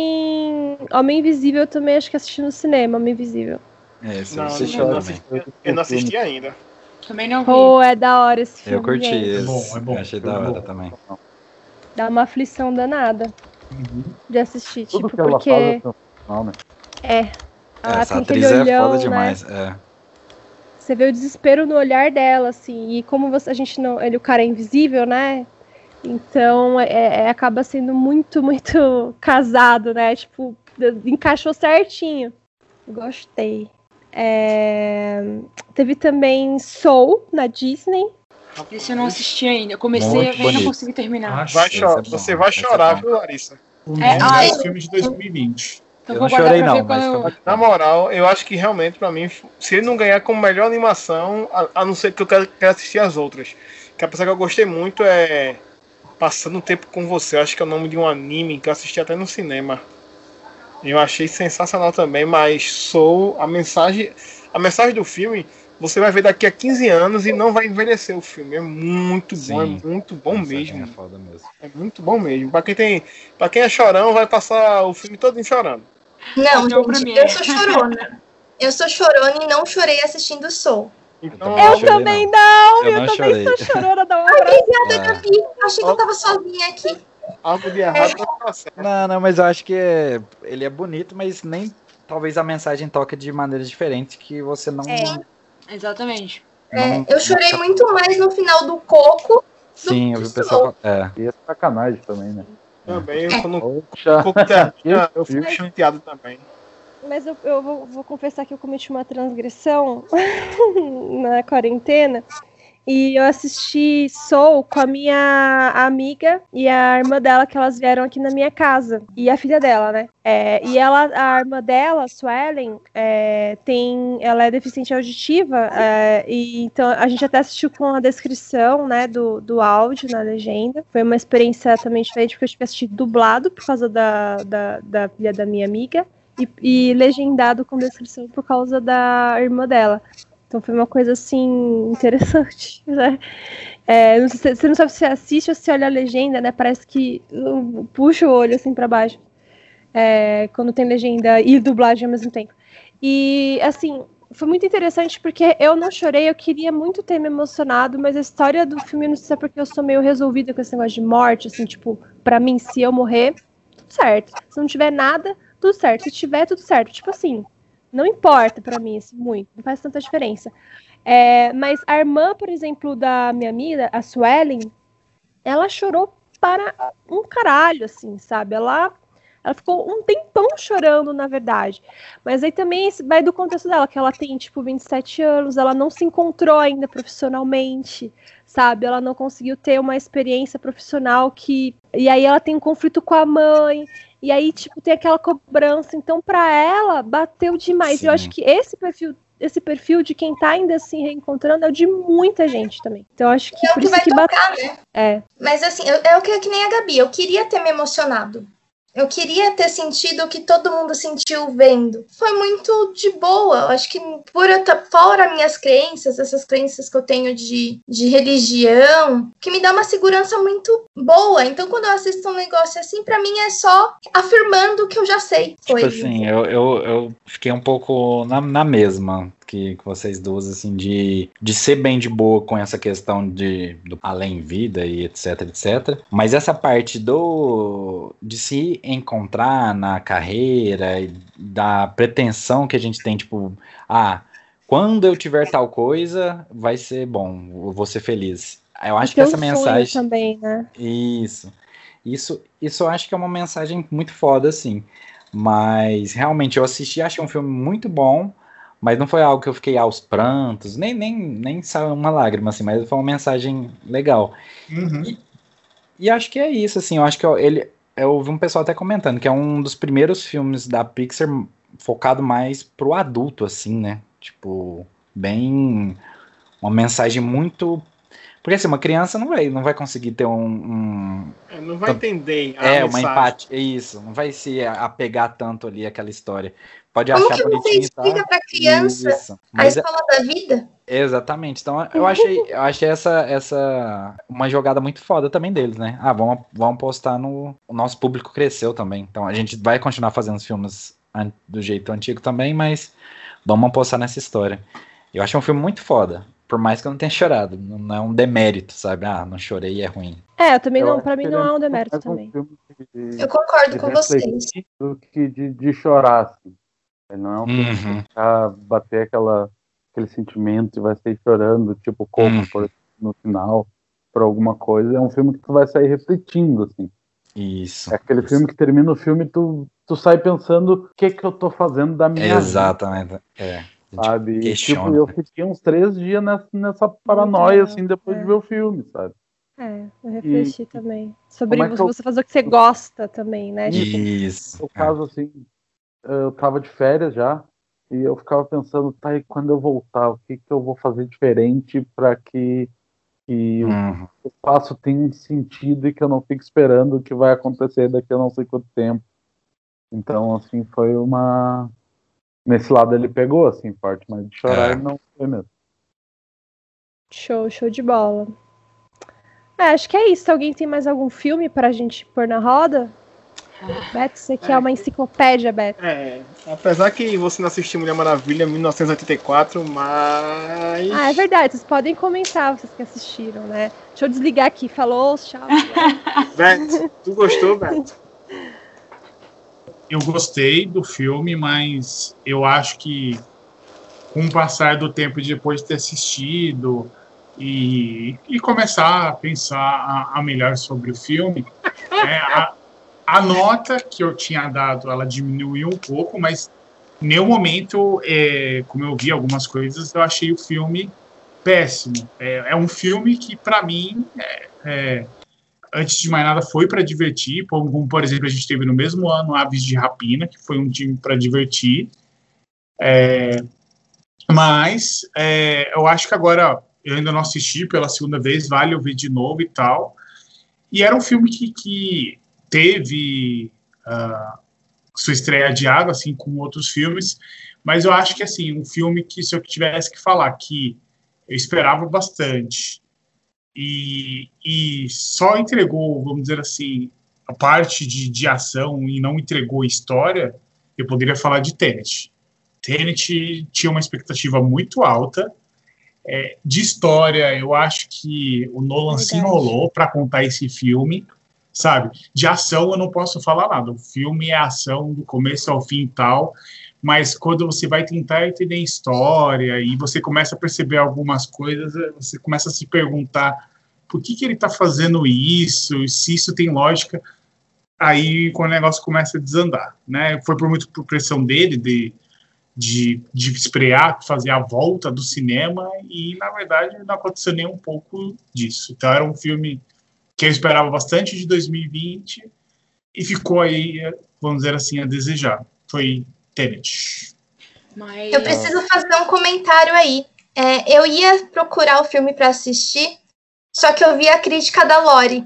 também Homem Invisível, eu também acho que assisti no cinema, Homem Invisível. É, esse Não, eu eu assisti não, também. assisti, eu não assisti ainda. Também não vi. Pô, é da hora esse filme. Eu curti gente. esse. É bom, é bom, Eu achei é da hora bom. também. Dá uma aflição danada Uhum. de assistir, Tudo tipo, que ela porque fala é sensacional, né? é. É, Ah, essa tem aquele atriz é olhão, foda né? demais. É. Você vê o desespero no olhar dela, assim, e como você- a gente não. Ele, o cara é invisível, né? Então é, é- acaba sendo muito, muito casado, né? Tipo, de- encaixou certinho. Gostei. É, Teve também Soul na Disney. Esse eu não assisti ainda. Eu comecei Muito a ver e não bonito. consegui terminar. Acho Vai Esse cho- é bom, você vai esse é chorar, bom. viu, Larissa? o nome É, ah, desse filme de dois mil e vinte. Então Eu vou não guardar chorei pra não, ver mas quando foi eu... bacana. Na moral, eu acho que realmente, pra mim, se ele não ganhar como melhor animação, a, a não ser que eu quero, quero assistir as outras. Que apesar que eu gostei muito é Passando um Tempo com Você. Eu acho que é o nome de um anime que eu assisti até no cinema. Eu achei sensacional também, mas sou a mensagem, a mensagem do filme, você vai ver daqui a quinze anos e não vai envelhecer o filme. É muito bom, Sim. é muito bom Essa mesmo. É foda mesmo. É muito bom mesmo. Pra quem tem, para quem é chorão, vai passar o filme todo chorando. Não, Então, pra gente, mim, eu é. sou chorona. Eu sou chorona e não chorei assistindo Soul. Então, Eu Eu chorei, também não. não, Eu eu, não também chorei. sou chorona da um abraço. Obrigada, É. Gabi. Eu achei que eu tava sozinha aqui. algo de errado vai passar. Não, não, mas eu acho que é- ele é bonito, mas nem talvez a mensagem toque de maneiras diferentes que você não. É. Exatamente. É, não- eu chorei não- muito mais no final do Coco. Sim, eu vi o pessoal. É. E é sacanagem também, né? Também, eu tô no Poxa. pouco terra, eu Esse fico chateado também. Mas eu, eu vou, vou confessar que eu cometi uma transgressão na quarentena. e eu assisti Soul com a minha amiga e a irmã dela, que elas vieram aqui na minha casa. E a filha dela, né? É, e ela, a irmã dela, a Suelen, é, tem, ela é deficiente auditiva, é, e então a gente até assistiu com a descrição, né, do, do áudio na legenda. Foi uma experiência também diferente, porque eu tive que assistir dublado por causa da, da, da filha da minha amiga, e, e legendado com descrição por causa da irmã dela. Então foi uma coisa, assim, interessante, né? É, não sei, você não sabe se você assiste ou se olha a legenda, né? Parece que uh, puxa o olho, assim, pra baixo. É, quando tem legenda e dublagem ao mesmo tempo. E, assim, foi muito interessante porque eu não chorei, eu queria muito ter me emocionado, mas a história do filme, não sei se é porque eu sou meio resolvida com esse negócio de morte, assim, tipo, pra mim, se eu morrer, tudo certo. Se não tiver nada, tudo certo. Se tiver, tudo certo. Tipo assim... Não importa pra mim, assim, muito. Não faz tanta diferença. É, mas a irmã, por exemplo, da minha amiga, a Suelen, ela chorou para um caralho, assim, sabe? Ela, ela ficou um tempão chorando, na verdade. Mas aí também vai do contexto dela, que ela tem, tipo, vinte e sete anos, ela não se encontrou ainda profissionalmente, sabe? Ela não conseguiu ter uma experiência profissional que... E aí ela tem um conflito com a mãe... E aí, tipo, tem aquela cobrança. Então, pra ela, bateu demais. Sim. Eu acho que esse perfil, esse perfil de quem tá ainda se reencontrando é o de muita gente também. Então, eu acho que É o por que isso vai que tocar, bateu. né? É. Mas assim, eu- é o que é que nem a Gabi. Eu queria ter me emocionado. Eu queria ter sentido o que todo mundo sentiu vendo. Foi muito de boa. Eu acho que por eu tá fora minhas crenças, essas crenças que eu tenho de, de religião, que me dá uma segurança muito boa. Então, quando eu assisto um negócio assim, pra mim é só afirmando o que eu já sei. Tipo Foi. assim, eu, eu, eu fiquei um pouco na, na mesma que, que vocês duas, assim, de, de ser bem de boa com essa questão de do além-vida e etc, etc. Mas essa parte do de se encontrar na carreira e da pretensão que a gente tem, tipo, ah, quando eu tiver tal coisa, vai ser bom, eu vou ser feliz. Eu acho que Tem essa um sonho mensagem... também, né? Isso. Isso, isso eu acho que é uma mensagem muito foda, assim. Mas realmente eu assisti, achei um filme muito bom, mas não foi algo que eu fiquei aos prantos, nem, nem, nem saiu uma lágrima, assim, mas foi uma mensagem legal. Uhum. E, e acho que é isso, assim, eu acho que eu, ele, eu ouvi um pessoal até comentando que é um dos primeiros filmes da Pixar focado mais pro adulto, assim, né? Tipo, bem... uma mensagem muito... Porque assim, uma criança não vai, não vai conseguir ter um... um É, não vai entender a é, mensagem. uma empate, é isso, não vai se apegar tanto ali àquela história. Pode Como achar que você bonitinho e tal. explica pra criança Isso. a Mas é- escola da vida? exatamente. Então eu achei, eu achei essa, essa uma jogada muito foda também deles, né? Ah, vamos, vamos postar no. O nosso público cresceu também. Então a gente vai continuar fazendo os filmes an- do jeito antigo também, mas vamos apostar nessa história. Eu achei um filme muito foda. Por mais que eu não tenha chorado. Não não é um demérito, sabe? Ah, não chorei e é ruim. É, eu também Eu não, acho pra mim que não ele é um muito demérito mais um também. filme de- Eu concordo de com vocês. refletir do que de, de chorar, assim. Ele não é um filme Uhum. que ficar, bater aquela, aquele sentimento e vai sair chorando, tipo Coco, Uhum. por, no final, por alguma coisa. É um filme que tu vai sair refletindo, assim. Isso. É aquele isso. filme que termina o filme e tu, tu sai pensando o que que eu tô fazendo da minha vida, Exatamente. É. sabe? E, tipo, Questiona. eu fiquei uns três dias nessa, nessa paranoia, Muito, assim, depois é. de ver o filme, sabe? É, eu refleti também. Sobre como é que você eu- você fazer o que você gosta também, né? Tipo, Isso. No caso, assim, eu tava de férias já, e eu ficava pensando, tá, e quando eu voltar, o que que eu vou fazer diferente para que, que o Uhum. que eu faço tenha um sentido e que eu não fique esperando o que vai acontecer daqui a não sei quanto tempo. Então, assim, foi uma... Nesse lado ele pegou, assim, forte, mas de chorar É. ele não foi mesmo. show, show de bola. É, acho que é isso. Alguém tem mais algum filme pra gente pôr na roda? Beto, você que é uma enciclopédia, Beto. É, apesar que você não assistiu Mulher Maravilha em mil novecentos e oitenta e quatro, mas... Ah, é verdade. Vocês podem comentar, vocês que assistiram, né? Deixa eu desligar aqui. Falou, tchau. Beto, tu gostou, Beto? Eu gostei do filme, mas eu acho que com o passar do tempo e depois de ter assistido e, e começar a pensar a, a melhor sobre o filme, é, a, a nota que eu tinha dado, ela diminuiu um pouco, mas em nenhum momento, é, como eu vi algumas coisas, eu achei o filme péssimo. É, é um filme que, para mim, é, é, antes de mais nada, foi para divertir. Como, como, por exemplo, a gente teve no mesmo ano Aves de Rapina, que foi um time para divertir. É, mas é, eu acho que agora eu ainda não assisti pela segunda vez, vale eu ver de novo e tal. E era um filme que, que teve uh, sua estreia adiada, assim como outros filmes, mas eu acho que assim, um filme que, se eu tivesse que falar que eu esperava bastante e, e só entregou, vamos dizer assim, a parte de, de ação e não entregou história, eu poderia falar de Tenet. Tenet tinha uma expectativa muito alta. É, de história, eu acho que o Nolan Verdade. se enrolou para contar esse filme, sabe? De ação eu não posso falar nada. O filme é ação do começo ao fim e tal, mas quando você vai tentar entender a história e você começa a perceber algumas coisas, você começa a se perguntar por que, que ele está fazendo isso, se isso tem lógica, aí quando o negócio começa a desandar, né? Foi por muito por pressão dele, de De, de estrear, fazer a volta do cinema, e na verdade não aconteceu nem um pouco disso. Então era um filme que eu esperava bastante de dois mil e vinte e ficou aí, vamos dizer assim, a desejar. Foi Tenet. Mas... Eu preciso fazer um comentário aí. É, eu ia procurar o filme para assistir, só que eu vi a crítica da Lori.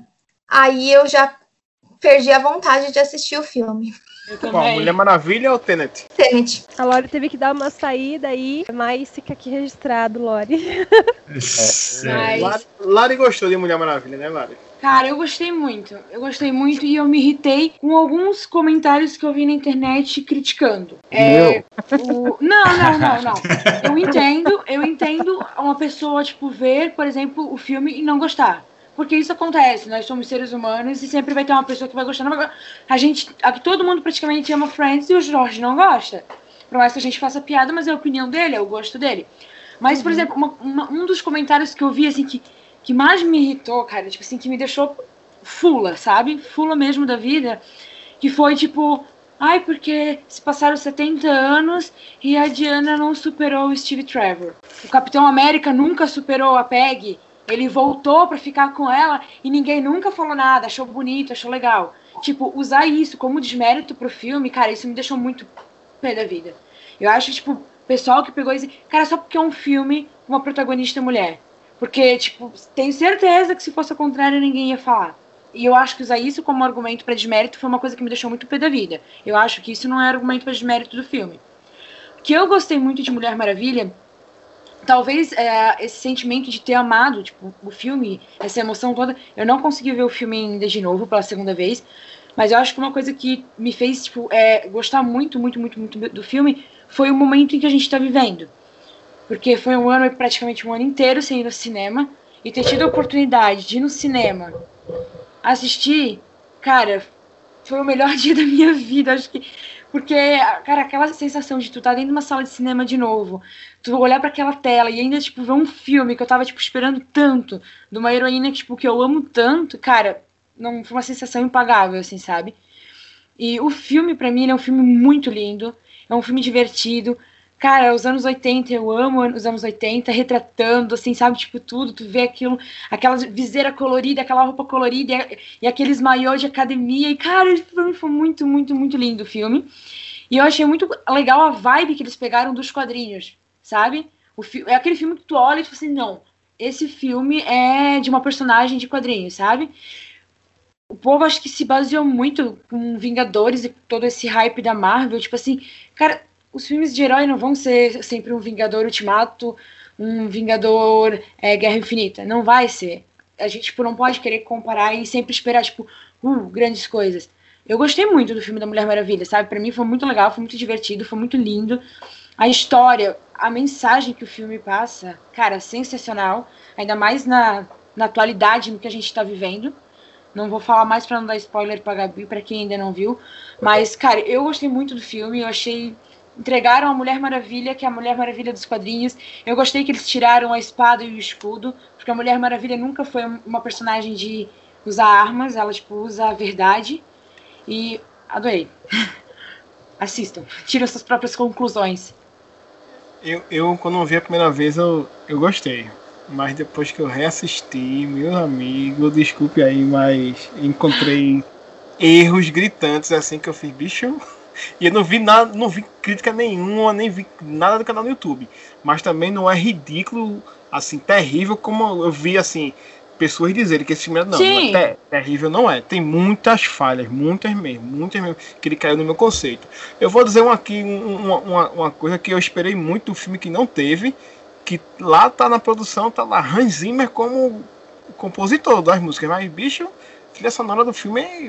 Aí eu já perdi a vontade de assistir o filme. Bom, Mulher Maravilha ou Tenet? Tenet. A Lori teve que dar uma saída aí, mas fica aqui registrado, Lori. É. Mas... Lari, Lari gostou de Mulher Maravilha, né, Lari? Cara, eu gostei muito. Eu gostei muito e eu me irritei com alguns comentários que eu vi na internet criticando. É, o... Não, não, não, não. Eu entendo, eu entendo uma pessoa, tipo, ver, por exemplo, o filme e não gostar. Porque isso acontece, nós somos seres humanos e sempre vai ter uma pessoa que vai gostar. Não vai... A gente, aqui todo mundo praticamente ama Friends e o Jorge não gosta. Por mais que a gente faça piada, mas é a opinião dele, é o gosto dele. Mas, uhum. por exemplo, uma, uma, um dos comentários que eu vi, assim, que, que mais me irritou, cara, tipo assim, que me deixou fula, sabe? Fula mesmo da vida, que foi tipo, ai, porque se passaram setenta anos e a Diana não superou o Steve Trevor. O Capitão América nunca superou a Peggy. Ele voltou pra ficar com ela e ninguém nunca falou nada, achou bonito, achou legal. Tipo, usar isso como desmérito pro filme, cara, isso me deixou muito pé da vida. Eu acho, tipo, pessoal que pegou esse... Cara, só porque é um filme com uma protagonista mulher. Porque, tipo, tenho certeza que se fosse ao contrário ninguém ia falar. E eu acho que usar isso como argumento pra desmérito foi uma coisa que me deixou muito pé da vida. Eu acho que isso não é argumento pra desmérito do filme. Que eu gostei muito de Mulher Maravilha... Talvez é, esse sentimento de ter amado, tipo, o filme, essa emoção toda, eu não consegui ver o filme ainda de novo pela segunda vez, mas eu acho que uma coisa que me fez, tipo, é, gostar muito, muito, muito, muito do filme foi o momento em que a gente está vivendo. Porque foi um ano, praticamente um ano inteiro sem ir no cinema, e ter tido a oportunidade de ir no cinema assistir, cara, foi o melhor dia da minha vida, acho que... Porque, cara, aquela sensação de tu estar dentro de uma sala de cinema de novo, tu olhar para aquela tela e ainda, tipo, ver um filme que eu tava, tipo, esperando tanto, de uma heroína que, tipo, que eu amo tanto, cara, não, foi uma sensação impagável, assim, sabe? E o filme, pra mim, ele é um filme muito lindo, é um filme divertido. Cara, os anos oitenta, eu amo os anos oitenta, retratando, assim, sabe, tipo, tudo, tu vê aquilo, aquela viseira colorida, aquela roupa colorida e, e aqueles maiôs de academia, e, cara, pra mim foi muito, muito, muito lindo o filme. E eu achei muito legal a vibe que eles pegaram dos quadrinhos, sabe? O fi- é aquele filme que tu olha e tu fala assim, não, esse filme é de uma personagem de quadrinhos, sabe? O povo acho que se baseou muito com Vingadores e todo esse hype da Marvel, tipo assim, cara... Os filmes de herói não vão ser sempre um Vingador Ultimato, um Vingador é, Guerra Infinita. Não vai ser. A gente tipo, não pode querer comparar e sempre esperar, tipo, uh, grandes coisas. Eu gostei muito do filme da Mulher Maravilha, sabe? Pra mim foi muito legal, foi muito divertido, foi muito lindo. A história, a mensagem que o filme passa, cara, sensacional. Ainda mais na, na atualidade, no que a gente tá vivendo. Não vou falar mais pra não dar spoiler pra Gabi, pra quem ainda não viu. Mas, cara, eu gostei muito do filme, eu achei... Entregaram a Mulher Maravilha, que é a Mulher Maravilha dos quadrinhos. Eu gostei que eles tiraram a espada e o escudo, porque a Mulher Maravilha nunca foi uma personagem de usar armas, ela, tipo, usa a verdade. E adorei. Assistam, tiram suas próprias conclusões. Eu, eu quando vi a primeira vez, eu, eu gostei. mas depois que eu reassisti, meu amigo, desculpe aí, mas encontrei erros gritantes assim que eu fiz, bicho. E eu não vi nada, não vi crítica nenhuma, nem vi nada do canal no YouTube. Mas também não é ridículo, assim, terrível, como eu vi, assim, pessoas dizerem que esse filme é, não, não é ter, terrível, não é. Tem muitas falhas, muitas mesmo, muitas mesmo, que ele caiu no meu conceito. Eu vou dizer um aqui, uma, uma, uma coisa que eu esperei muito do filme que não teve, que lá tá na produção, tá lá Hans Zimmer como compositor das músicas, mas, bicho, a trilha sonora do filme é...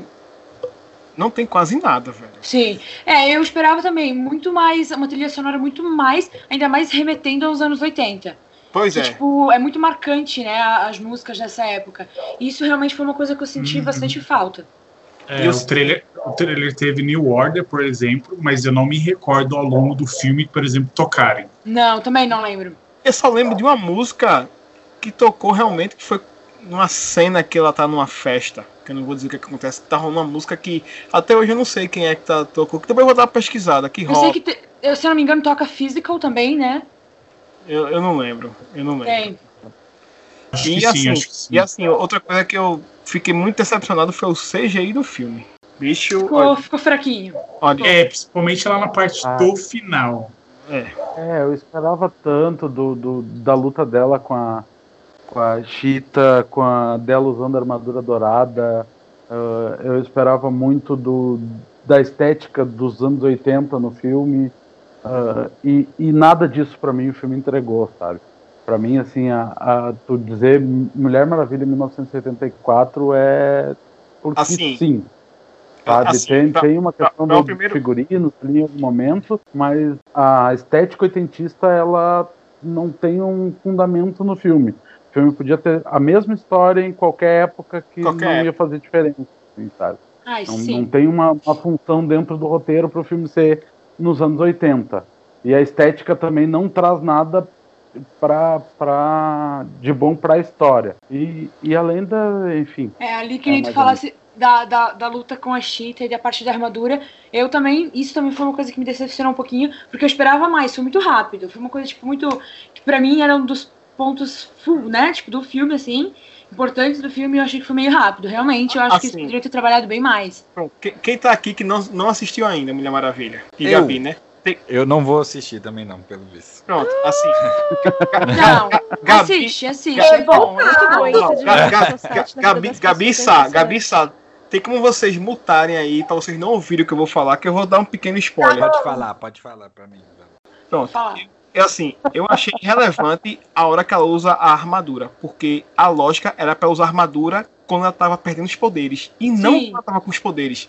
não tem quase nada, velho. Sim. É, eu esperava também muito mais, uma trilha sonora muito mais, ainda mais remetendo aos anos oitenta. Pois que, é. Tipo, é muito marcante, né, as músicas dessa época. E isso realmente foi uma coisa que eu senti uhum. bastante falta. É, o, trailer, o trailer teve New Order, por exemplo, mas eu não me recordo ao longo do filme, por exemplo, tocarem. Não, também não lembro. Eu só lembro de uma música que tocou realmente, que foi numa cena que ela tá numa festa, que eu não vou dizer o que acontece, tá rolando uma música que até hoje eu não sei quem é que tá tocou, que também vou dar uma pesquisada, que rola. Eu sei que, te, eu, se eu não me engano, toca Physical também, né? Eu, eu não lembro, eu não lembro. Tem. Acho e, que assim, sim, acho que sim. E assim, outra coisa que eu fiquei muito decepcionado foi o C G I do filme. Bicho, ficou, olha, ficou fraquinho. Olha, é, principalmente lá na parte ah. do final. É. é, eu esperava tanto do, do, da luta dela com a com a Cheetah, com a dela usando a armadura dourada. Uh, eu esperava muito do, da estética dos anos oitenta no filme. Uh, e, e nada disso pra mim o filme entregou, sabe? Pra mim, assim, a, a, tu dizer Mulher Maravilha em mil novecentos e setenta e quatro é porque assim, sim. Sabe? Assim, tem, pra, tem uma questão pra, pra do primeiro... figurino ali em algum momento, mas a estética oitentista, ela não tem um fundamento no filme. O filme podia ter a mesma história em qualquer época que qualquer não época. ia fazer diferença, assim, sabe? Ai, não, sim. não tem uma, uma função dentro do roteiro para o filme ser nos anos oitenta. E a estética também não traz nada pra, pra, de bom para a história. E, e além da, enfim... É, ali que nem tu falasse da, da, da luta com a Cheetah e da parte da armadura, eu também, isso também foi uma coisa que me decepcionou um pouquinho, porque eu esperava mais, foi muito rápido, foi uma coisa, tipo, muito... que pra mim era um dos pontos full, né, tipo, do filme, assim, importantes do filme, eu achei que foi meio rápido, realmente, eu acho assim, que eles poderiam ter trabalhado bem mais. Quem, quem tá aqui que não, não assistiu ainda Mulher Maravilha? E eu, Gabi, né? Tem... Eu não vou assistir também não, pelo visto. Pronto, assim... Não, Gabi, assiste, assiste, Gabi, é bom, é muito bom. Não, Gabi, Gabi, Gabi Sá, Gabi Sá, tem como vocês mutarem aí, pra vocês não ouvirem o que eu vou falar, que eu vou dar um pequeno spoiler. Pode falar, pode falar pra mim. Pronto. É assim, eu achei irrelevante a hora que ela usa a armadura, porque a lógica era pra usar armadura quando ela tava perdendo os poderes, e não Sim. quando ela tava com os poderes.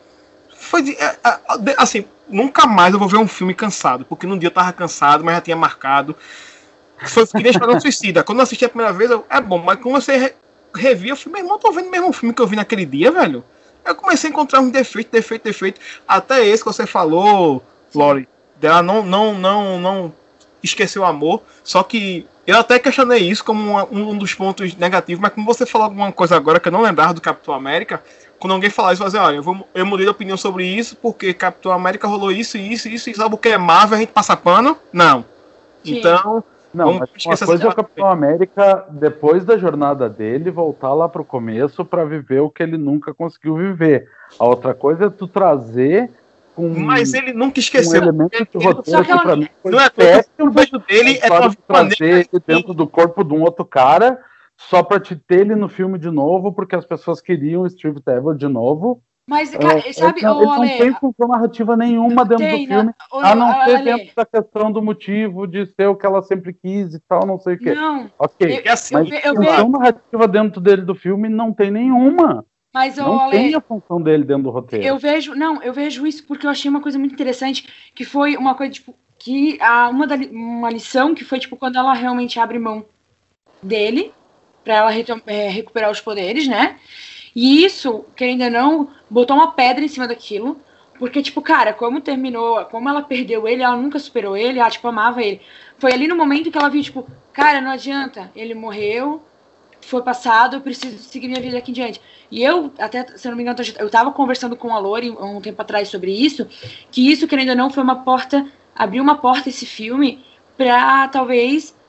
Foi de, assim, nunca mais eu vou ver um filme cansado, porque num dia eu tava cansado, mas já tinha marcado. Foi que nem Esquadrão Suicida. Quando eu assisti a primeira vez, eu, é bom, mas quando você re, revia, eu falei, meu irmão, eu tô vendo o mesmo filme que eu vi naquele dia, velho. Eu comecei a encontrar uns defeitos, defeito, defeito. Até esse que você falou, Lori, dela não, não, não, não esqueceu o amor. Só que eu até questionei isso como uma, um dos pontos negativos, mas como você falou alguma coisa agora que eu não lembrava do Capitão América, quando alguém falar isso, eu vou dizer, olha, eu, vou, eu mudei de opinião sobre isso, porque Capitão América rolou isso, isso, isso, e sabe o que é Marvel, a gente passa pano? Não. Sim. Então... Não, mas uma coisa é o Capitão América, depois da jornada dele, voltar lá pro começo para viver o que ele nunca conseguiu viver. A outra coisa é tu trazer um... Mas ele nunca esqueceu. Um elemento de roteiro que pra mim foi não é péssimo, o beijo dele é trazer ele dentro do corpo de um outro cara, só pra te ter ele no filme de novo, porque as pessoas queriam o Steve Trevor de novo. Mas, cara, é, sabe, ele, ô, ele não Ale, tem função narrativa nenhuma dentro tem, do filme, não, a não ser Ale, dentro da questão do motivo de ser o que ela sempre quis e tal, não sei o quê. Não. Ok, eu, mas eu, a eu, função eu, narrativa dentro dele do filme não tem nenhuma. Mas, ô, não Ale, tem a função dele dentro do roteiro. Eu vejo, não, eu vejo isso porque eu achei uma coisa muito interessante, que foi uma coisa, tipo, que a, uma, da, uma lição que foi, tipo, quando ela realmente abre mão dele, pra ela retom- é, recuperar os poderes, né? E isso, querendo ou não, botou uma pedra em cima daquilo, porque, tipo, cara, como terminou, como ela perdeu ele, ela nunca superou ele, ela, tipo, amava ele. Foi ali no momento que ela viu, tipo, cara, não adianta, ele morreu, foi passado, eu preciso seguir minha vida aqui em diante. E eu, até, se eu não me engano, eu tava conversando com a Lori um tempo atrás sobre isso, que isso, querendo ou não, foi uma porta, abriu uma porta esse filme pra, talvez,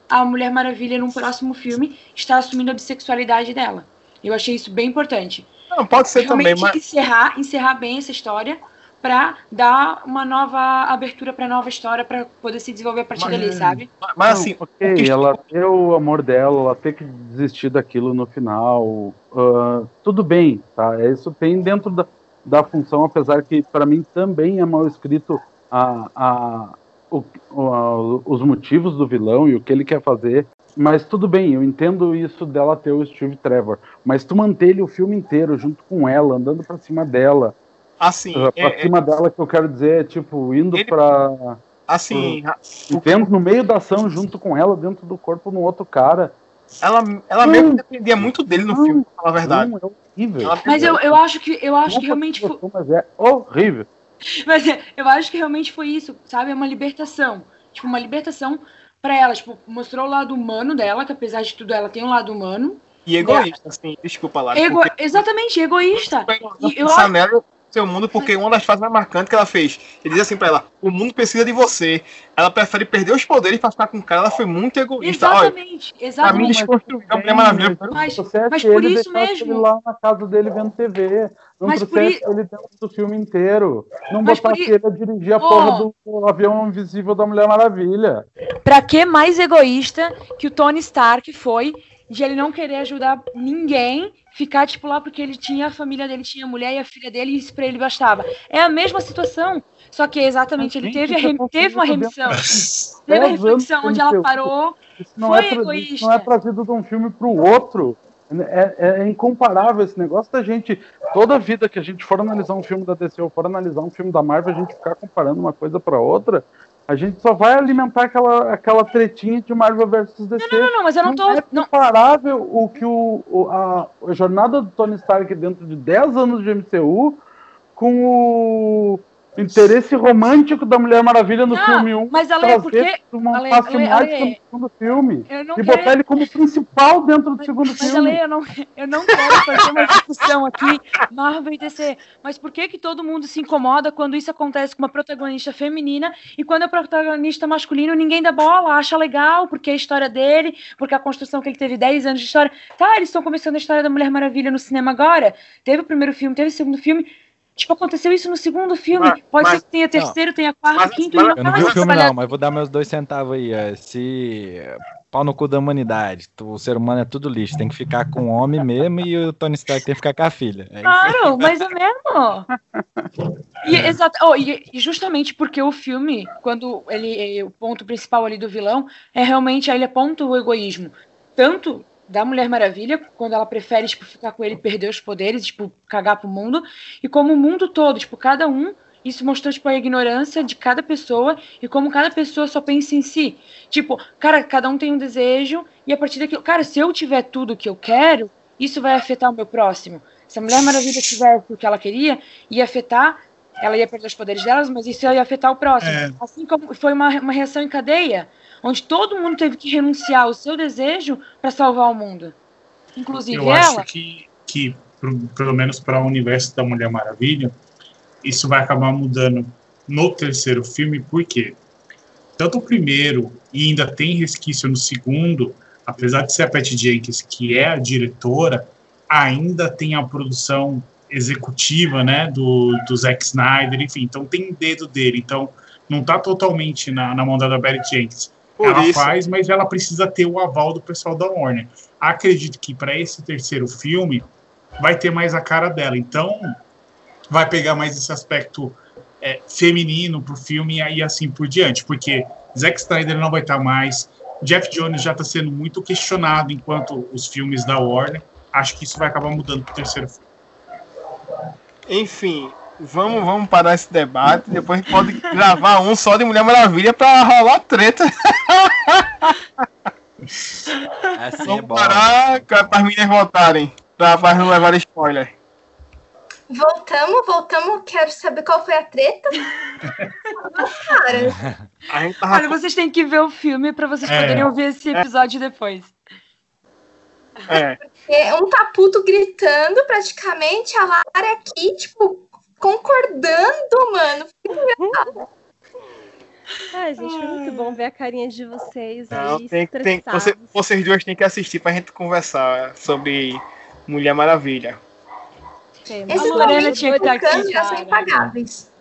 a Mulher Maravilha, num próximo filme, está assumindo a bissexualidade dela. Eu achei isso bem importante. Não, pode ser Realmente também, mas... encerrar, encerrar bem essa história para dar uma nova abertura para nova história para poder se desenvolver a partir Mas- dali, sabe? Mas assim, Ok, o que- ela ter o amor dela, ela ter que desistir daquilo no final, ah, tudo bem, tá? Isso tem dentro da, da função, apesar que para mim também é mal escrito a, a, o- o- a- os motivos do vilão e o que ele quer fazer. Mas tudo bem, eu entendo isso dela ter o Steve Trevor, mas tu manter ele o filme inteiro junto com ela, andando pra cima dela, assim, pra é- é- cima dela que eu quero dizer, é tipo, indo Ele- pra. assim, Dentro, no meio da ação, junto com ela, dentro do corpo, no outro cara. ela, ela meio que dependia muito dele no filme, pra falar a verdade. Não, é horrível. Ela- Mas eu, eu acho que eu acho Não que realmente foi, gostou, mas é horrível. mas é, eu acho que realmente foi isso, sabe? É uma libertação, tipo uma libertação pra ela, tipo, mostrou o lado humano dela, que apesar de tudo ela tem um lado humano. E egoísta, assim, desculpa lá. Ego, porque- exatamente, egoísta. E eu pensar acho- nela, seu mundo, porque uma das frases mais marcantes que ela fez, ele diz assim pra ela: o mundo precisa de você. Ela prefere perder os poderes pra ficar com o cara. Ela foi muito egoísta. Olha, Exatamente, pra mim, exatamente. desconstruir a Mulher Maravilha. Mas, Se trouxesse mas por ele, isso deixasse mesmo. ele lá na casa dele vendo T V. Não Mas por trouxesse i- ele dentro do filme inteiro. Não Mas por botasse i- ele a dirigir a Ó. porra do, do avião invisível da Mulher Maravilha. Pra que mais egoísta que o Tony Stark foi de ele não querer ajudar ninguém, ficar tipo lá porque ele tinha a família dele, tinha a mulher e a filha dele e isso pra ele bastava. É a mesma situação, só que exatamente ele Gente, teve, a isso é rem- teve uma confuso remissão, dentro teve a dez reflexão anos onde de ela M C U. parou, Isso não, foi é tra- isso egoísta. não é trazido de um filme pro outro. É, é- é incomparável esse negócio da gente. Toda vida que a gente for analisar um filme da D C ou for analisar um filme da Marvel, a gente ficar comparando uma coisa pra outra, a gente só vai alimentar aquela, aquela tretinha de Marvel versus D C. Não, não, não, mas eu não tô. é Não, comparável o que o, o- a, a jornada do Tony Stark dentro de dez anos de M C U com o interesse romântico da Mulher Maravilha no Não, filme um. mas, Ale, trazer porque- uma Ale, face Ale, mágica Ale, no segundo filme. eu não E quero. botar ele como principal dentro do Mas, segundo mas filme. Ale, eu não, eu não quero fazer uma discussão aqui, Marvel e D C, mas por que que todo mundo se incomoda quando isso acontece com uma protagonista feminina e quando é protagonista masculino ninguém dá bola, acha legal, porque é a história dele, porque a construção que ele teve dez anos de história. Tá, eles estão começando a história da Mulher Maravilha no cinema agora, teve o primeiro filme, teve o segundo filme. Tipo, aconteceu isso no segundo filme. Mas- Pode mas- ser que tenha terceiro, tenha quarto, mas- quinto, mas- e Eu não vai vi o mais filme trabalhar. não, mas vou dar meus dois centavos aí. ó. Se pau no cu da humanidade, tu- o ser humano é tudo lixo, tem que ficar com o homem mesmo e o Tony Stark tem que ficar com a filha. É isso aí. Claro, mas é mesmo. E, exato, oh, e, e justamente porque o filme, quando ele, o ponto principal ali do vilão é realmente, aí ele aponta o egoísmo, tanto da Mulher Maravilha, quando ela prefere, tipo, ficar com ele e perder os poderes, tipo, cagar pro mundo, e como o mundo todo, tipo, cada um, isso mostrou, tipo, a ignorância de cada pessoa e como cada pessoa só pensa em si. Tipo, cara, cada um tem um desejo e a partir daquilo, cara, se eu tiver tudo que eu quero, isso vai afetar o meu próximo. Se a Mulher Maravilha tivesse o que ela queria, ia afetar, ela ia perder os poderes delas, mas isso ia afetar o próximo. É. Assim como foi uma, uma reação em cadeia, onde todo mundo teve que renunciar ao seu desejo para salvar o mundo. Inclusive Eu ela. acho que, que pro- pelo menos para o universo da Mulher Maravilha, isso vai acabar mudando no terceiro filme, porque tanto o primeiro e ainda tem resquício no segundo, apesar de ser a Patty Jenkins, que é a diretora, ainda tem a produção executiva, né, do, do Zack Snyder, enfim, então tem dedo dele, então não está totalmente na, na mão da Patty Jenkins. Por Ela isso, faz, mas ela precisa ter o aval do pessoal da Warner. Acredito que para esse terceiro filme vai ter mais a cara dela. Então, vai pegar mais esse aspecto é, feminino pro filme e aí assim por diante. Porque Zack Snyder não vai estar mais. Jeff Jones já está sendo muito questionado enquanto os filmes da Warner. Acho que isso vai acabar mudando pro terceiro filme. enfim, vamos, vamos parar esse debate. Depois a gente pode gravar um só de Mulher Maravilha pra rolar treta. Assim é Vamos bom. parar para as meninas votarem, pra, pra não levar spoiler. Voltamos, voltamos. Quero saber qual foi a treta. Cara, A gente tava Olha, vocês têm que ver o filme para vocês É. poderem ouvir esse episódio depois. é, é, um tá puto gritando praticamente, a Lara aqui, tipo, concordando, mano. Ai, gente, foi muito bom ver a carinha de vocês Não, aí, tem, tem, estressados. você, vocês duas têm que assistir pra gente conversar sobre Mulher Maravilha. Temos. Esses A Lorena momentos tinha que estar aqui, bacanas já são cara. impagáveis.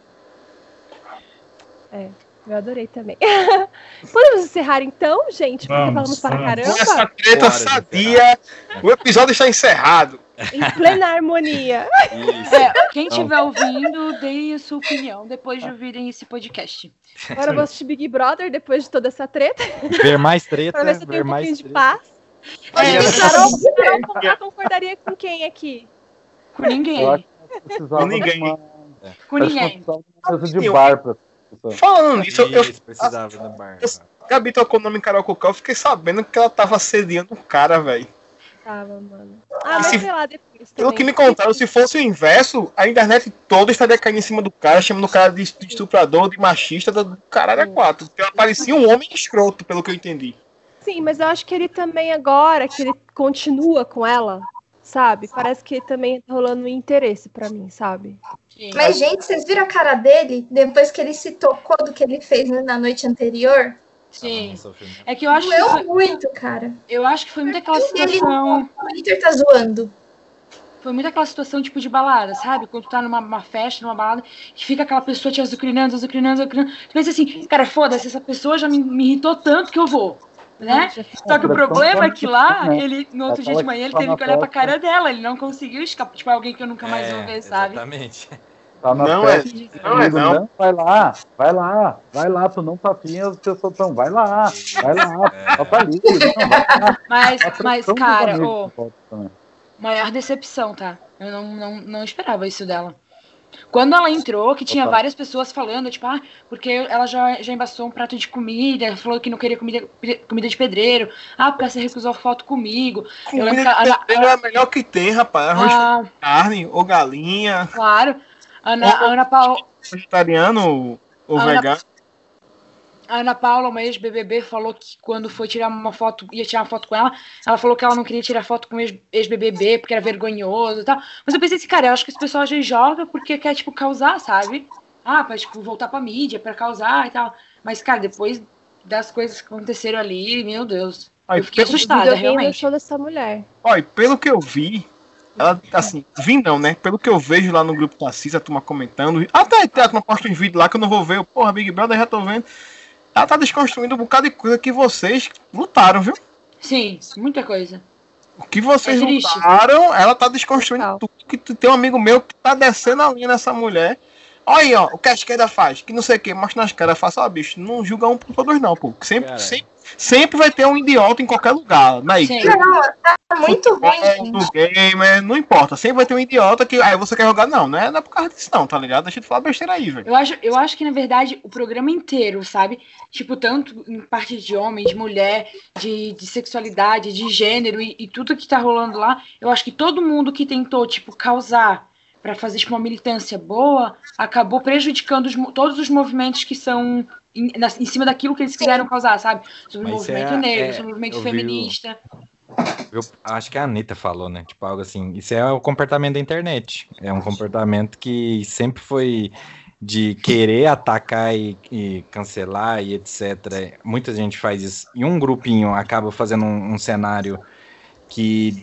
É, eu adorei também. Podemos encerrar então, gente? Porque Vamos, falamos para vamos. Com essa caramba. treta Bora de sadia, o episódio está encerrado. Em plena harmonia. Isso. É, quem estiver ouvindo, dê a sua opinião depois de ouvirem esse podcast. Agora eu vou assistir Big Brother depois de toda essa treta. Ver mais treta, Pra ver se eu tenho ver um mais pouquinho de treta. paz. Aí, É, eu- Carol, Carol Conká concordaria com quem aqui? Com ninguém. Eu acho que precisava Com ninguém. de uma, Com acho que ninguém. precisava de uma mesa de bar pra pessoa. Falando nisso, eu, eu, Isso, precisava do bar. Gabi tocou o nome Carol Conká, eu fiquei sabendo que ela tava assediando um cara, velho. Tava, mano. Ah, mas Se- sei lá, depois Pelo também. que me contaram, se fosse o inverso, a internet toda estaria caindo em cima do cara, chamando o cara de estuprador, de machista, do caralho a quatro. Porque ela parecia um homem escroto, pelo que eu entendi. Sim, mas eu acho que ele também agora, que ele continua com ela, sabe? Parece que também tá rolando um interesse pra mim, sabe? Sim. Mas, gente, vocês viram a cara dele depois que ele se tocou do que ele fez né, na noite anterior? Sim. É que eu acho que Doeu foi, muito, cara. eu acho que foi muito aquela Ele situação. O Twitter tá zoando. Foi muito aquela situação tipo de balada, sabe? Quando tu tá numa uma festa, numa balada, que fica aquela pessoa te azucrinando, azucrinando, azucrinando. Tu pensa assim, cara, foda-se, essa pessoa já me, me irritou tanto que eu vou. Né? Só que o problema é que lá, ele, no outro dia de manhã, ele teve que olhar pra cara dela. Ele não conseguiu escapar. Tipo, alguém que eu nunca mais vou ver, sabe? Exatamente. Tá na Não é, festa, não é não. Vai lá, vai lá, vai lá, tu não tá afim, as pessoas estão, vai lá, vai lá, só tá ali. Não, vai lá. Mas, A mas pressão dos cara, amigos ô, não falta também. maior decepção, tá? Eu não, não, não esperava isso dela. Quando ela entrou, que tinha Total. várias pessoas falando, tipo, ah, porque ela já, já embaçou um prato de comida, falou que não queria comida, comida de pedreiro, ah, porque você recusou foto comigo. Eu lembro Comida que a de Ana, pedreiro é a melhor que tem, rapaz. Arroz a- com carne ou galinha, claro, a Ana, a Ana Paula. vegetariano ou A Ana- vegano. A Ana Paula, uma ex-B B B, falou que quando foi tirar uma foto, ia tirar uma foto com ela, ela falou que ela não queria tirar foto com o ex- ex-B B B porque era vergonhoso e tal. Mas eu pensei assim, cara, eu acho que esse pessoal às vezes joga porque quer, tipo, causar, sabe? Ah, pra, tipo, voltar pra mídia, pra causar e tal. Mas, cara, depois das coisas que aconteceram ali, meu Deus. Aí, Eu fiquei pelo- assustada, Videogame no realmente. show dessa mulher. Olha, pelo que eu vi, ela, assim, vi não, né? Pelo que eu vejo lá no grupo da Cis, a turma comentando, até a turma posta uns vídeos lá que eu não vou ver, eu, porra, Big Brother, já tô vendo. Ela tá desconstruindo um bocado de coisa que vocês lutaram, viu? Sim, muita coisa. O que vocês É triste. lutaram, ela tá desconstruindo Total. tudo. Que tu- tem um amigo meu que tá descendo a linha nessa mulher. Olha aí, ó, o que a esquerda faz, que não sei o que, mostra nas caras, faça, ó, bicho, não julga um por todos não, pô. Sempre, Cara. sempre, sempre vai ter um idiota em qualquer lugar, né? Sim. Não, tá muito ruim, É, gente. no gamer, não importa, sempre vai ter um idiota que aí você quer jogar, não, não é, não é por causa disso não, tá ligado? Deixa eu te falar besteira aí, velho. Eu acho, eu acho que, na verdade, o programa inteiro, sabe? Tipo, tanto em parte de homem, de mulher, de, de sexualidade, de gênero e, e tudo que tá rolando lá, eu acho que todo mundo que tentou, tipo, causar pra fazer tipo, uma militância boa, acabou prejudicando os mo- todos os movimentos que são em, na- em cima daquilo que eles quiseram causar, sabe? Sobre o Mas movimento é- negro, é- sobre o movimento eu vi o- feminista. Eu acho que a Anitta falou, né? Tipo, algo assim. Isso é o comportamento da internet. É um comportamento que sempre foi de querer atacar e, e cancelar e etcétera. Muita gente faz isso. E um grupinho acaba fazendo um, um cenário que,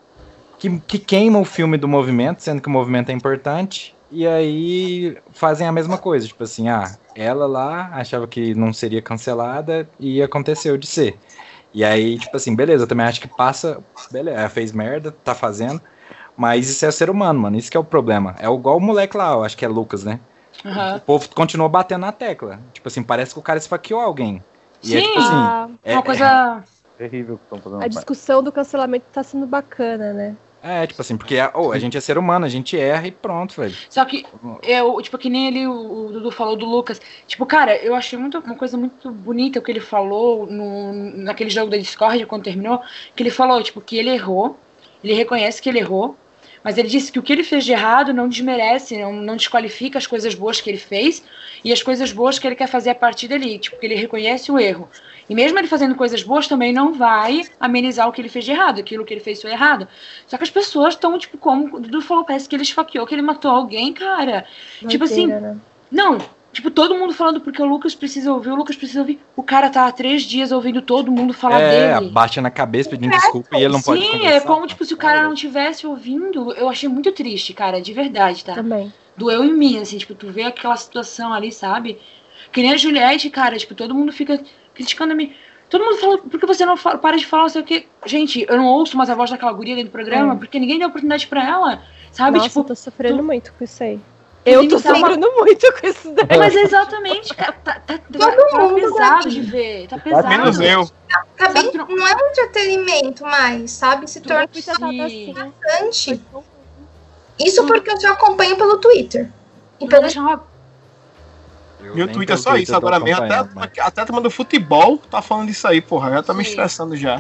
que, que queima o filme do movimento, sendo que o movimento é importante. E aí fazem a mesma coisa. Tipo assim, ah, ela lá achava que não seria cancelada e aconteceu de ser. E aí, tipo assim, beleza, eu também acho que passa, beleza, ela fez merda, tá fazendo, mas isso é ser humano, mano, isso que é o problema. É igual o moleque lá, eu acho que é Lucas, né? Aham. O povo continuou batendo na tecla. Tipo assim, parece que o cara esfaqueou alguém. E é Sim. tipo assim, A, é, Uma coisa. Terrível que estão fazendo. a discussão do cancelamento tá sendo bacana, né? é, é, tipo assim, porque é, oh, a gente é ser humano, a gente erra e pronto, velho. Só que eu, tipo, que nem ele, o, o Dudu falou do Lucas. Tipo, cara, eu achei muito, uma coisa muito bonita o que ele falou no, naquele jogo da Discord, quando terminou, que ele falou, tipo, que ele errou, ele reconhece que ele errou, mas ele disse que o que ele fez de errado não desmerece, não, não desqualifica as coisas boas que ele fez e as coisas boas que ele quer fazer a partir dali, tipo, que ele reconhece o erro. E mesmo ele fazendo coisas boas também não vai amenizar o que ele fez de errado, aquilo que ele fez foi errado. Só que as pessoas estão, tipo, como o Dudu falou, parece que ele esfaqueou, que ele matou alguém, cara. Tipo assim, Doideira, né? não, Tipo, todo mundo falando porque o Lucas precisa ouvir, o Lucas precisa ouvir. O cara tá há três dias ouvindo todo mundo falar É, dele. baixa na cabeça pedindo desculpa e ele não pode Sim, conversar. é como tipo, se o cara não tivesse ouvindo, eu achei muito triste, cara, de verdade, tá? Também. Doeu em mim, assim, tipo, tu vê aquela situação ali, sabe? Que nem a Juliette, cara, tipo, todo mundo fica criticando a mim. Todo mundo fala, por que você não fala, para de falar, não sei o quê. Gente, eu não ouço mais a voz daquela guria dentro do programa, É. porque ninguém deu oportunidade pra ela, sabe? Nossa, tipo, eu tô sofrendo tu- muito com isso aí. Eu tô tá uma- sofrendo muito com isso daí. É, mas é exatamente, cara, tá, tá, tá, tá mundo, pesado né? de ver, tá pesado. Menos eu. Tá bem, Sabe, não é um entretenimento mais, sabe? Se Tu torna Eu fui tratada Sim. assim. bastante. Isso porque eu só acompanho pelo Twitter. E Tu pelo vai deixar uma- E o Twitter é só isso agora mesmo. Até, até a turma do futebol tá falando disso aí, porra. Já tá me Sim. estressando já.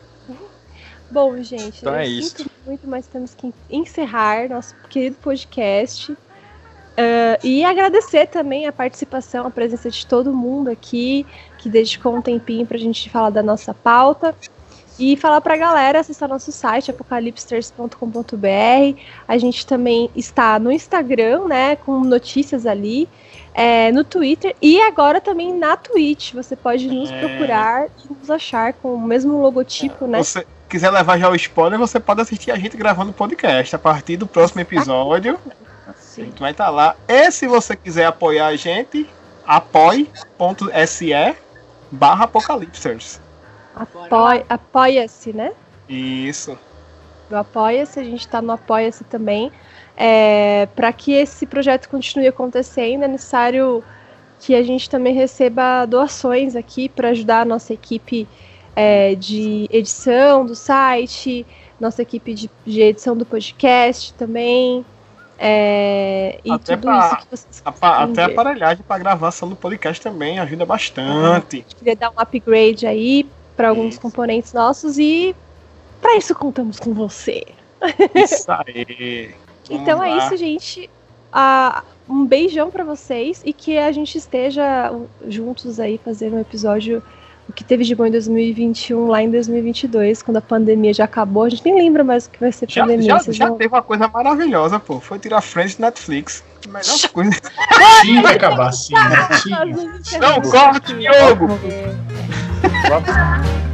Bom, gente, Então eu é sinto isso. muito, mas temos que encerrar nosso querido podcast. Ah, e agradecer também a participação, a presença de todo mundo aqui, que dedicou um tempinho pra gente falar da nossa pauta. E falar pra galera acessar nosso site, apocalipsters ponto com ponto b r. A gente também está no Instagram, né, com notícias ali, é, no Twitter e agora também na Twitch. Você pode nos É. procurar e nos achar com o mesmo logotipo, né? Se você quiser levar já o spoiler, você pode assistir a gente gravando o podcast. A partir do próximo episódio, a Sim. gente vai estar lá. E se você quiser apoiar a gente, apoie.se barra apocalipsters. Apoia- Apoia-se, né? Isso. No Apoia-se, a gente tá no Apoia-se também. É, para que esse projeto continue acontecendo, é necessário que a gente também receba doações aqui para ajudar a nossa equipe é, de edição do site, nossa equipe de, de edição do podcast também. É, e Até tudo pra- isso que vocês A pa- conseguem Até a ver. aparelhagem para gravação do podcast também ajuda bastante. Queria dar um upgrade aí para alguns Isso. componentes nossos e para isso contamos com você. Isso aí. Vamos Então é lá. isso, gente. Ah, um beijão pra vocês e que a gente esteja juntos aí fazendo um episódio, o que teve de bom em dois mil e vinte e um, lá em dois mil e vinte e dois, quando a pandemia já acabou. A gente nem lembra mais o que vai ser Já, pandemia. já, vocês já vão- teve uma coisa maravilhosa, pô. Foi tirar Friends do Netflix. A melhor coisa. Tinha que acabar assim, né? Tinha. Nós vamos Não, encerrar corte, Diogo! aqui. Vamos-